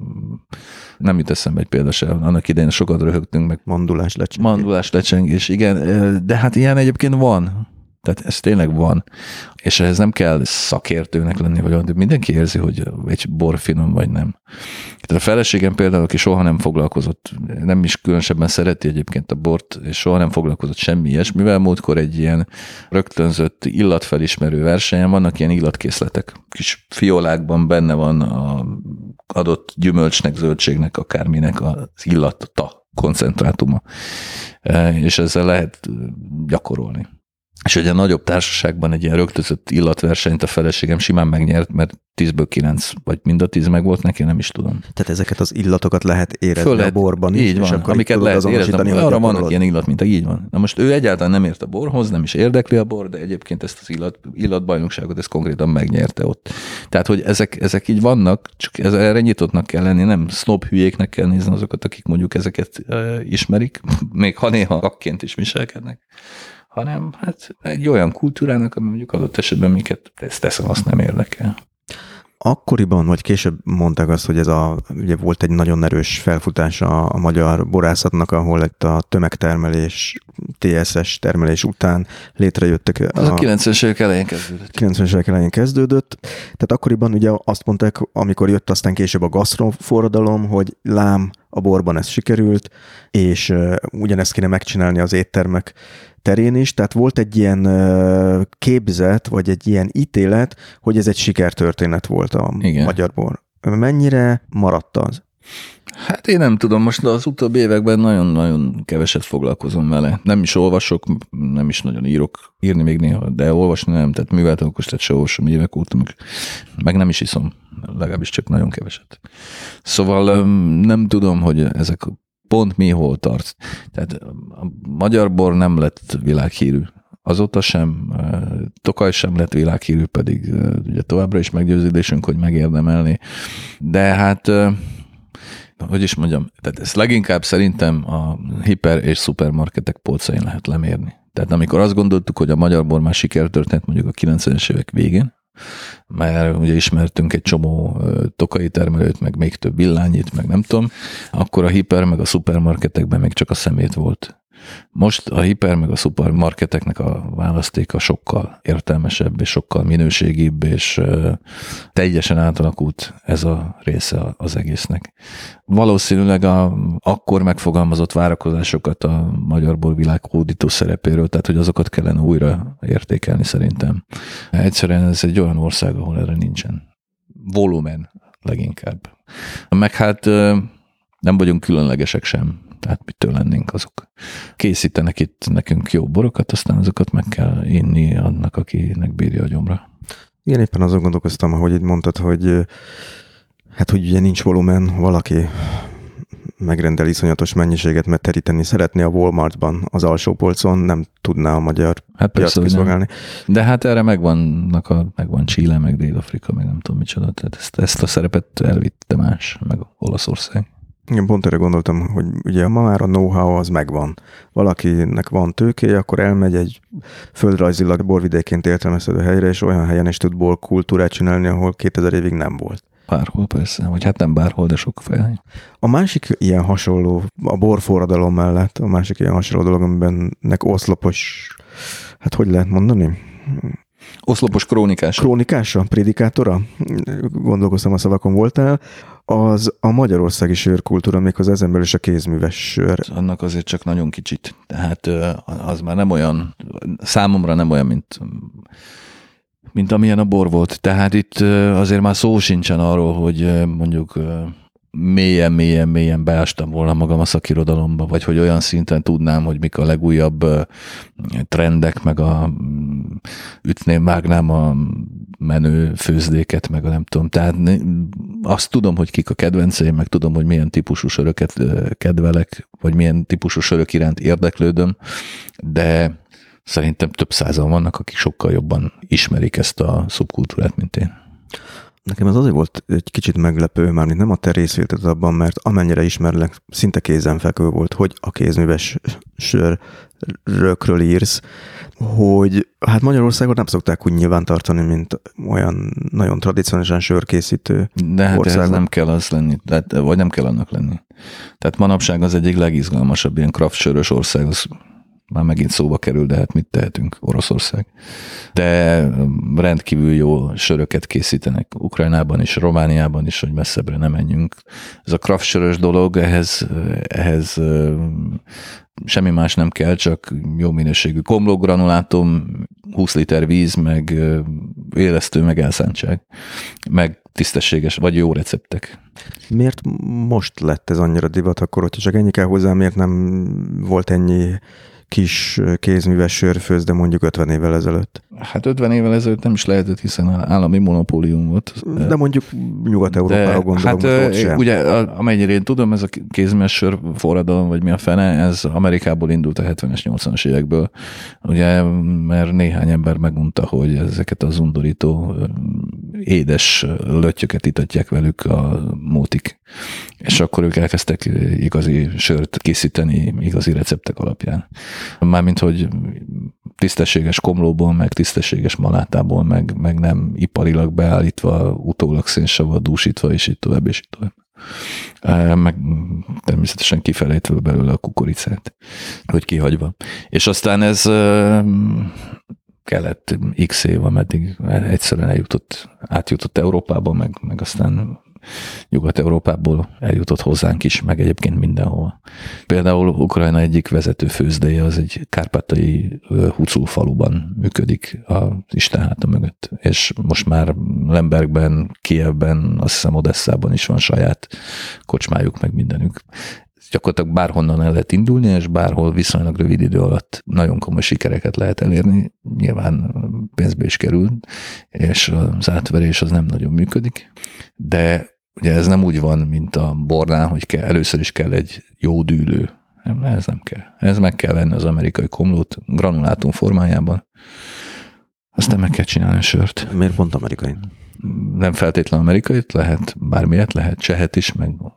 nem jut eszembe egy példa sem. Annak idején sokat röhögtünk meg. Mandulás lecsengés. Mandulás lecsengés, igen. De hát ilyen egyébként van. Tehát ez tényleg van. És ehhez nem kell szakértőnek lenni, vagy olyan, mindenki érzi, hogy egy bor finom, vagy nem. Tehát a feleségem például, aki soha nem foglalkozott, nem is különösebben szereti egyébként a bort, és soha nem foglalkozott semmi ilyesmivel, múltkor egy ilyen rögtönzött illatfelismerő versenyen vannak ilyen illatkészletek. Kis fiolákban benne van az adott gyümölcsnek, zöldségnek, akárminek az illata, koncentrátuma. És ezzel lehet gyakorolni. És ugye a nagyobb társaságban egy ilyen rögtözött illatversenyt a feleségem simán megnyert, mert tízből kilenc, vagy mind a tíz meg volt neki, nem is tudom. Tehát ezeket az illatokat lehet érezni Föl a borban is, így van, és akkor amiket lehet érezni. Arra vannak ilyen illat, mint így van. Na most ő egyáltalán nem ért a borhoz, nem is érdekli a bor, de egyébként ezt az illat, illatbajnokságot, ezt konkrétan megnyerte ott. Tehát, hogy ezek, ezek így vannak, csak ez, erre nyitottnak kell lenni, nem sznob hülyéknek kell nézni azokat, akik mondjuk ezeket uh, ismerik, még ha néha akként is viselkednek, hanem hát egy olyan kultúrának, ami mondjuk adott esetben minket ezt teszem, azt nem érdekel. Akkoriban, vagy később mondták azt, hogy ez a, ugye volt egy nagyon erős felfutás a, a magyar borászatnak, ahol itt a tömegtermelés, té es es termelés után létrejöttek. Az a, a kilencvenes évek elején kezdődött. kilencvenes évek elején kezdődött. Tehát akkoriban ugye azt mondták, amikor jött aztán később a gasztroforradalom, hogy lám, a borban ez sikerült, és uh, ugyanezt kéne megcsinálni az éttermek terén is, tehát volt egy ilyen uh, képzet, vagy egy ilyen ítélet, hogy ez egy sikertörténet volt a Igen. magyar bor. Mennyire maradt az? Hát én nem tudom, most az utóbbi években nagyon-nagyon keveset foglalkozom vele. Nem is olvasok, nem is nagyon írok, írni még néha, de olvasni nem, tehát műveltem okos, tehát se olvasom évek óta, meg, meg nem is iszom, legalábbis csak nagyon keveset. Szóval nem tudom, hogy ezek pont mi hol tart. Tehát a magyar bor nem lett világhírű. Azóta sem, Tokaj sem lett világhírű, pedig ugye továbbra is meggyőződésünk, hogy megérdemelni. De hát, hogy is mondjam, tehát ezt leginkább szerintem a hiper- és szupermarketek polcain lehet lemérni. Tehát amikor azt gondoltuk, hogy a magyar bor már sikertörténet mondjuk a kilencvenes évek végén, mert ugye ismertünk egy csomó tokai termelőt, meg még több villányit, meg nem tudom, akkor a hiper meg a szupermarketekben még csak a szemét volt. Most a hiper meg a szupermarketeknek a választéka sokkal értelmesebb, és sokkal minőségibb, és teljesen átalakult ez a része az egésznek. Valószínűleg a akkor megfogalmazott várakozásokat a magyarból világhódító szerepéről, tehát hogy azokat kellene újra értékelni szerintem. Egyszerűen ez egy olyan ország, ahol erre nincsen volumen leginkább. Meg hát nem vagyunk különlegesek sem. Tehát mitől lennénk azok. Készítenek itt nekünk jó borokat, aztán azokat meg kell inni annak, akinek bírja a gyomra. Igen, éppen azon gondolkoztam, ahogy így mondtad, hogy hát, hogy ugye nincs volumen, valaki megrendel iszonyatos mennyiséget, mert teríteni szeretné a Walmartban, az alsó polcon, nem tudná a magyar hát piac kiszolgálni. De hát erre megvannak a, megvan Chile, meg Dél-Afrika, meg nem tudom micsoda. Tehát ezt, ezt a szerepet elvitte más, meg Olaszország. Igen, pont erre gondoltam, hogy ugye ma már a know-how az megvan. Valakinek van tőkéje, akkor elmegy egy földrajzilag borvidéként értelmezhető helyre, és olyan helyen is tud borkultúrát csinálni, ahol kétezer évig nem volt. Bárhol persze, vagy hát nem bárhol, de sok fel. A másik ilyen hasonló, a borforradalom mellett, a másik ilyen hasonló dolog, amiben nek oszlopos, hát hogy lehet mondani? Oszlopos krónikása. Krónikása, prédikátora? Gondolkoztam, a szavakon voltál. Az a magyarországi sörkultúra, méghozzá ezen belül is a kézműves sör. Annak azért csak nagyon kicsit. Tehát az már nem olyan, számomra nem olyan, mint, mint amilyen a bor volt. Tehát itt azért már szó sincsen arról, hogy mondjuk mélyen, mélyen, mélyen beástam volna magam a szakirodalomba, vagy hogy olyan szinten tudnám, hogy mik a legújabb trendek, meg a ütném, vágnám a menő főzdéket, meg a nem tudom. Tehát azt tudom, hogy kik a kedvenceim, meg tudom, hogy milyen típusú söröket kedvelek, vagy milyen típusú sörök iránt érdeklődöm, de szerintem több százan vannak, akik sokkal jobban ismerik ezt a szubkultúrát, mint én. Nekem ez azért volt egy kicsit meglepő, mármint nem a te részvételed abban, mert amennyire ismerlek, szinte kézenfekvő volt, hogy a kézműves sörökről írsz, hogy hát Magyarországon nem szokták úgy nyilván tartani, mint olyan nagyon tradicionálisan sörkészítő De hát országon. ez nem kell az lenni, tehát, vagy nem kell annak lenni. Tehát manapság az egyik legizgalmasabb ilyen craft sörös ország, az már megint szóba kerül, de hát mit tehetünk, Oroszország. De rendkívül jó söröket készítenek Ukrajnában is, Romániában is, hogy messzebbre nem menjünk. Ez a craft sörös dolog, ehhez, ehhez semmi más nem kell, csak jó minőségű komlógranulátum, húsz liter víz, meg élesztő, meg elszántság, meg tisztességes, vagy jó receptek. Miért most lett ez annyira divat akkor, hogyha csak ennyi kell hozzá, miért nem volt ennyi kis kézműves sörfőzde mondjuk ötven évvel ezelőtt? Hát ötven évvel ezelőtt nem is lehetett, hiszen állami monopólium volt. De mondjuk Nyugat-Európára gondolom, hát, ott sem. Ugye, amennyire én tudom, ez a kézműves sör forradalom, vagy mi a fene, ez Amerikából indult a hetvenes, nyolcvanas évekből. Ugye, mert néhány ember megunta, hogy ezeket az undorító édes löttyöket itatják velük a mótik. És akkor ők elkezdtek igazi sört készíteni igazi receptek alapján. Mármint, hogy tisztességes komlóból, meg tisztességes malátából, meg, meg nem iparilag beállítva, utólag szénsavval dúsítva, és így tovább, és így tovább. Meg természetesen kifelejtve belőle a kukoricát, hogy kihagyva. És aztán ez kellett x év, ameddig egyszerűen eljutott, átjutott Európába, meg, meg aztán Nyugat-Európából eljutott hozzánk is, meg egyébként mindenhol. Például Ukrajna egyik vezető főzdéje az egy kárpátai Hucul faluban működik az Istenháta mögött, és most már Lembergben, Kijevben, azt hiszem Odesszában is van saját kocsmájuk, meg mindenük. Gyakorlatilag bárhonnan el lehet indulni, és bárhol viszonylag rövid idő alatt nagyon komoly sikereket lehet elérni. Nyilván pénzbe is kerül, és az átverés az nem nagyon működik. De ugye ez nem úgy van, mint a bornál, hogy kell, először is kell egy jó dűlő. Nem, ez nem kell. Ez meg kell venni az amerikai komlót granulátum formájában. Aztán meg kell csinálni a sört. Miért pont amerikai? Nem feltétlenül amerikai, lehet bármilyet, lehet csehet is, meg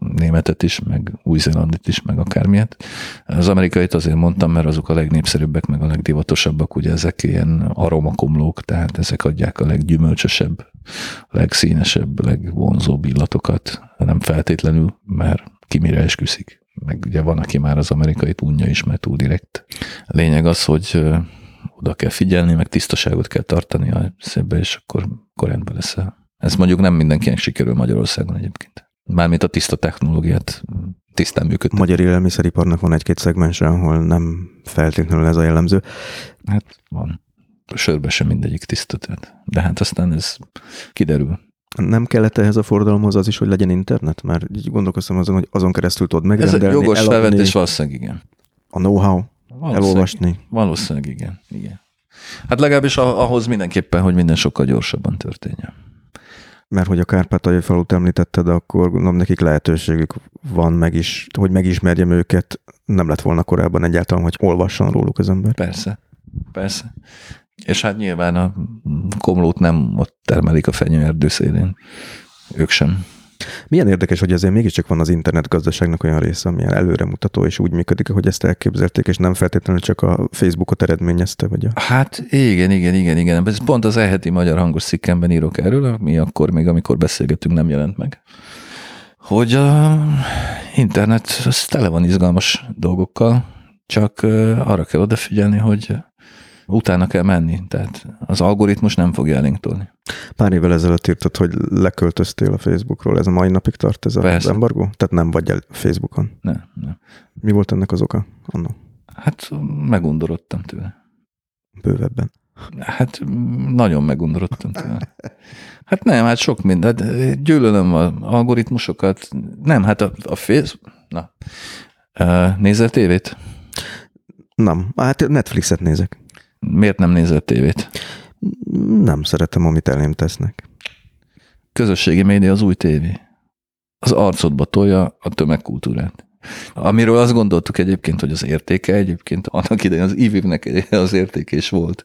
németet is, meg Új-Zélandit is, meg akármilyet. Az amerikait azért mondtam, mert azok a legnépszerűbbek, meg a legdivatosabbak, ugye ezek ilyen aromakomlók, tehát ezek adják a leggyümölcsösebb, legszínesebb, legvonzóbb illatokat, nem feltétlenül, mert ki mire esküszik. Meg ugye van, aki már az amerikait unja is, mert túl direkt. A lényeg az, hogy oda kell figyelni, meg tisztaságot kell tartani a szébbe, és akkor, akkor rendben leszel. Ez mondjuk nem mindenkinek sikerül Magyarországon egyébként. Mármint a tiszta technológiát tisztán működtet. Magyar élelmiszeriparnak van egy-két szegmense, ahol nem feltétlenül ez a jellemző. Hát van. A sörben sem mindegyik tiszta, tehát. De hát aztán ez kiderül. Nem kellett ehhez a forradalomhoz az is, hogy legyen internet? Mert így gondolkoztam azon, hogy azon keresztül tudod megrendelni, ez egy jogos eladni, felvetés, valószínűleg igen. A know-how, Valószínűleg, elolvasni. Valószínűleg igen, igen. Hát legalábbis ahhoz mindenképpen, hogy minden sokkal gyorsabban történjen. Mert hogy a Kárpátaljai falut említetted, akkor gondolom nekik lehetőségük van meg is, hogy megismerjem őket, nem lett volna korábban egyáltalán, hogy olvasson róluk az ember. Persze, persze. És hát nyilván a komlót nem ott termelik a fenyőerdő szélén. Ők sem. Milyen érdekes, hogy azért mégiscsak van az internetgazdaságnak olyan része, ami előremutató, és úgy működik, hogy ezt elképzelték, és nem feltétlenül csak a Facebookot eredményezte, vagy a... Hát igen, igen, igen, igen. Ez pont az e-heti magyar hangos cikkemben írok erről, ami akkor még, amikor beszélgetünk, nem jelent meg. Hogy a internet az tele van izgalmas dolgokkal, csak arra kell odafigyelni, hogy utána kell menni, tehát az algoritmus nem fogja elénk tolni. Pár évvel ezelőtt írtad, hogy leköltöztél a Facebookról. Ez a mai napig tart ez az embargó? Tehát nem vagy el Facebookon? Nem, nem. Mi volt ennek az oka? Anno? Hát megundorodtam tőle. Bővebben. Hát nagyon megundorodtam tőle. Hát nem, hát sok minden. Hát gyűlölöm az algoritmusokat. Nem, hát a, a Facebook... Na. Nézel tévét? Nem. Hát Netflixet nézek. Miért nem nézel tévét? Nem szeretem, amit elém tesznek. Közösségi média az új tévé. Az arcodba tolja a tömegkultúrát. Amiről azt gondoltuk egyébként, hogy az értéke egyébként, annak idején az i vé nek az értéke is volt,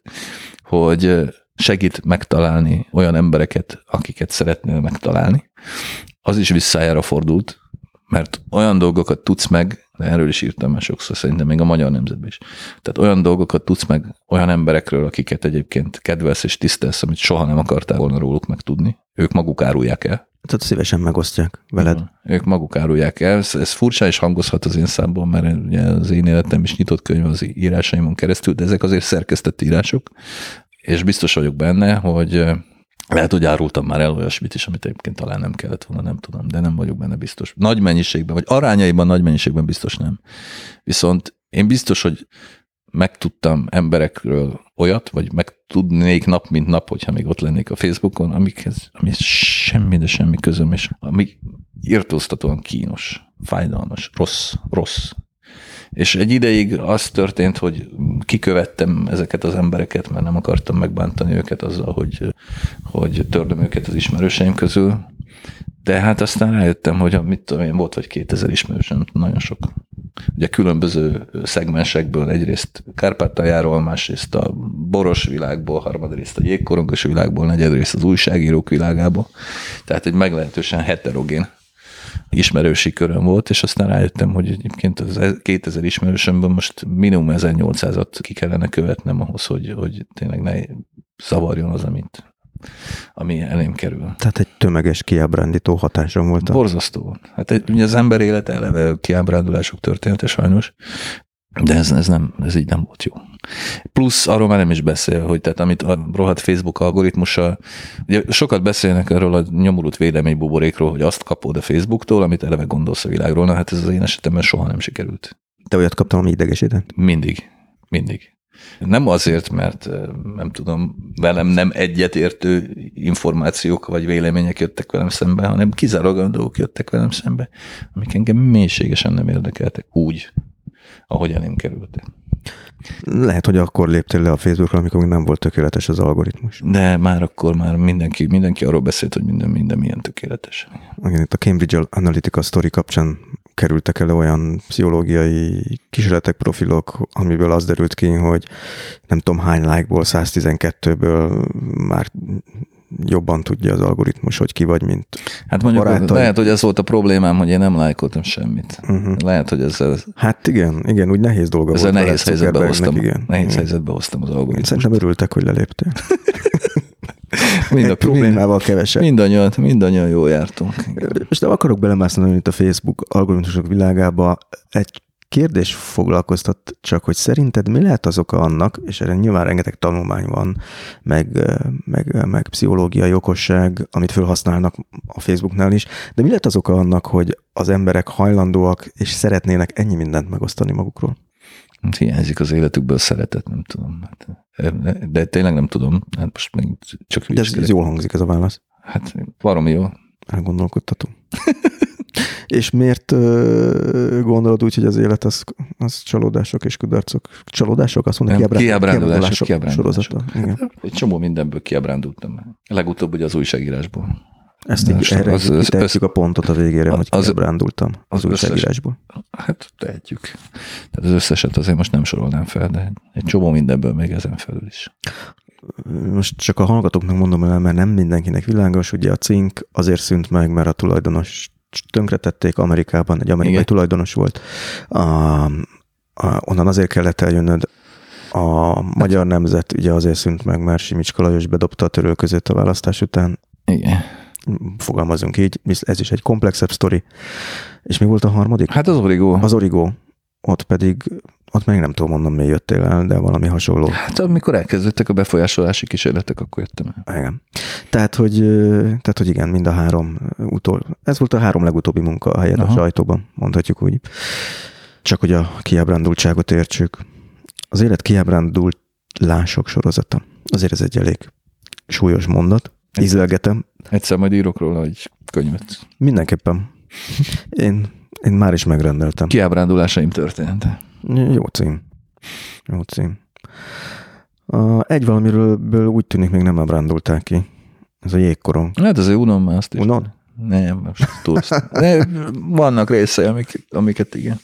hogy segít megtalálni olyan embereket, akiket szeretnél megtalálni. Az is visszájára fordult, mert olyan dolgokat tudsz meg, de erről is írtam már sokszor, szerintem még a Magyar Nemzetben is. Tehát olyan dolgokat tudsz meg olyan emberekről, akiket egyébként kedvelsz és tisztelsz, amit soha nem akartál volna róluk megtudni. Ők maguk árulják el. Tehát szívesen megosztják veled. Ők maguk árulják el. Ez, ez furcsán is hangozhat az én számból, mert ugye az én életem is nyitott könyv az írásaimon keresztül, de ezek azért szerkesztett írások, és biztos vagyok benne, hogy lehet, hogy árultam már el olyasmit is, amit egyébként talán nem kellett volna, nem tudom, de nem vagyok benne biztos. Nagy mennyiségben, vagy arányaiban nagy mennyiségben biztos nem. Viszont én biztos, hogy megtudtam emberekről olyat, vagy megtudnék nap, mint nap, hogyha még ott lennék a Facebookon, amikhez, ami semmi, de semmi közöm, és ami irtóztatóan kínos, fájdalmas, rossz, rossz. És egy ideig az történt, hogy kikövettem ezeket az embereket, mert nem akartam megbántani őket azzal, hogy, hogy tördöm őket az ismerőseim közül. De hát aztán rájöttem, hogy mit tudom én, volt vagy kétezer ismerősöm, nagyon sok. Ugye különböző szegmensekből, egyrészt Kárpátaljáról, másrészt a boros világból, harmadrészt a jégkorongos világból, negyedrészt az újságírók világából. Tehát egy meglehetősen heterogén ismerősi köröm volt, és aztán rájöttem, hogy egyébként az kétezer ismerősömből most minimum ezernyolcszázat ki kellene követnem ahhoz, hogy, hogy tényleg ne zavarjon az, amit, ami elém kerül. Tehát egy tömeges kiábrándító hatásom volt. Borzasztó volt. Hát egy, ugye az ember élete eleve kiábrándulások története sajnos, de ez, ez, nem, ez így nem volt jó. Plusz arról már nem is beszél, hogy tehát amit a rohadt Facebook algoritmusa, ugye sokat beszélnek erről a nyomorult véleménybuborékról, hogy azt kapod a Facebooktól, amit eleve gondolsz a világról, na hát ez az én esetemben soha nem sikerült. Te olyat kaptam, ami idegesített? Mindig. Mindig. Nem azért, mert nem tudom, velem nem egyetértő információk vagy vélemények jöttek velem szembe, hanem kizárólag dolgok jöttek velem szembe, amik engem mélységesen nem érdekeltek úgy, ahogy elém kerültek. Lehet, hogy akkor léptél le a Facebookra, amikor még nem volt tökéletes az algoritmus. De már akkor már mindenki, mindenki arról beszélt, hogy minden, minden milyen tökéletes. Igen, itt a Cambridge Analytica sztori kapcsán kerültek elő olyan pszichológiai kísérletek, profilok, amiből az derült ki, hogy nem tudom hány like-ból, száztizenkettőből már jobban tudja az algoritmus, hogy ki vagy, mint Hát mondjuk barátaid. Lehet, hogy ez volt a problémám, hogy én nem lájkoltam semmit. Uh-huh. Lehet, hogy ezzel... Hát igen, igen, úgy nehéz dolga ezzel volt. nehéz helyzetbe hoztam, igen. nehéz igen. helyzetbe hoztam az algoritmust. Szerintem örültek, hogy leléptél. Mind Egy problémával kevesebb. Mindannyian, mindannyian jól jártunk. És de akarok belemászni itt a Facebook algoritmusok világába. Egy kérdés foglalkoztat csak, hogy szerinted mi lehet az oka annak, és erre nyilván rengeteg tanulmány van, meg, meg, meg pszichológiai okosság, amit felhasználnak a Facebooknál is, de mi lehet az oka annak, hogy az emberek hajlandóak és szeretnének ennyi mindent megosztani magukról? Hiányzik az életükből szeretet, nem tudom. De tényleg nem tudom. Hát most még csak de ez, ez jól hangzik ez a válasz. Hát baromi jó. Elgondolkodtatom. És miért uh, gondolod úgy, hogy az élet az, az csalódások és kudarcok? Csalódások? Azt mondom, kiábrándulások. Kiábrándulások. Kiábrándulások. Hát, egy csomó mindenből kiábrándultam. Legutóbb ugye az újságírásból. Ezt így erre az, az, kitehetjük a pontot a végére, az, hogy kiábrándultam az, az újságírásból. Hát tehetjük. Tehát az összeset azért most nem sorolnám fel, de egy csomó mindenből még ezen felül is. Most csak a hallgatóknak mondom el, mert nem mindenkinek világos, ugye a cink azért szűnt meg, mert a tulajdonos tönkretették Amerikában, egy amerikai Igen. tulajdonos volt. A, a, onnan azért kellett eljönnöd. A magyar nemzet ugye azért szűnt meg, mert Simicska Lajos bedobta a törölközőt a választás után. Igen. Fogalmazunk így, ez is egy komplexebb sztori. És mi volt a harmadik? Hát az Origo. Az Origo. Ott pedig, ott még nem tudom mondom, mi jöttél el, de valami hasonló. Hát amikor elkezdődtek a befolyásolási kísérletek, akkor jöttem el. Igen. Tehát, hogy, tehát, hogy igen, mind a három utol. Ez volt a három legutóbbi munka helyett a sajtóban, mondhatjuk úgy. Csak hogy a kiábrándultságot értsük. Az élet kiábrándulások sorozata. Azért ez egy elég súlyos mondat. Ízlelgetem. Egyszer majd írok róla egy könyvet. Mindenképpen. Én, én már is megrendeltem. Kiábrándulásaim története. Jó cím. Jó cím. A, egy valamiről úgy tűnik, még nem ábrándulták ki. Ez a jégkorong. Hát azért unom már azt is. Unod? Nem, most tudsz. De vannak részei, amik, amiket igen.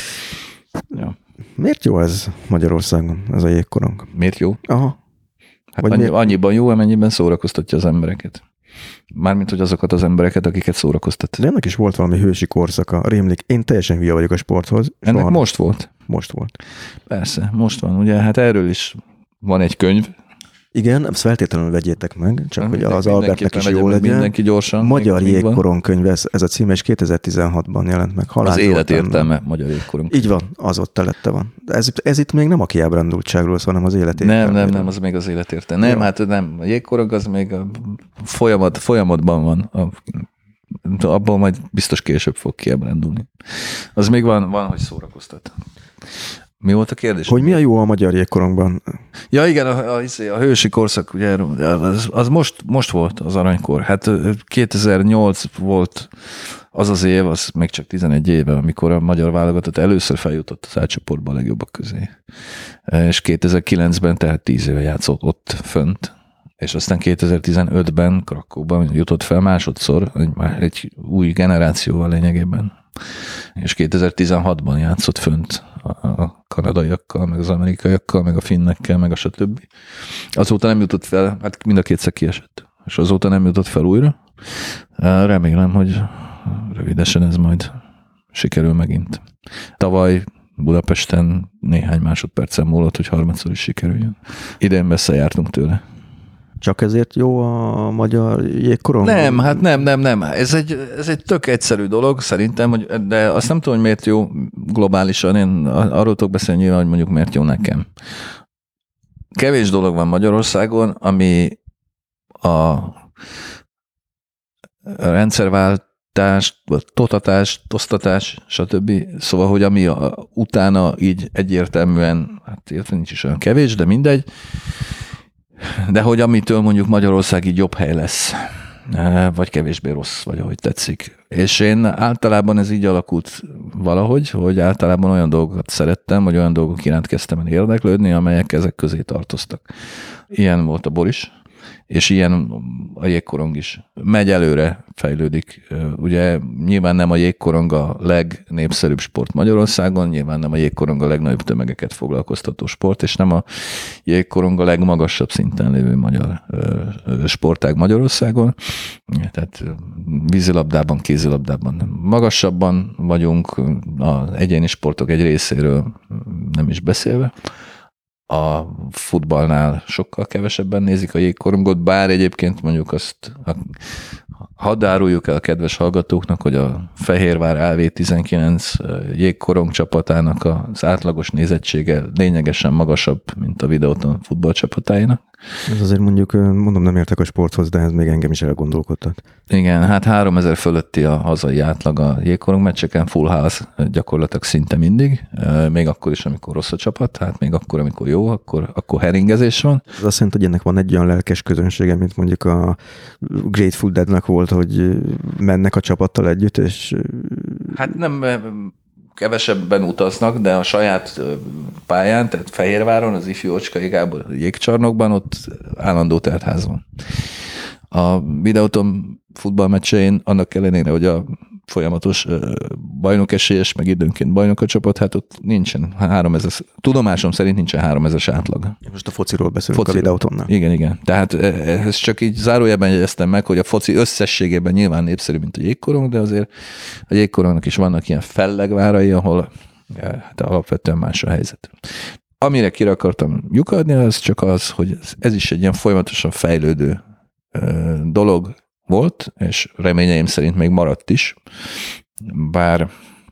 Ja. Miért jó ez Magyarországon, ez a jégkorong? Miért jó? Aha. Hát annyi, miért? Annyiban jó, amennyiben szórakoztatja az embereket. Mármint, hogy azokat az embereket, akiket szórakoztat. De ennek is volt valami hősi korszaka. Rémlik, én teljesen hülye vagyok a sporthoz. Ennek soha... most volt? Most volt. Persze, most van. Ugye, hát erről is van egy könyv. Igen, ezt feltétlenül vegyétek meg, csak hogy az Albertnek is jó legyen. Mindenki gyorsan. Magyar jégkorong könyv, ez, ez a cím, és kétezer-tizenhatban jelent meg. Halál az élet értelme Magyar jégkorong. Így van, az ott telette van. De ez, ez itt még nem a kiábrándultságról szól, hanem az élet értelme. Nem, nem, nem, az még az élet értelme. Nem, jó. Hát nem, a jégkorong az még a folyamat, folyamatban van. A, abból majd biztos később fog kiábrándulni. Az még van, van, hogy szórakoztat. Mi volt a kérdés? Hogy mi a jó a magyar jégkorongban? Ja igen, a, a, a hősi korszak, ugye, az, az most, most volt az aranykor. Hát kétezer-nyolc volt az az év, az még csak tizenegy éve, amikor a magyar válogatott először feljutott az átcsoportba a legjobbak közé. És kétezer-kilencben, tehát tíz éve játszott ott fönt. És aztán kétezer-tizenötben Krakóban jutott fel másodszor, már egy új generációval lényegében. És kétezer-tizenhatban játszott fönt a kanadaiakkal, meg az amerikaiakkal, meg a finnekkel, meg a stb. Azóta nem jutott fel, hát mind a kétszer kiesett. És azóta nem jutott fel újra. Remélem, hogy rövidesen ez majd sikerül megint. Tavaly Budapesten néhány másodpercen múlott, hogy harmadszor is sikerüljön. Idén messze jártunk tőle. Csak ezért jó a magyar jégkorong? Nem, hát nem, nem, nem. Ez egy, ez egy tök egyszerű dolog szerintem, hogy, de azt nem tudom, hogy miért jó globálisan. Én arról tudok beszélni nyilván, hogy mondjuk miért jó nekem. Kevés dolog van Magyarországon, ami a rendszerváltás, totatás, tosztatás, stb. Szóval, hogy ami a, utána így egyértelműen, hát értem, nincs is olyan kevés, de mindegy, de hogy amitől mondjuk Magyarország így jobb hely lesz, vagy kevésbé rossz, vagy ahogy tetszik. És én általában ez így alakult valahogy, hogy általában olyan dolgokat szerettem, vagy olyan dolgok iránt kezdtem el érdeklődni, amelyek ezek közé tartoztak. Ilyen volt a Boris. és ilyen a jégkorong is. Megy előre, fejlődik. Ugye nyilván nem a jégkorong a legnépszerűbb sport Magyarországon, nyilván nem a jégkorong a legnagyobb tömegeket foglalkoztató sport, és nem a jégkorong a legmagasabb szinten lévő magyar sportág Magyarországon. Tehát vízilabdában, kézilabdában magasabban vagyunk, az egyéni sportok egy részéről nem is beszélve. A futballnál sokkal kevesebben nézik a jégkorongot, bár egyébként mondjuk azt hadd áruljuk el a kedves hallgatóknak, hogy a Fehérvár á vé tizenkilenc jégkorong csapatának az átlagos nézettsége lényegesen magasabb, mint a Videoton futballcsapatáinak. Ez azért mondjuk, mondom, nem értek a sporthoz, de ez még engem is elgondolkodtat. Igen, hát háromezer fölötti a hazai átlag a jégkorong meccseken, full house gyakorlatilag szinte mindig, még akkor is, amikor rossz a csapat, hát még akkor, amikor jó, akkor, akkor heringezés van. Ez azt jelenti, hogy ennek van egy olyan lelkes közönsége, mint mondjuk a Grateful Deadnek volt, hogy mennek a csapattal együtt, és... Hát nem... kevesebben utaznak, de a saját pályán, tehát Fehérváron, az ifjú Ocskai Gábor jégcsarnokban, ott állandó teltház van. A Videoton futballmeccsein annak ellenére, hogy a folyamatos bajnokesélyes, meg időnként bajnok a csapat, hát ott nincsen háromezer, tudomásom szerint nincsen háromezres átlag. Most a fociról beszélünk Foci. A Videotonnál. Igen, igen. Tehát ez csak így zárójelben jegyeztem meg, hogy a foci összességében nyilván népszerű, mint a jégkorong, de azért a jégkorongnak is vannak ilyen fellegvárai, ahol hát alapvetően más a helyzet. Amire kire akartam lyukadni, az csak az, hogy ez is egy ilyen folyamatosan fejlődő dolog volt, és reményeim szerint még maradt is, bár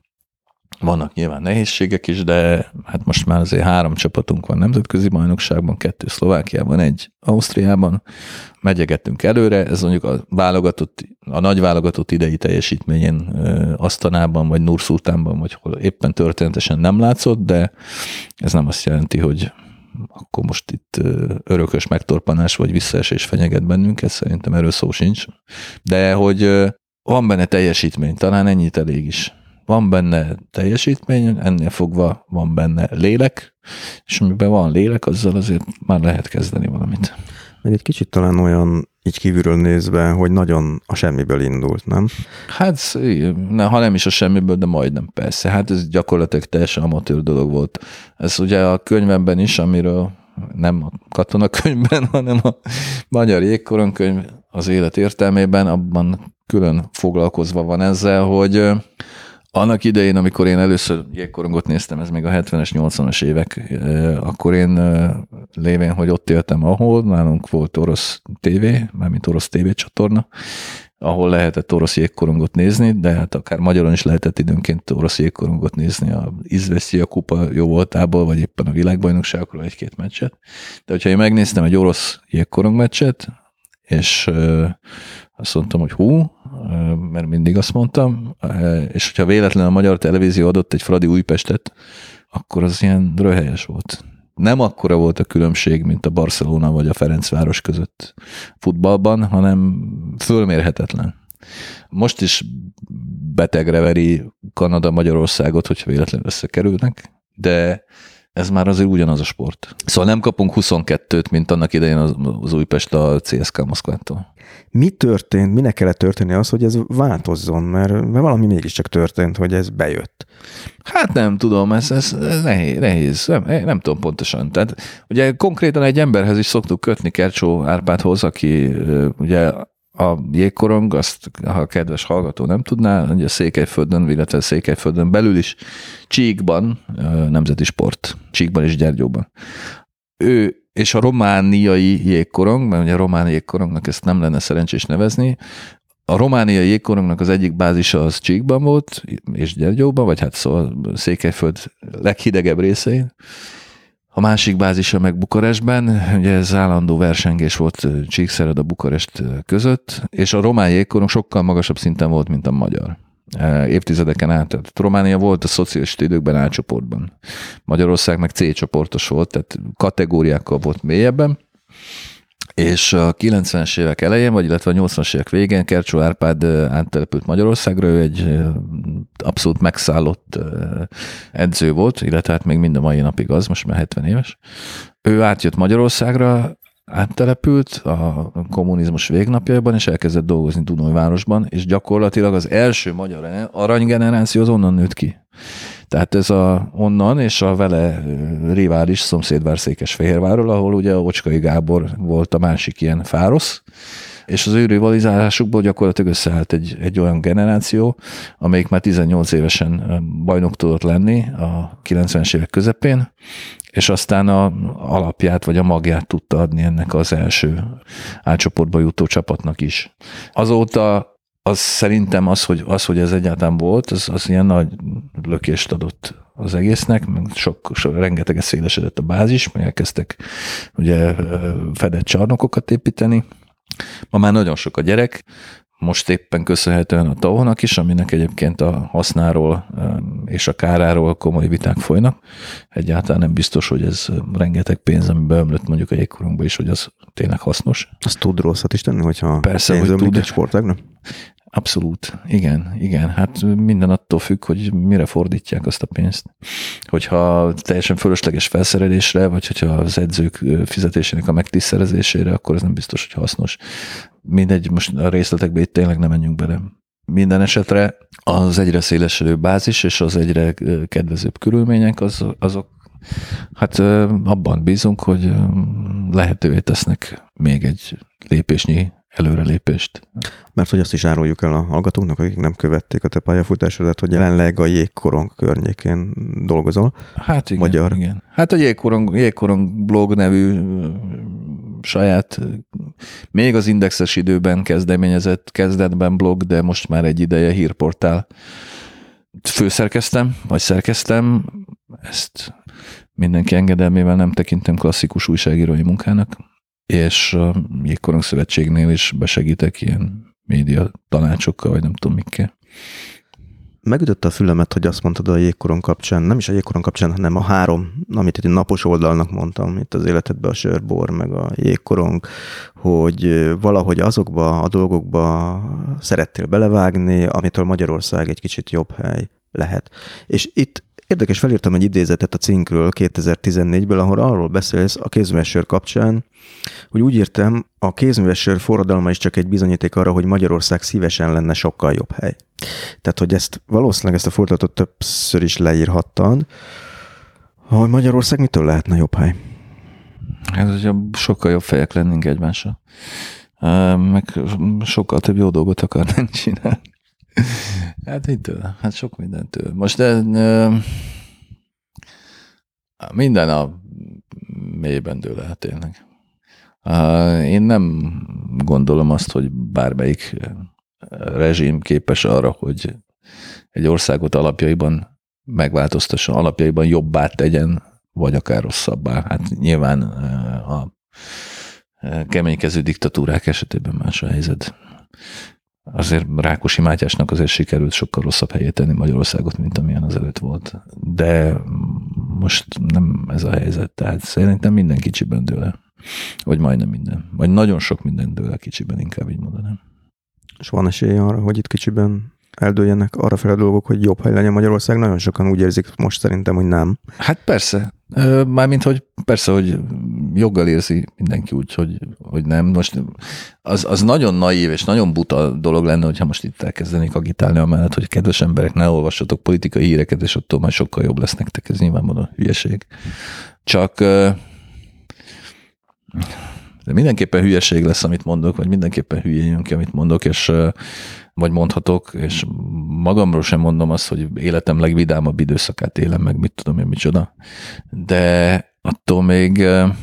vannak nyilván nehézségek is, de hát most már azért három csapatunk van nemzetközi bajnokságban, kettő Szlovákiában, egy Ausztriában, megyegettünk előre, ez mondjuk a válogatott, a nagy válogatott idei teljesítményén Asztanában, vagy Nur-Szultánban, vagy hol éppen történetesen nem látszott, de ez nem azt jelenti, hogy akkor most itt örökös megtorpanás vagy visszaesés fenyeget bennünket, szerintem erről szó sincs. De hogy van benne teljesítmény, talán ennyit elég is. Van benne teljesítmény, ennél fogva van benne lélek, és amiben van lélek, azzal azért már lehet kezdeni valamit. Meg egy kicsit talán olyan, így kívülről nézve, hogy nagyon a semmiből indult, nem? Hát, ha nem is a semmiből, de majdnem persze. Hát ez gyakorlatilag teljesen amatőr dolog volt. Ez ugye a könyvemben is, amiről nem a katonakönyvben, hanem a Magyar Jégkorong könyv az élet értelmében, abban külön foglalkozva van ezzel, hogy annak idején, amikor én először jégkorongot néztem, ez még a hetvenes, nyolcvanas évek, akkor én lévén, hogy ott éltem, ahol nálunk volt orosz tévé, mármint orosz tévécsatorna, ahol lehetett orosz jégkorongot nézni, de hát akár magyaron is lehetett időnként orosz jégkorongot nézni a Izvesztija kupa jó voltából, vagy éppen a világbajnokságokról egy-két meccset. De hogyha én megnéztem egy orosz jégkorong meccset, és azt mondtam, hogy hú, mert mindig azt mondtam, és hogyha véletlenül a magyar televízió adott egy Fradi Újpestet, akkor az ilyen röhelyes volt. Nem akkora volt a különbség, mint a Barcelona vagy a Ferencváros között futballban, hanem fölmérhetetlen. Most is betegre veri Kanada Magyarországot, hogyha véletlenül összekerülnek, de ez már azért ugyanaz a sport. Szóval nem kapunk huszonkettőt, mint annak idején az Újpest a cé es ká Moszkvától. Mi történt, minek kellett történni az, hogy ez változzon? Mert, mert valami mégiscsak történt, hogy ez bejött. Hát nem tudom, ez, ez, ez nehéz, nehéz. Nem, nem tudom pontosan. Tehát ugye konkrétan egy emberhez is szoktuk kötni, Kercsó Árpádhoz, aki ugye a jégkorong, azt ha a kedves hallgató nem tudná, hogy a Székelyföldön, illetve Székelyföldön belül is Csíkban, nemzeti sport, Csíkban és Gyergyóban. Ő és a romániai jégkorong, mert ugye a romániai jégkorongnak ezt nem lenne szerencsés nevezni, a romániai jégkorongnak az egyik bázisa az Csíkban volt, és Gyergyóban, vagy hát szóval Székelyföld leghidegebb részein. A másik bázisa meg Bukarestben, ugye ez állandó versengés volt Csíkszereda Bukarest között, és a román jégkorong sokkal magasabb szinten volt, mint a magyar. Évtizedeken át. Tehát Románia volt a szocialista időkben A csoportban. Magyarország meg C csoportos volt, tehát kategóriákkal volt mélyebben. És a kilencvenes évek elején, vagy illetve a nyolcvanas évek végén Kercsó Árpád áttelepült Magyarországra, ő egy abszolút megszállott edző volt, illetve hát még mind a mai napig az, most már hetven éves. Ő átjött Magyarországra, áttelepült a kommunizmus végnapjaiban, és elkezdett dolgozni Dunajvárosban, és gyakorlatilag az első magyar aranygeneráció az onnan nőtt ki. Tehát ez a onnan és a vele rivális szomszédvár Székesfehérvárról, ahol ugye Ocskai Gábor volt a másik ilyen fárosz, és az ő rivalizálásukból gyakorlatilag összeállt egy, egy olyan generáció, amelyik már tizennyolc évesen bajnok tudott lenni a kilencvenes évek közepén, és aztán a alapját vagy a magját tudta adni ennek az első átcsoportba jutó csapatnak is. Azóta az szerintem az, hogy, az, hogy ez egyáltalán volt, az, az ilyen nagy lökést adott az egésznek, meg sok, sok rengeteget szélesedett a bázis, meg elkezdtek ugye fedett csarnokokat építeni. Ma már nagyon sok a gyerek, most éppen köszönhetően a té á o-nak is, aminek egyébként a hasznáról és a káráról komoly viták folynak. Egyáltalán nem biztos, hogy ez rengeteg pénz, ami beömlött mondjuk a jégkorunkba is, hogy az tényleg hasznos. Azt tud rosszat is tenni, hogyha persze, hogy tud. Egy sportágnak? Abszolút, igen, igen. Hát minden attól függ, hogy mire fordítják azt a pénzt. Hogyha teljesen fölösleges felszerelésre, vagy hogyha az edzők fizetésének a megtisztelezésére, akkor ez nem biztos, hogy hasznos. Mindegy, most a részletekbe itt tényleg nem menjünk bele. Minden esetre az egyre szélesedő bázis és az egyre kedvezőbb körülmények, az, azok hát abban bízunk, hogy lehetővé tesznek még egy lépésnyi előrelépést. Mert hogy azt is áruljuk el a hallgatóknak, akik nem követték a te pályafutásodat, hogy jelenleg a Jégkorong környékén dolgozol. Hát igen, Magyar. igen. Hát a Jégkorong, Jégkorong blog nevű saját, még az indexes időben kezdeményezett, kezdetben blog, de most már egy ideje hírportál. Főszerkeztem, vagy szerkeztem, ezt mindenki engedelmével nem tekintem klasszikus újságírói munkának, és a Jégkorong Szövetségnél is besegítek ilyen média tanácsokkal, vagy nem tudom mikkel. Megütötte a fülemet, hogy azt mondtad a Jégkorong kapcsán, nem is a Jégkorong kapcsán, hanem a három, amit itt napos oldalnak mondtam, itt az életedben a sörbor, meg a Jégkorong, hogy valahogy azokba a dolgokba szerettél belevágni, amitől Magyarország egy kicsit jobb hely lehet. És itt érdekes, felírtam egy idézetet a cinkről kétezer-tizennégyből, ahol arról beszélsz a kézműves kapcsán, hogy úgy írtam, a kézműves forradalma is csak egy bizonyíték arra, hogy Magyarország szívesen lenne sokkal jobb hely. Tehát, hogy ezt valószínűleg ezt a fordulatot többször is leírhattad, hogy Magyarország mitől lehetne jobb hely? Ez ugye sokkal jobb fejek lennénk egymással. Meg sokkal több jó dolgot akarnánk csinálni. Hát mitől? Hát sok mindentől. Most de, minden a mélyben dől el tényleg. Én nem gondolom azt, hogy bármelyik rezsim képes arra, hogy egy országot alapjaiban megváltoztasson, alapjaiban jobbá tegyen, vagy akár rosszabbá. Hát nyilván a keménykező diktatúrák esetében más a helyzet. Azért Rákosi Mátyásnak azért sikerült sokkal rosszabb helyét tenni Magyarországot, mint amilyen azelőtt volt. De most nem ez a helyzet. Tehát szerintem minden kicsiben dől el. Vagy majdnem minden. Vagy nagyon sok minden dől el kicsiben, inkább így mondanám. És van esély arra, hogy itt kicsiben eldőljenek arra fel a dolgok, hogy jobb hely legyen Magyarország? Nagyon sokan úgy érzik most szerintem, hogy nem. Hát persze. Mármint, hogy persze, hogy joggal érzi mindenki úgy, hogy, hogy nem. Most az, az nagyon naív és nagyon buta dolog lenne, hogyha most itt elkezdenék agitálni amellett, hogy kedves emberek, ne olvassatok politikai híreket, és attól már sokkal jobb lesz nektek. Ez nyilvánvalóan hülyeség. Csak de mindenképpen hülyeség lesz, amit mondok, vagy mindenképpen hülyén jön ki, amit mondok, és vagy mondhatok, és magamról sem mondom azt, hogy életem legvidámabb időszakát élem meg, mit tudom én, micsoda. De attól még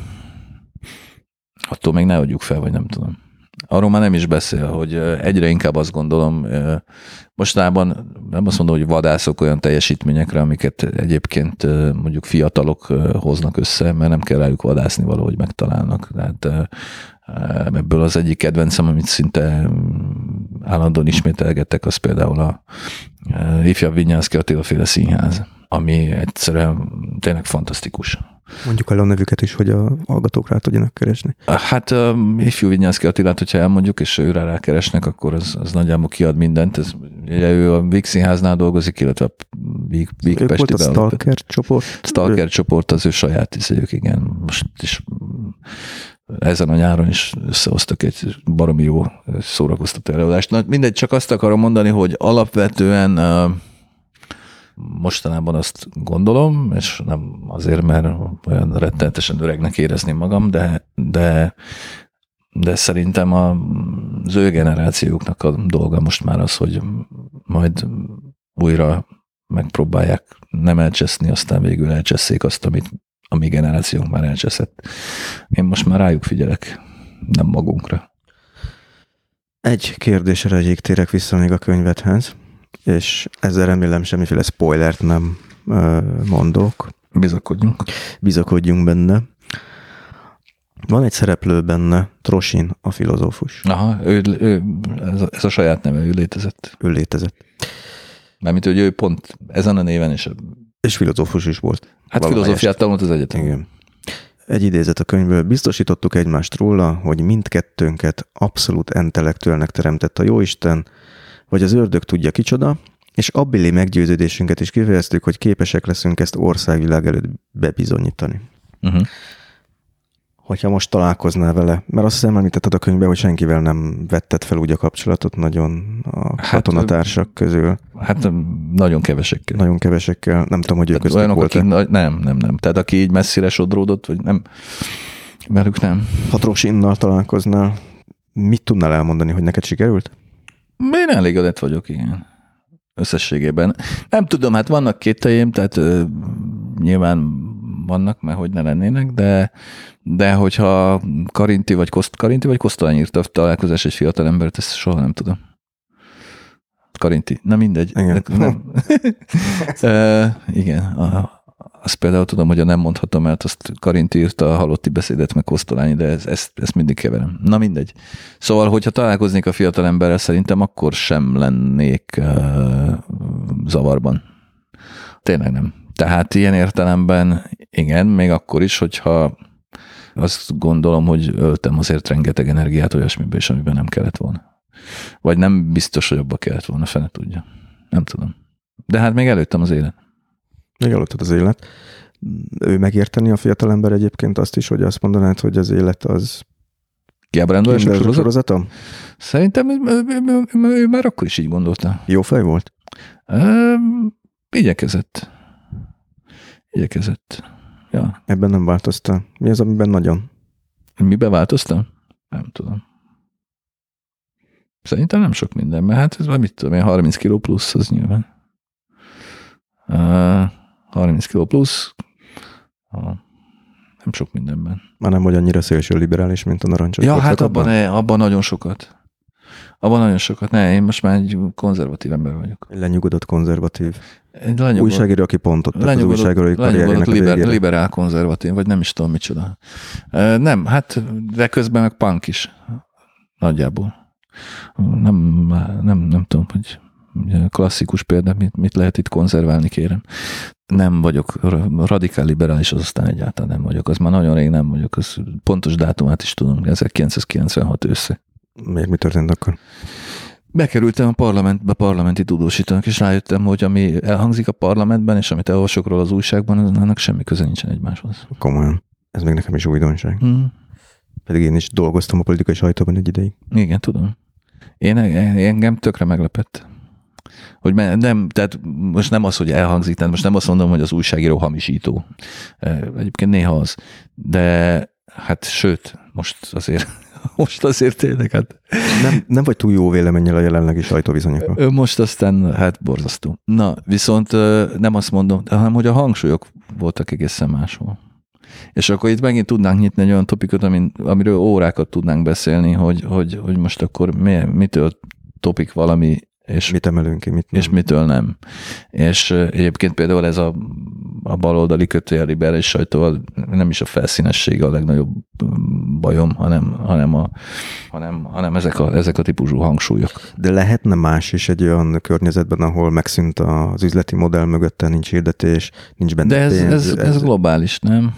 attól még ne adjuk fel, vagy nem tudom. Arról már nem is beszél, hogy egyre inkább azt gondolom, mostában nem azt mondom, hogy vadászok olyan teljesítményekre, amiket egyébként mondjuk fiatalok hoznak össze, mert nem kell rájuk vadászni, valahogy megtalálnak. Tehát ebből az egyik kedvencem, amit szinte állandóan ismételgetek, az például a ifjabb Vinyánszky Attila féle színház, ami egyszerűen tényleg fantasztikus. Mondjuk el a nevüket is, hogy a hallgatók rá tudjanak keresni. Hát um, ifjú Vinyánszky Attilát, hogyha elmondjuk, és őre rákeresnek, akkor az, az nagyjából kiad mindent. Ez, ugye ő a Víg Színháznál dolgozik, illetve a Víg, Víg Ők volt a Stalker csoport? Stalker csoport az ő saját izéjük, igen. Most is ezen a nyáron is összehoztak egy baromi jó szórakoztató előadást. Na, mindegy, csak azt akarom mondani, hogy alapvetően mostanában azt gondolom, és nem azért, mert olyan rettenetesen öregnek érezném magam, de, de, de szerintem az ő generációknak a dolga most már az, hogy majd újra megpróbálják nem elcseszni, aztán végül elcsesszék azt, amit a mi generációnk már elcseszett. Én most már rájuk figyelek, nem magunkra. Egy kérdésre egyik térek vissza még a könyvedhez, és ezzel remélem semmiféle spoilert nem ö, mondok. Bizakodjunk. Bizakodjunk benne. Van egy szereplő benne, Trosin, a filozófus. Aha, ő, ő, ez, a, ez a saját neve, ő létezett. Ő létezett. Mármint, hogy ő pont ezen a néven is. És filozófus is volt. Hát filozófiát tanult az egyetem. Igen. Egy idézet a könyvből. Biztosítottuk egymást róla, hogy mindkettőnket abszolút intellektuelnek teremtett a Jóisten, vagy az ördög tudja kicsoda, és abbéli meggyőződésünket is kifejeztük, hogy képesek leszünk ezt országvilág előtt bebizonyítani. Uh-huh. Hogyha most találkoznál vele, mert azt hiszem említetted a könyvben, hogy senkivel nem vetted fel úgy a kapcsolatot nagyon a hát, katonatársak közül. Hát nagyon kevesekkel. Nagyon kevesekkel. Nem tudom, hogy ők köztük olyanok, volt-e. Akik, nem, nem, nem. Tehát aki így messzire sodródott, vagy nem, velük nem. Ha Trosinnal találkoznál, mit tudnál elmondani, hogy neked sikerült? Én elégedett vagyok, igen. Összességében. Nem tudom, hát vannak kételjeim, tehát ö, nyilván vannak, mert hogy ne lennének, de, de hogyha Karinti vagy Koszt, Karinti vagy Kosztolány írta a találkozás egy fiatal embert, ezt soha nem tudom. Karinti. Na mindegy. Igen. Nem. e, igen. A, azt például tudom, hogy a nem mondhatom, mert azt Karinti írta a halotti beszédet, meg Kosztolányi, de ez, ezt, ezt mindig keverem. Na mindegy. Szóval, hogyha találkoznék a fiatal emberrel, szerintem akkor sem lennék uh, zavarban. Tényleg nem. Tehát ilyen értelemben igen, még akkor is, hogyha azt gondolom, hogy öltem azért rengeteg energiát olyasmiben is, amiben nem kellett volna. Vagy nem biztos, hogy abba kellett volna, fene tudja. Nem tudom. De hát még előttem az élet. Még előtted az élet. Ő megérteni a fiatalember egyébként azt is, hogy azt mondanád, hogy az élet az kiábrándulások sorozat? sorozata? Szerintem ő, ő, ő, ő, ő már akkor is így gondolta. Jó fej volt? Ö, igyekezett. Igyekezett. Ja. Ebben nem változtál. Mi az, amiben nagyon? Miben változtam? Nem tudom. Szerintem nem sok minden, mert hát ez már mit tudom én, harminc kiló plusz, az nyilván. Uh, harminc kiló plusz, uh, nem sok mindenben. Már nem vagy annyira szélső liberális, mint a narancsos. Ja, hát abban, ne, abban nagyon sokat. Abban nagyon sokat. Ne, én most már egy konzervatív ember vagyok. Lenyugodott konzervatív. Lenyugodott, újságíró, aki pontot tett az újságírói karrierjének a liber, liberál konzervatív, vagy nem is tudom micsoda. Uh, nem, hát de közben meg punk is. Nagyjából. Nem, nem, nem tudom, hogy klasszikus példa, mit, mit lehet itt konzerválni, kérem. Nem vagyok radikál liberális, az aztán egyáltalán nem vagyok. Az már nagyon rég nem vagyok, az pontos dátumát is tudom, ezerkilencszázkilencvenhat ősze. Miért mi történt akkor? Bekerültem a parlamentbe, parlamenti tudósítónak, és rájöttem, hogy ami elhangzik a parlamentben, és amit elolvasok róla az újságban, annak semmi köze nincsen egymáshoz. Komolyan. Ez még nekem is újdonság. Hmm. Pedig én is dolgoztam a politikai sajtóban egy ideig. Igen, tudom. Én engem tökre meglepett. Hogy nem, tehát most nem az, hogy elhangzik, tehát most nem azt mondom, hogy az újságíró hamisító. Egyébként néha az. De hát sőt, most azért, most azért tényleg, hát... Nem, nem vagy túl jó véleménnyel a jelenlegi sajtóviszonyokról. Most aztán, hát borzasztó. Na, viszont nem azt mondom, hanem hogy a hangsúlyok voltak egészen máshol. És akkor itt megint tudnánk nyitni egy olyan topikot, amin, amiről órákat tudnánk beszélni, hogy, hogy, hogy most akkor mi, mitől topik valami, és mit emelünk ki, mit nem. És mitől nem. És egyébként például ez a, a baloldali kötőjel liberális sajtóval nem is a felszínessége a legnagyobb bajom, hanem, hanem, a, hanem, hanem ezek, a, ezek a típusú hangsúlyok. De lehetne más is egy olyan környezetben, ahol megszűnt az üzleti modell mögötte, nincs hirdetés, nincs benne De ez, pénz. ez, ez, ez globális, nem?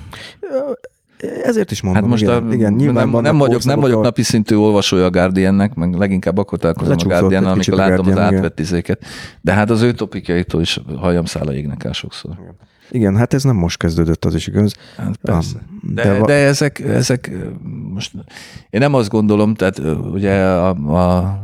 Ezért is mondom, hát most igen, a, igen, nyilván nem, nem, vagyok, nem vagyok napi szintű olvasója a Guardiannek, meg leginkább akkor találkozom a Guardiannal, amikor látom Guardian, az átvettizéket. De hát az ő topikjaitól is hajamszála égnek el sokszor. Igen. Igen, hát ez nem most kezdődött, az is igaz. Hát persze. De, de, de ezek, ezek most én nem azt gondolom, tehát ugye a, a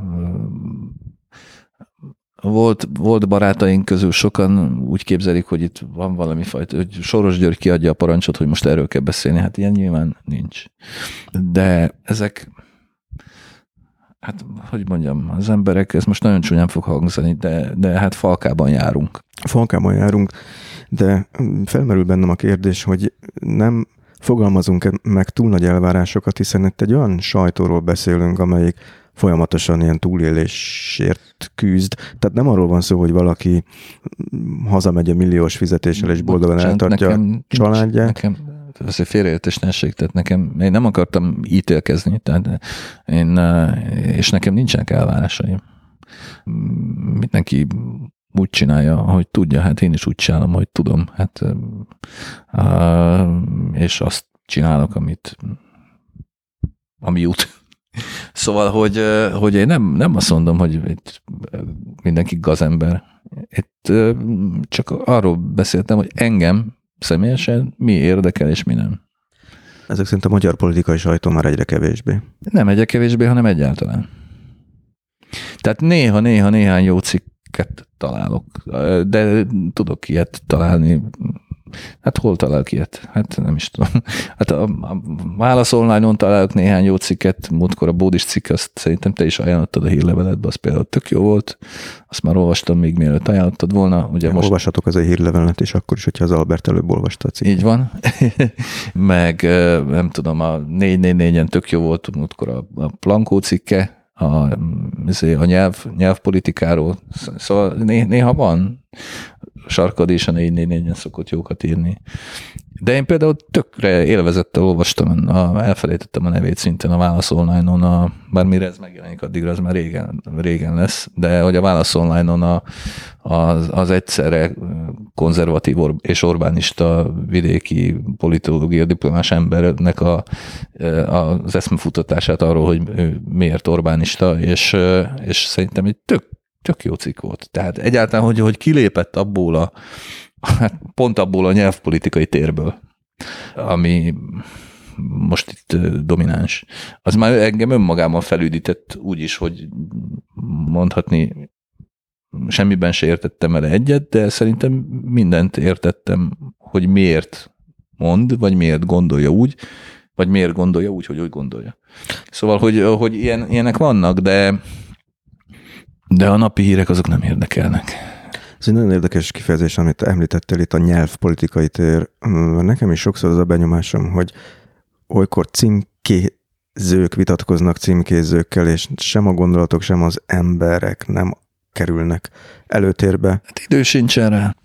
Volt, volt barátaink közül sokan úgy képzelik, hogy itt van valami fajta, hogy Soros György kiadja a parancsot, hogy most erről kell beszélni. Hát ilyen nyilván nincs. De ezek, hát hogy mondjam, az emberek, ez most nagyon csúnyán fog hangzani, de, de hát falkában járunk. Falkában járunk, de felmerül bennem a kérdés, hogy nem fogalmazunk meg túl nagy elvárásokat, hiszen itt egy olyan sajtóról beszélünk, amelyik folyamatosan ilyen túlélésért küzd. Tehát nem arról van szó, hogy valaki hazamegy a milliós fizetéssel, és boldogan eltartja a családját. Nekem, ez egy félreértés ne essék, tehát nekem, én nem akartam ítélkezni, tehát én, és nekem nincsenek elvárásaim. Mindenki úgy csinálja, hogy tudja, hát én is úgy csinálom, hogy tudom, hát és azt csinálok, amit ami jut. Szóval, hogy, hogy én nem, nem azt mondom, hogy itt mindenki gazember. Itt csak arról beszéltem, hogy engem személyesen mi érdekel, és mi nem. Ezek szerint a magyar politikai sajtó már egyre kevésbé. Nem egyre kevésbé, hanem egyáltalán. Tehát néha-néha néhány jó cikket találok, de tudok ilyet találni. Hát hol találok ilyet? Hát nem is tudom. Hát a, a Válasz Online-on találok néhány jó cikket, múltkor a Bódis cikk, azt szerintem te is ajánlottad a hírleveletbe, az például tök jó volt, azt már olvastam még mielőtt ajánlottad volna. Ugye most... Olvashatok az a hírlevelet, és akkor is, hogyha az Albert előbb olvasta a cikket. Így van. Meg nem tudom, a négy négy négyen tök jó volt múltkor a, a Plankó cikke, a, a nyelv, nyelvpolitikáról. Szóval néha van. Sarkad és a négy négy négyen szokott jókat írni. De én például tökre élvezettel olvastam, a, elfelejtettem a nevét szintén a Válasz Online-on, a, bár mire ez megjelenik, addigra az már régen, régen lesz, de hogy a Válasz Online-on a, az, az egyszerre konzervatív és orbánista vidéki politológia diplomás embernek a, az eszmefutatását arról, hogy miért orbánista, és, és szerintem egy tök Tök jó cikk volt. Tehát egyáltalán, hogy, hogy kilépett abból a, hát pont abból a nyelvpolitikai térből, ami most itt domináns. Az már engem önmagában felüdített úgy is, hogy mondhatni semmiben se értettem el egyet, de szerintem mindent értettem, hogy miért mond, vagy miért gondolja úgy, vagy miért gondolja úgy, hogy úgy gondolja. Szóval, hogy, hogy ilyen, ilyenek vannak, de De a napi hírek azok nem érdekelnek. Ez egy nagyon érdekes kifejezés, amit említettél itt, a nyelvpolitikai tér. Nekem is sokszor az a benyomásom, hogy olykor címkézők vitatkoznak címkézőkkel, és sem a gondolatok, sem az emberek nem kerülnek előtérbe. Hát idő sincsen rá.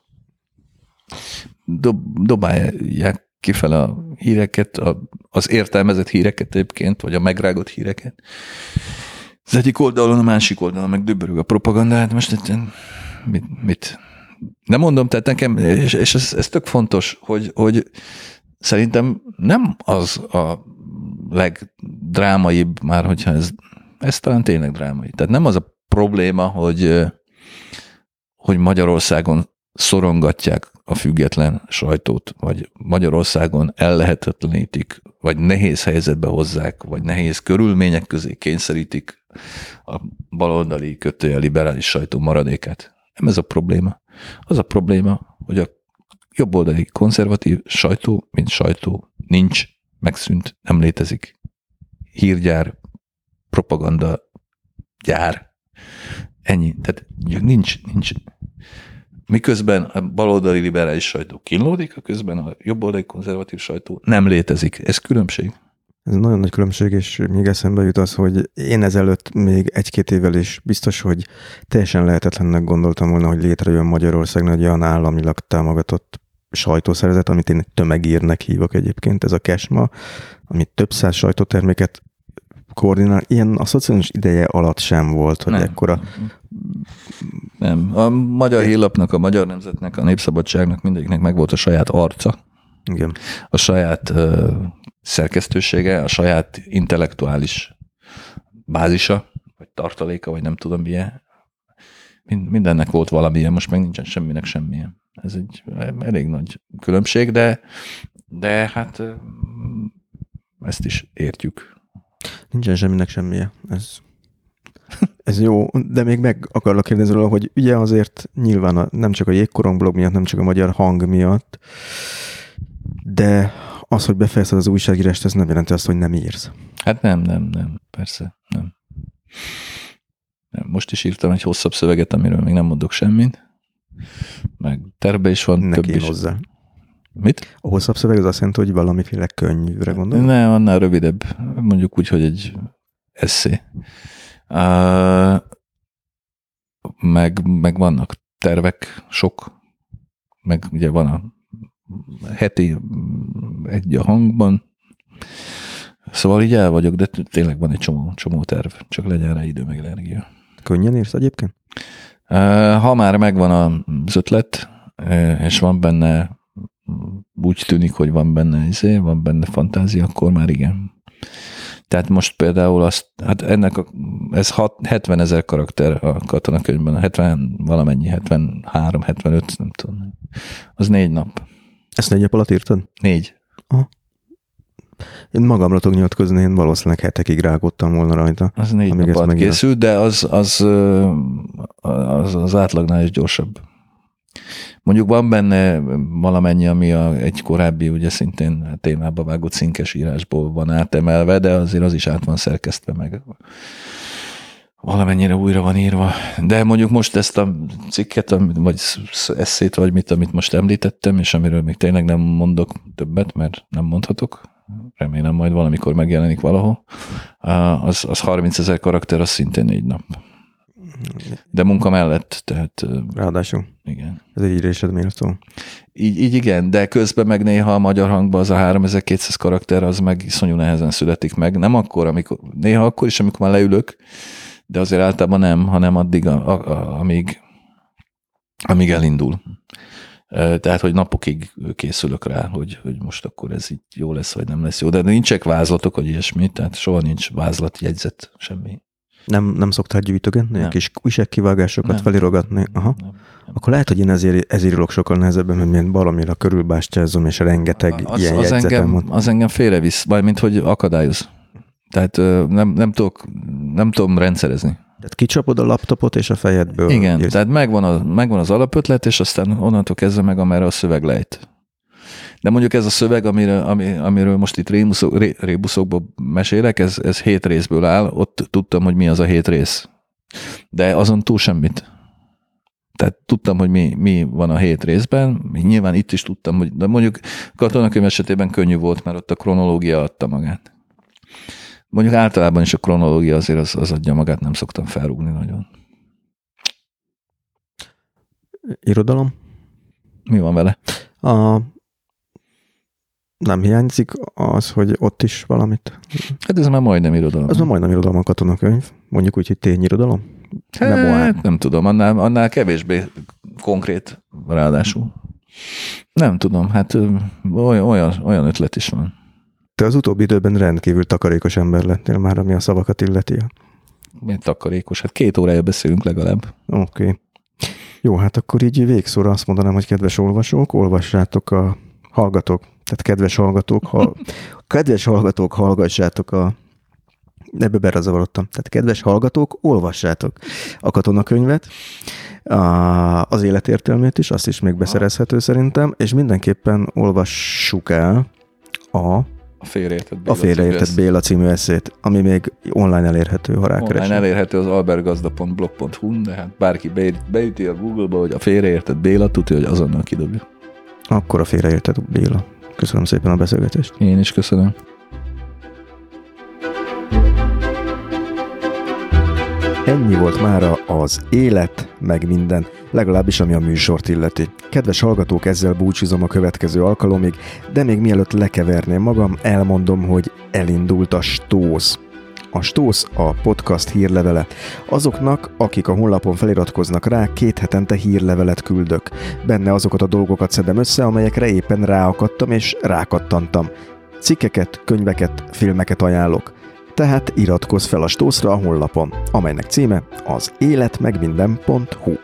Dob, dobálják kifele a híreket, a, az értelmezett híreket egyébként, vagy a megrágott híreket. Az egyik oldalon, a másik oldalon meg dübörög a propaganda, hát most itt, mit, mit? Nem mondom, tehát nekem, és, és ez, ez tök fontos, hogy, hogy szerintem nem az a legdrámaibb, már hogyha ez, ez talán tényleg drámai. Tehát nem az a probléma, hogy, hogy Magyarországon szorongatják a független sajtót, vagy Magyarországon ellehetetlenítik, vagy nehéz helyzetbe hozzák, vagy nehéz körülmények közé kényszerítik a baloldali kötője liberális sajtó maradékát. Nem ez a probléma. Az a probléma, hogy a jobboldali konzervatív sajtó, mint sajtó nincs, megszűnt, nem létezik. Hírgyár, propaganda gyár, ennyi. Tehát nincs, nincs. Miközben a baloldali liberális sajtó kínlódik, a közben a jobboldali konzervatív sajtó nem létezik. Ez különbség. Ez nagyon nagy különbség, és még eszembe jut az, hogy én ezelőtt még egy-két évvel is biztos, hogy teljesen lehetetlennek gondoltam volna, hogy létrejön Magyarországon egy olyan államilag támogatott sajtószervezet, amit én tömegírnek hívok egyébként, ez a Kesma, amit több száz sajtóterméket koordinál. Ilyen a szociális ideje alatt sem volt, hogy nem. ekkora... Nem. A Magyar Hírlapnak, a Magyar Nemzetnek, a Népszabadságnak mindegyiknek megvolt a saját arca, igen. a saját uh, szerkesztősége, a saját intellektuális bázisa, vagy tartaléka, vagy nem tudom milyen. mindennek volt valamilyen, most meg nincsen semminek semmilyen. Ez egy elég nagy különbség, de, de hát ezt is értjük. Nincsen semminek semmilyen. Ez, ez jó, de még meg akarlak kérdezni róla, hogy ugye azért nyilván a, nem csak a Jégkorong blog miatt, nem csak a magyar hang miatt, de az, hogy befejezted az újságírást, ez nem jelenti azt, hogy nem írsz. Hát nem, nem, nem, persze, nem. nem. Most is írtam egy hosszabb szöveget, amiről még nem mondok semmit, meg terve is van, ne több is. Hozzá. Mit? A hosszabb szöveg az azt jelenti, hogy valamiféle könyvre gondolom? Ne, annál rövidebb. Mondjuk úgy, hogy egy esszé. Uh, meg, meg vannak tervek, sok, meg ugye van a heti egy a hangban, szóval így el vagyok, de tényleg van egy csomó, csomó terv, csak legyen rá idő meg energia. Könnyen írsz egyébként? Uh, ha már megvan az ötlet, és van benne, úgy tűnik, hogy van benne izé, van benne fantázia, akkor már igen. Tehát most például azt, hát ennek a, ez hetven ezer karakter a katonakönyvben, hetven valamennyi, hetvenhárom, hetvenöt, nem tudom. Az négy nap. Ezt négy nap alatt írtad? Négy. Aha. Én magamra tudok nyilatkozni, én valószínűleg hetekig rágottam volna rajta. Az négy nap alatt készült, de az, az, az, az átlagnál is gyorsabb. Mondjuk van benne valamennyi, ami a, egy korábbi, ugye szintén témába vágott cinkes írásból van átemelve, de azért az is át van szerkesztve meg. Valamennyire újra van írva. De mondjuk most ezt a cikket, vagy esszét, vagy mit, amit most említettem, és amiről még tényleg nem mondok többet, mert nem mondhatok, remélem majd valamikor megjelenik valahol, az, az harmincezer karakter, az szintén négy nap. De munka mellett, tehát... Ráadásul. Igen. Ez egy írésed méltó. Így, így igen, de közben meg néha a magyar hangban az a háromezer-kétszáz karakter, az meg iszonyú nehezen születik meg. Nem akkor, amikor, néha akkor is, amikor már leülök, de azért általában nem, hanem addig, a, a, a, amíg, amíg elindul. Tehát, hogy napokig készülök rá, hogy, hogy most akkor ez így jó lesz, vagy nem lesz jó. De nincsek vázlatok, vagy ilyesmi, tehát soha nincs vázlat, jegyzet, semmi. Nem, nem szoktál gyűjtögetni? Nem. Kis újságkivágásokat felirogatni? Aha. Nem, nem. Akkor lehet, hogy én ezért, ezért írok sokkal nehezebben, mert milyen valamire körülbástyázom, és rengeteg az, ilyen az jegyzetem engem, van. Az engem félrevisz, vagy mint hogy akadályoz. Tehát nem, nem, tudok, nem tudom rendszerezni. Tehát kicsapod a laptopot, és a fejedből... Igen, írsz. tehát megvan, a, megvan az alapötlet, és aztán onnantól kezdve meg, amerre a szöveg lejt. De mondjuk ez a szöveg, amiről, ami, amiről most itt rébuszok, ré, rébuszokból mesélek, ez, ez hét részből áll, ott tudtam, hogy mi az a hét rész. De azon túl semmit. Tehát tudtam, hogy mi, mi van a hét részben, nyilván itt is tudtam, hogy, de mondjuk katonakönyv esetében könnyű volt, mert ott a kronológia adta magát. Mondjuk általában is a kronológia azért az, az adja magát, nem szoktam felrúgni nagyon. Irodalom? Mi van vele? A... Nem hiányzik az, hogy ott is valamit... Hát ez már majdnem irodalom. Ez már majdnem irodalom a katonakönyv. Mondjuk úgy, hogy tényirodalom. Hát, nem, nem tudom, annál, annál kevésbé konkrét ráadásul. Nem tudom, hát olyan, olyan, olyan ötlet is van. Te az utóbbi időben rendkívül takarékos ember lettél már, ami a szavakat illeti. Miért takarékos? Hát két órája beszélünk legalább. Oké. Okay. Jó, hát akkor így végszóra azt mondanám, hogy kedves olvasók, olvassátok a hallgatók, tehát kedves hallgatók, ha, kedves hallgatók, hallgassátok a ebbe berazavarodtam. Tehát kedves hallgatók, olvassátok a katonakönyvet, a, az életértelmét is, azt is még beszerezhető szerintem, és mindenképpen olvassuk el a A félreértett Béla, a félreértett Béla című eszét, ami még online elérhető, ha rákeresünk. Online elérhető az albertgazda pont blog pont hu, de hát bárki beüti a Google-ba, hogy a félreértett Béla, tudja, hogy azonnal kidobja. Akkor a félreértett Béla. Köszönöm szépen a beszélgetést. Én is köszönöm. Ennyi volt mára az élet, meg minden, legalábbis ami a műsort illeti. Kedves hallgatók, ezzel búcsúzom a következő alkalomig, de még mielőtt lekeverném magam, elmondom, hogy elindult a Stósz. A Stósz a podcast hírlevele. Azoknak, akik a honlapon feliratkoznak rá, két hetente hírlevelet küldök. Benne azokat a dolgokat szedem össze, amelyekre éppen ráakadtam és rákattantam. Cikkeket, könyveket, filmeket ajánlok. Tehát iratkozz fel a Stószra a honlapon, amelynek címe az életmegminden pont hu.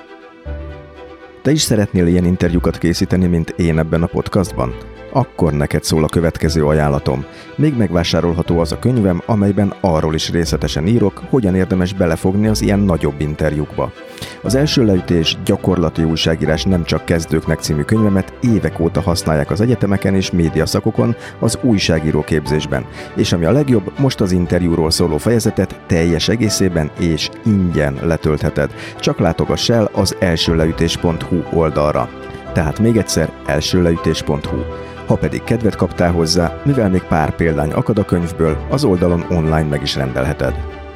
Te is szeretnél ilyen interjúkat készíteni, mint én ebben a podcastban? Akkor neked szól a következő ajánlatom. Még megvásárolható az a könyvem, amelyben arról is részletesen írok, hogyan érdemes belefogni az ilyen nagyobb interjúkba. Az első leütés gyakorlati újságírás nem csak kezdőknek című könyvemet évek óta használják az egyetemeken és médiaszakokon az újságíró képzésben. És ami a legjobb, most az interjúról szóló fejezetet teljes egészében és ingyen letöltheted. Csak látogass el az elsőleütés pont hu oldalra. Tehát még egyszer elsőleütés pont hu. Ha pedig kedvet kaptál hozzá, mivel még pár példány akad a könyvből, az oldalon online meg is rendelheted.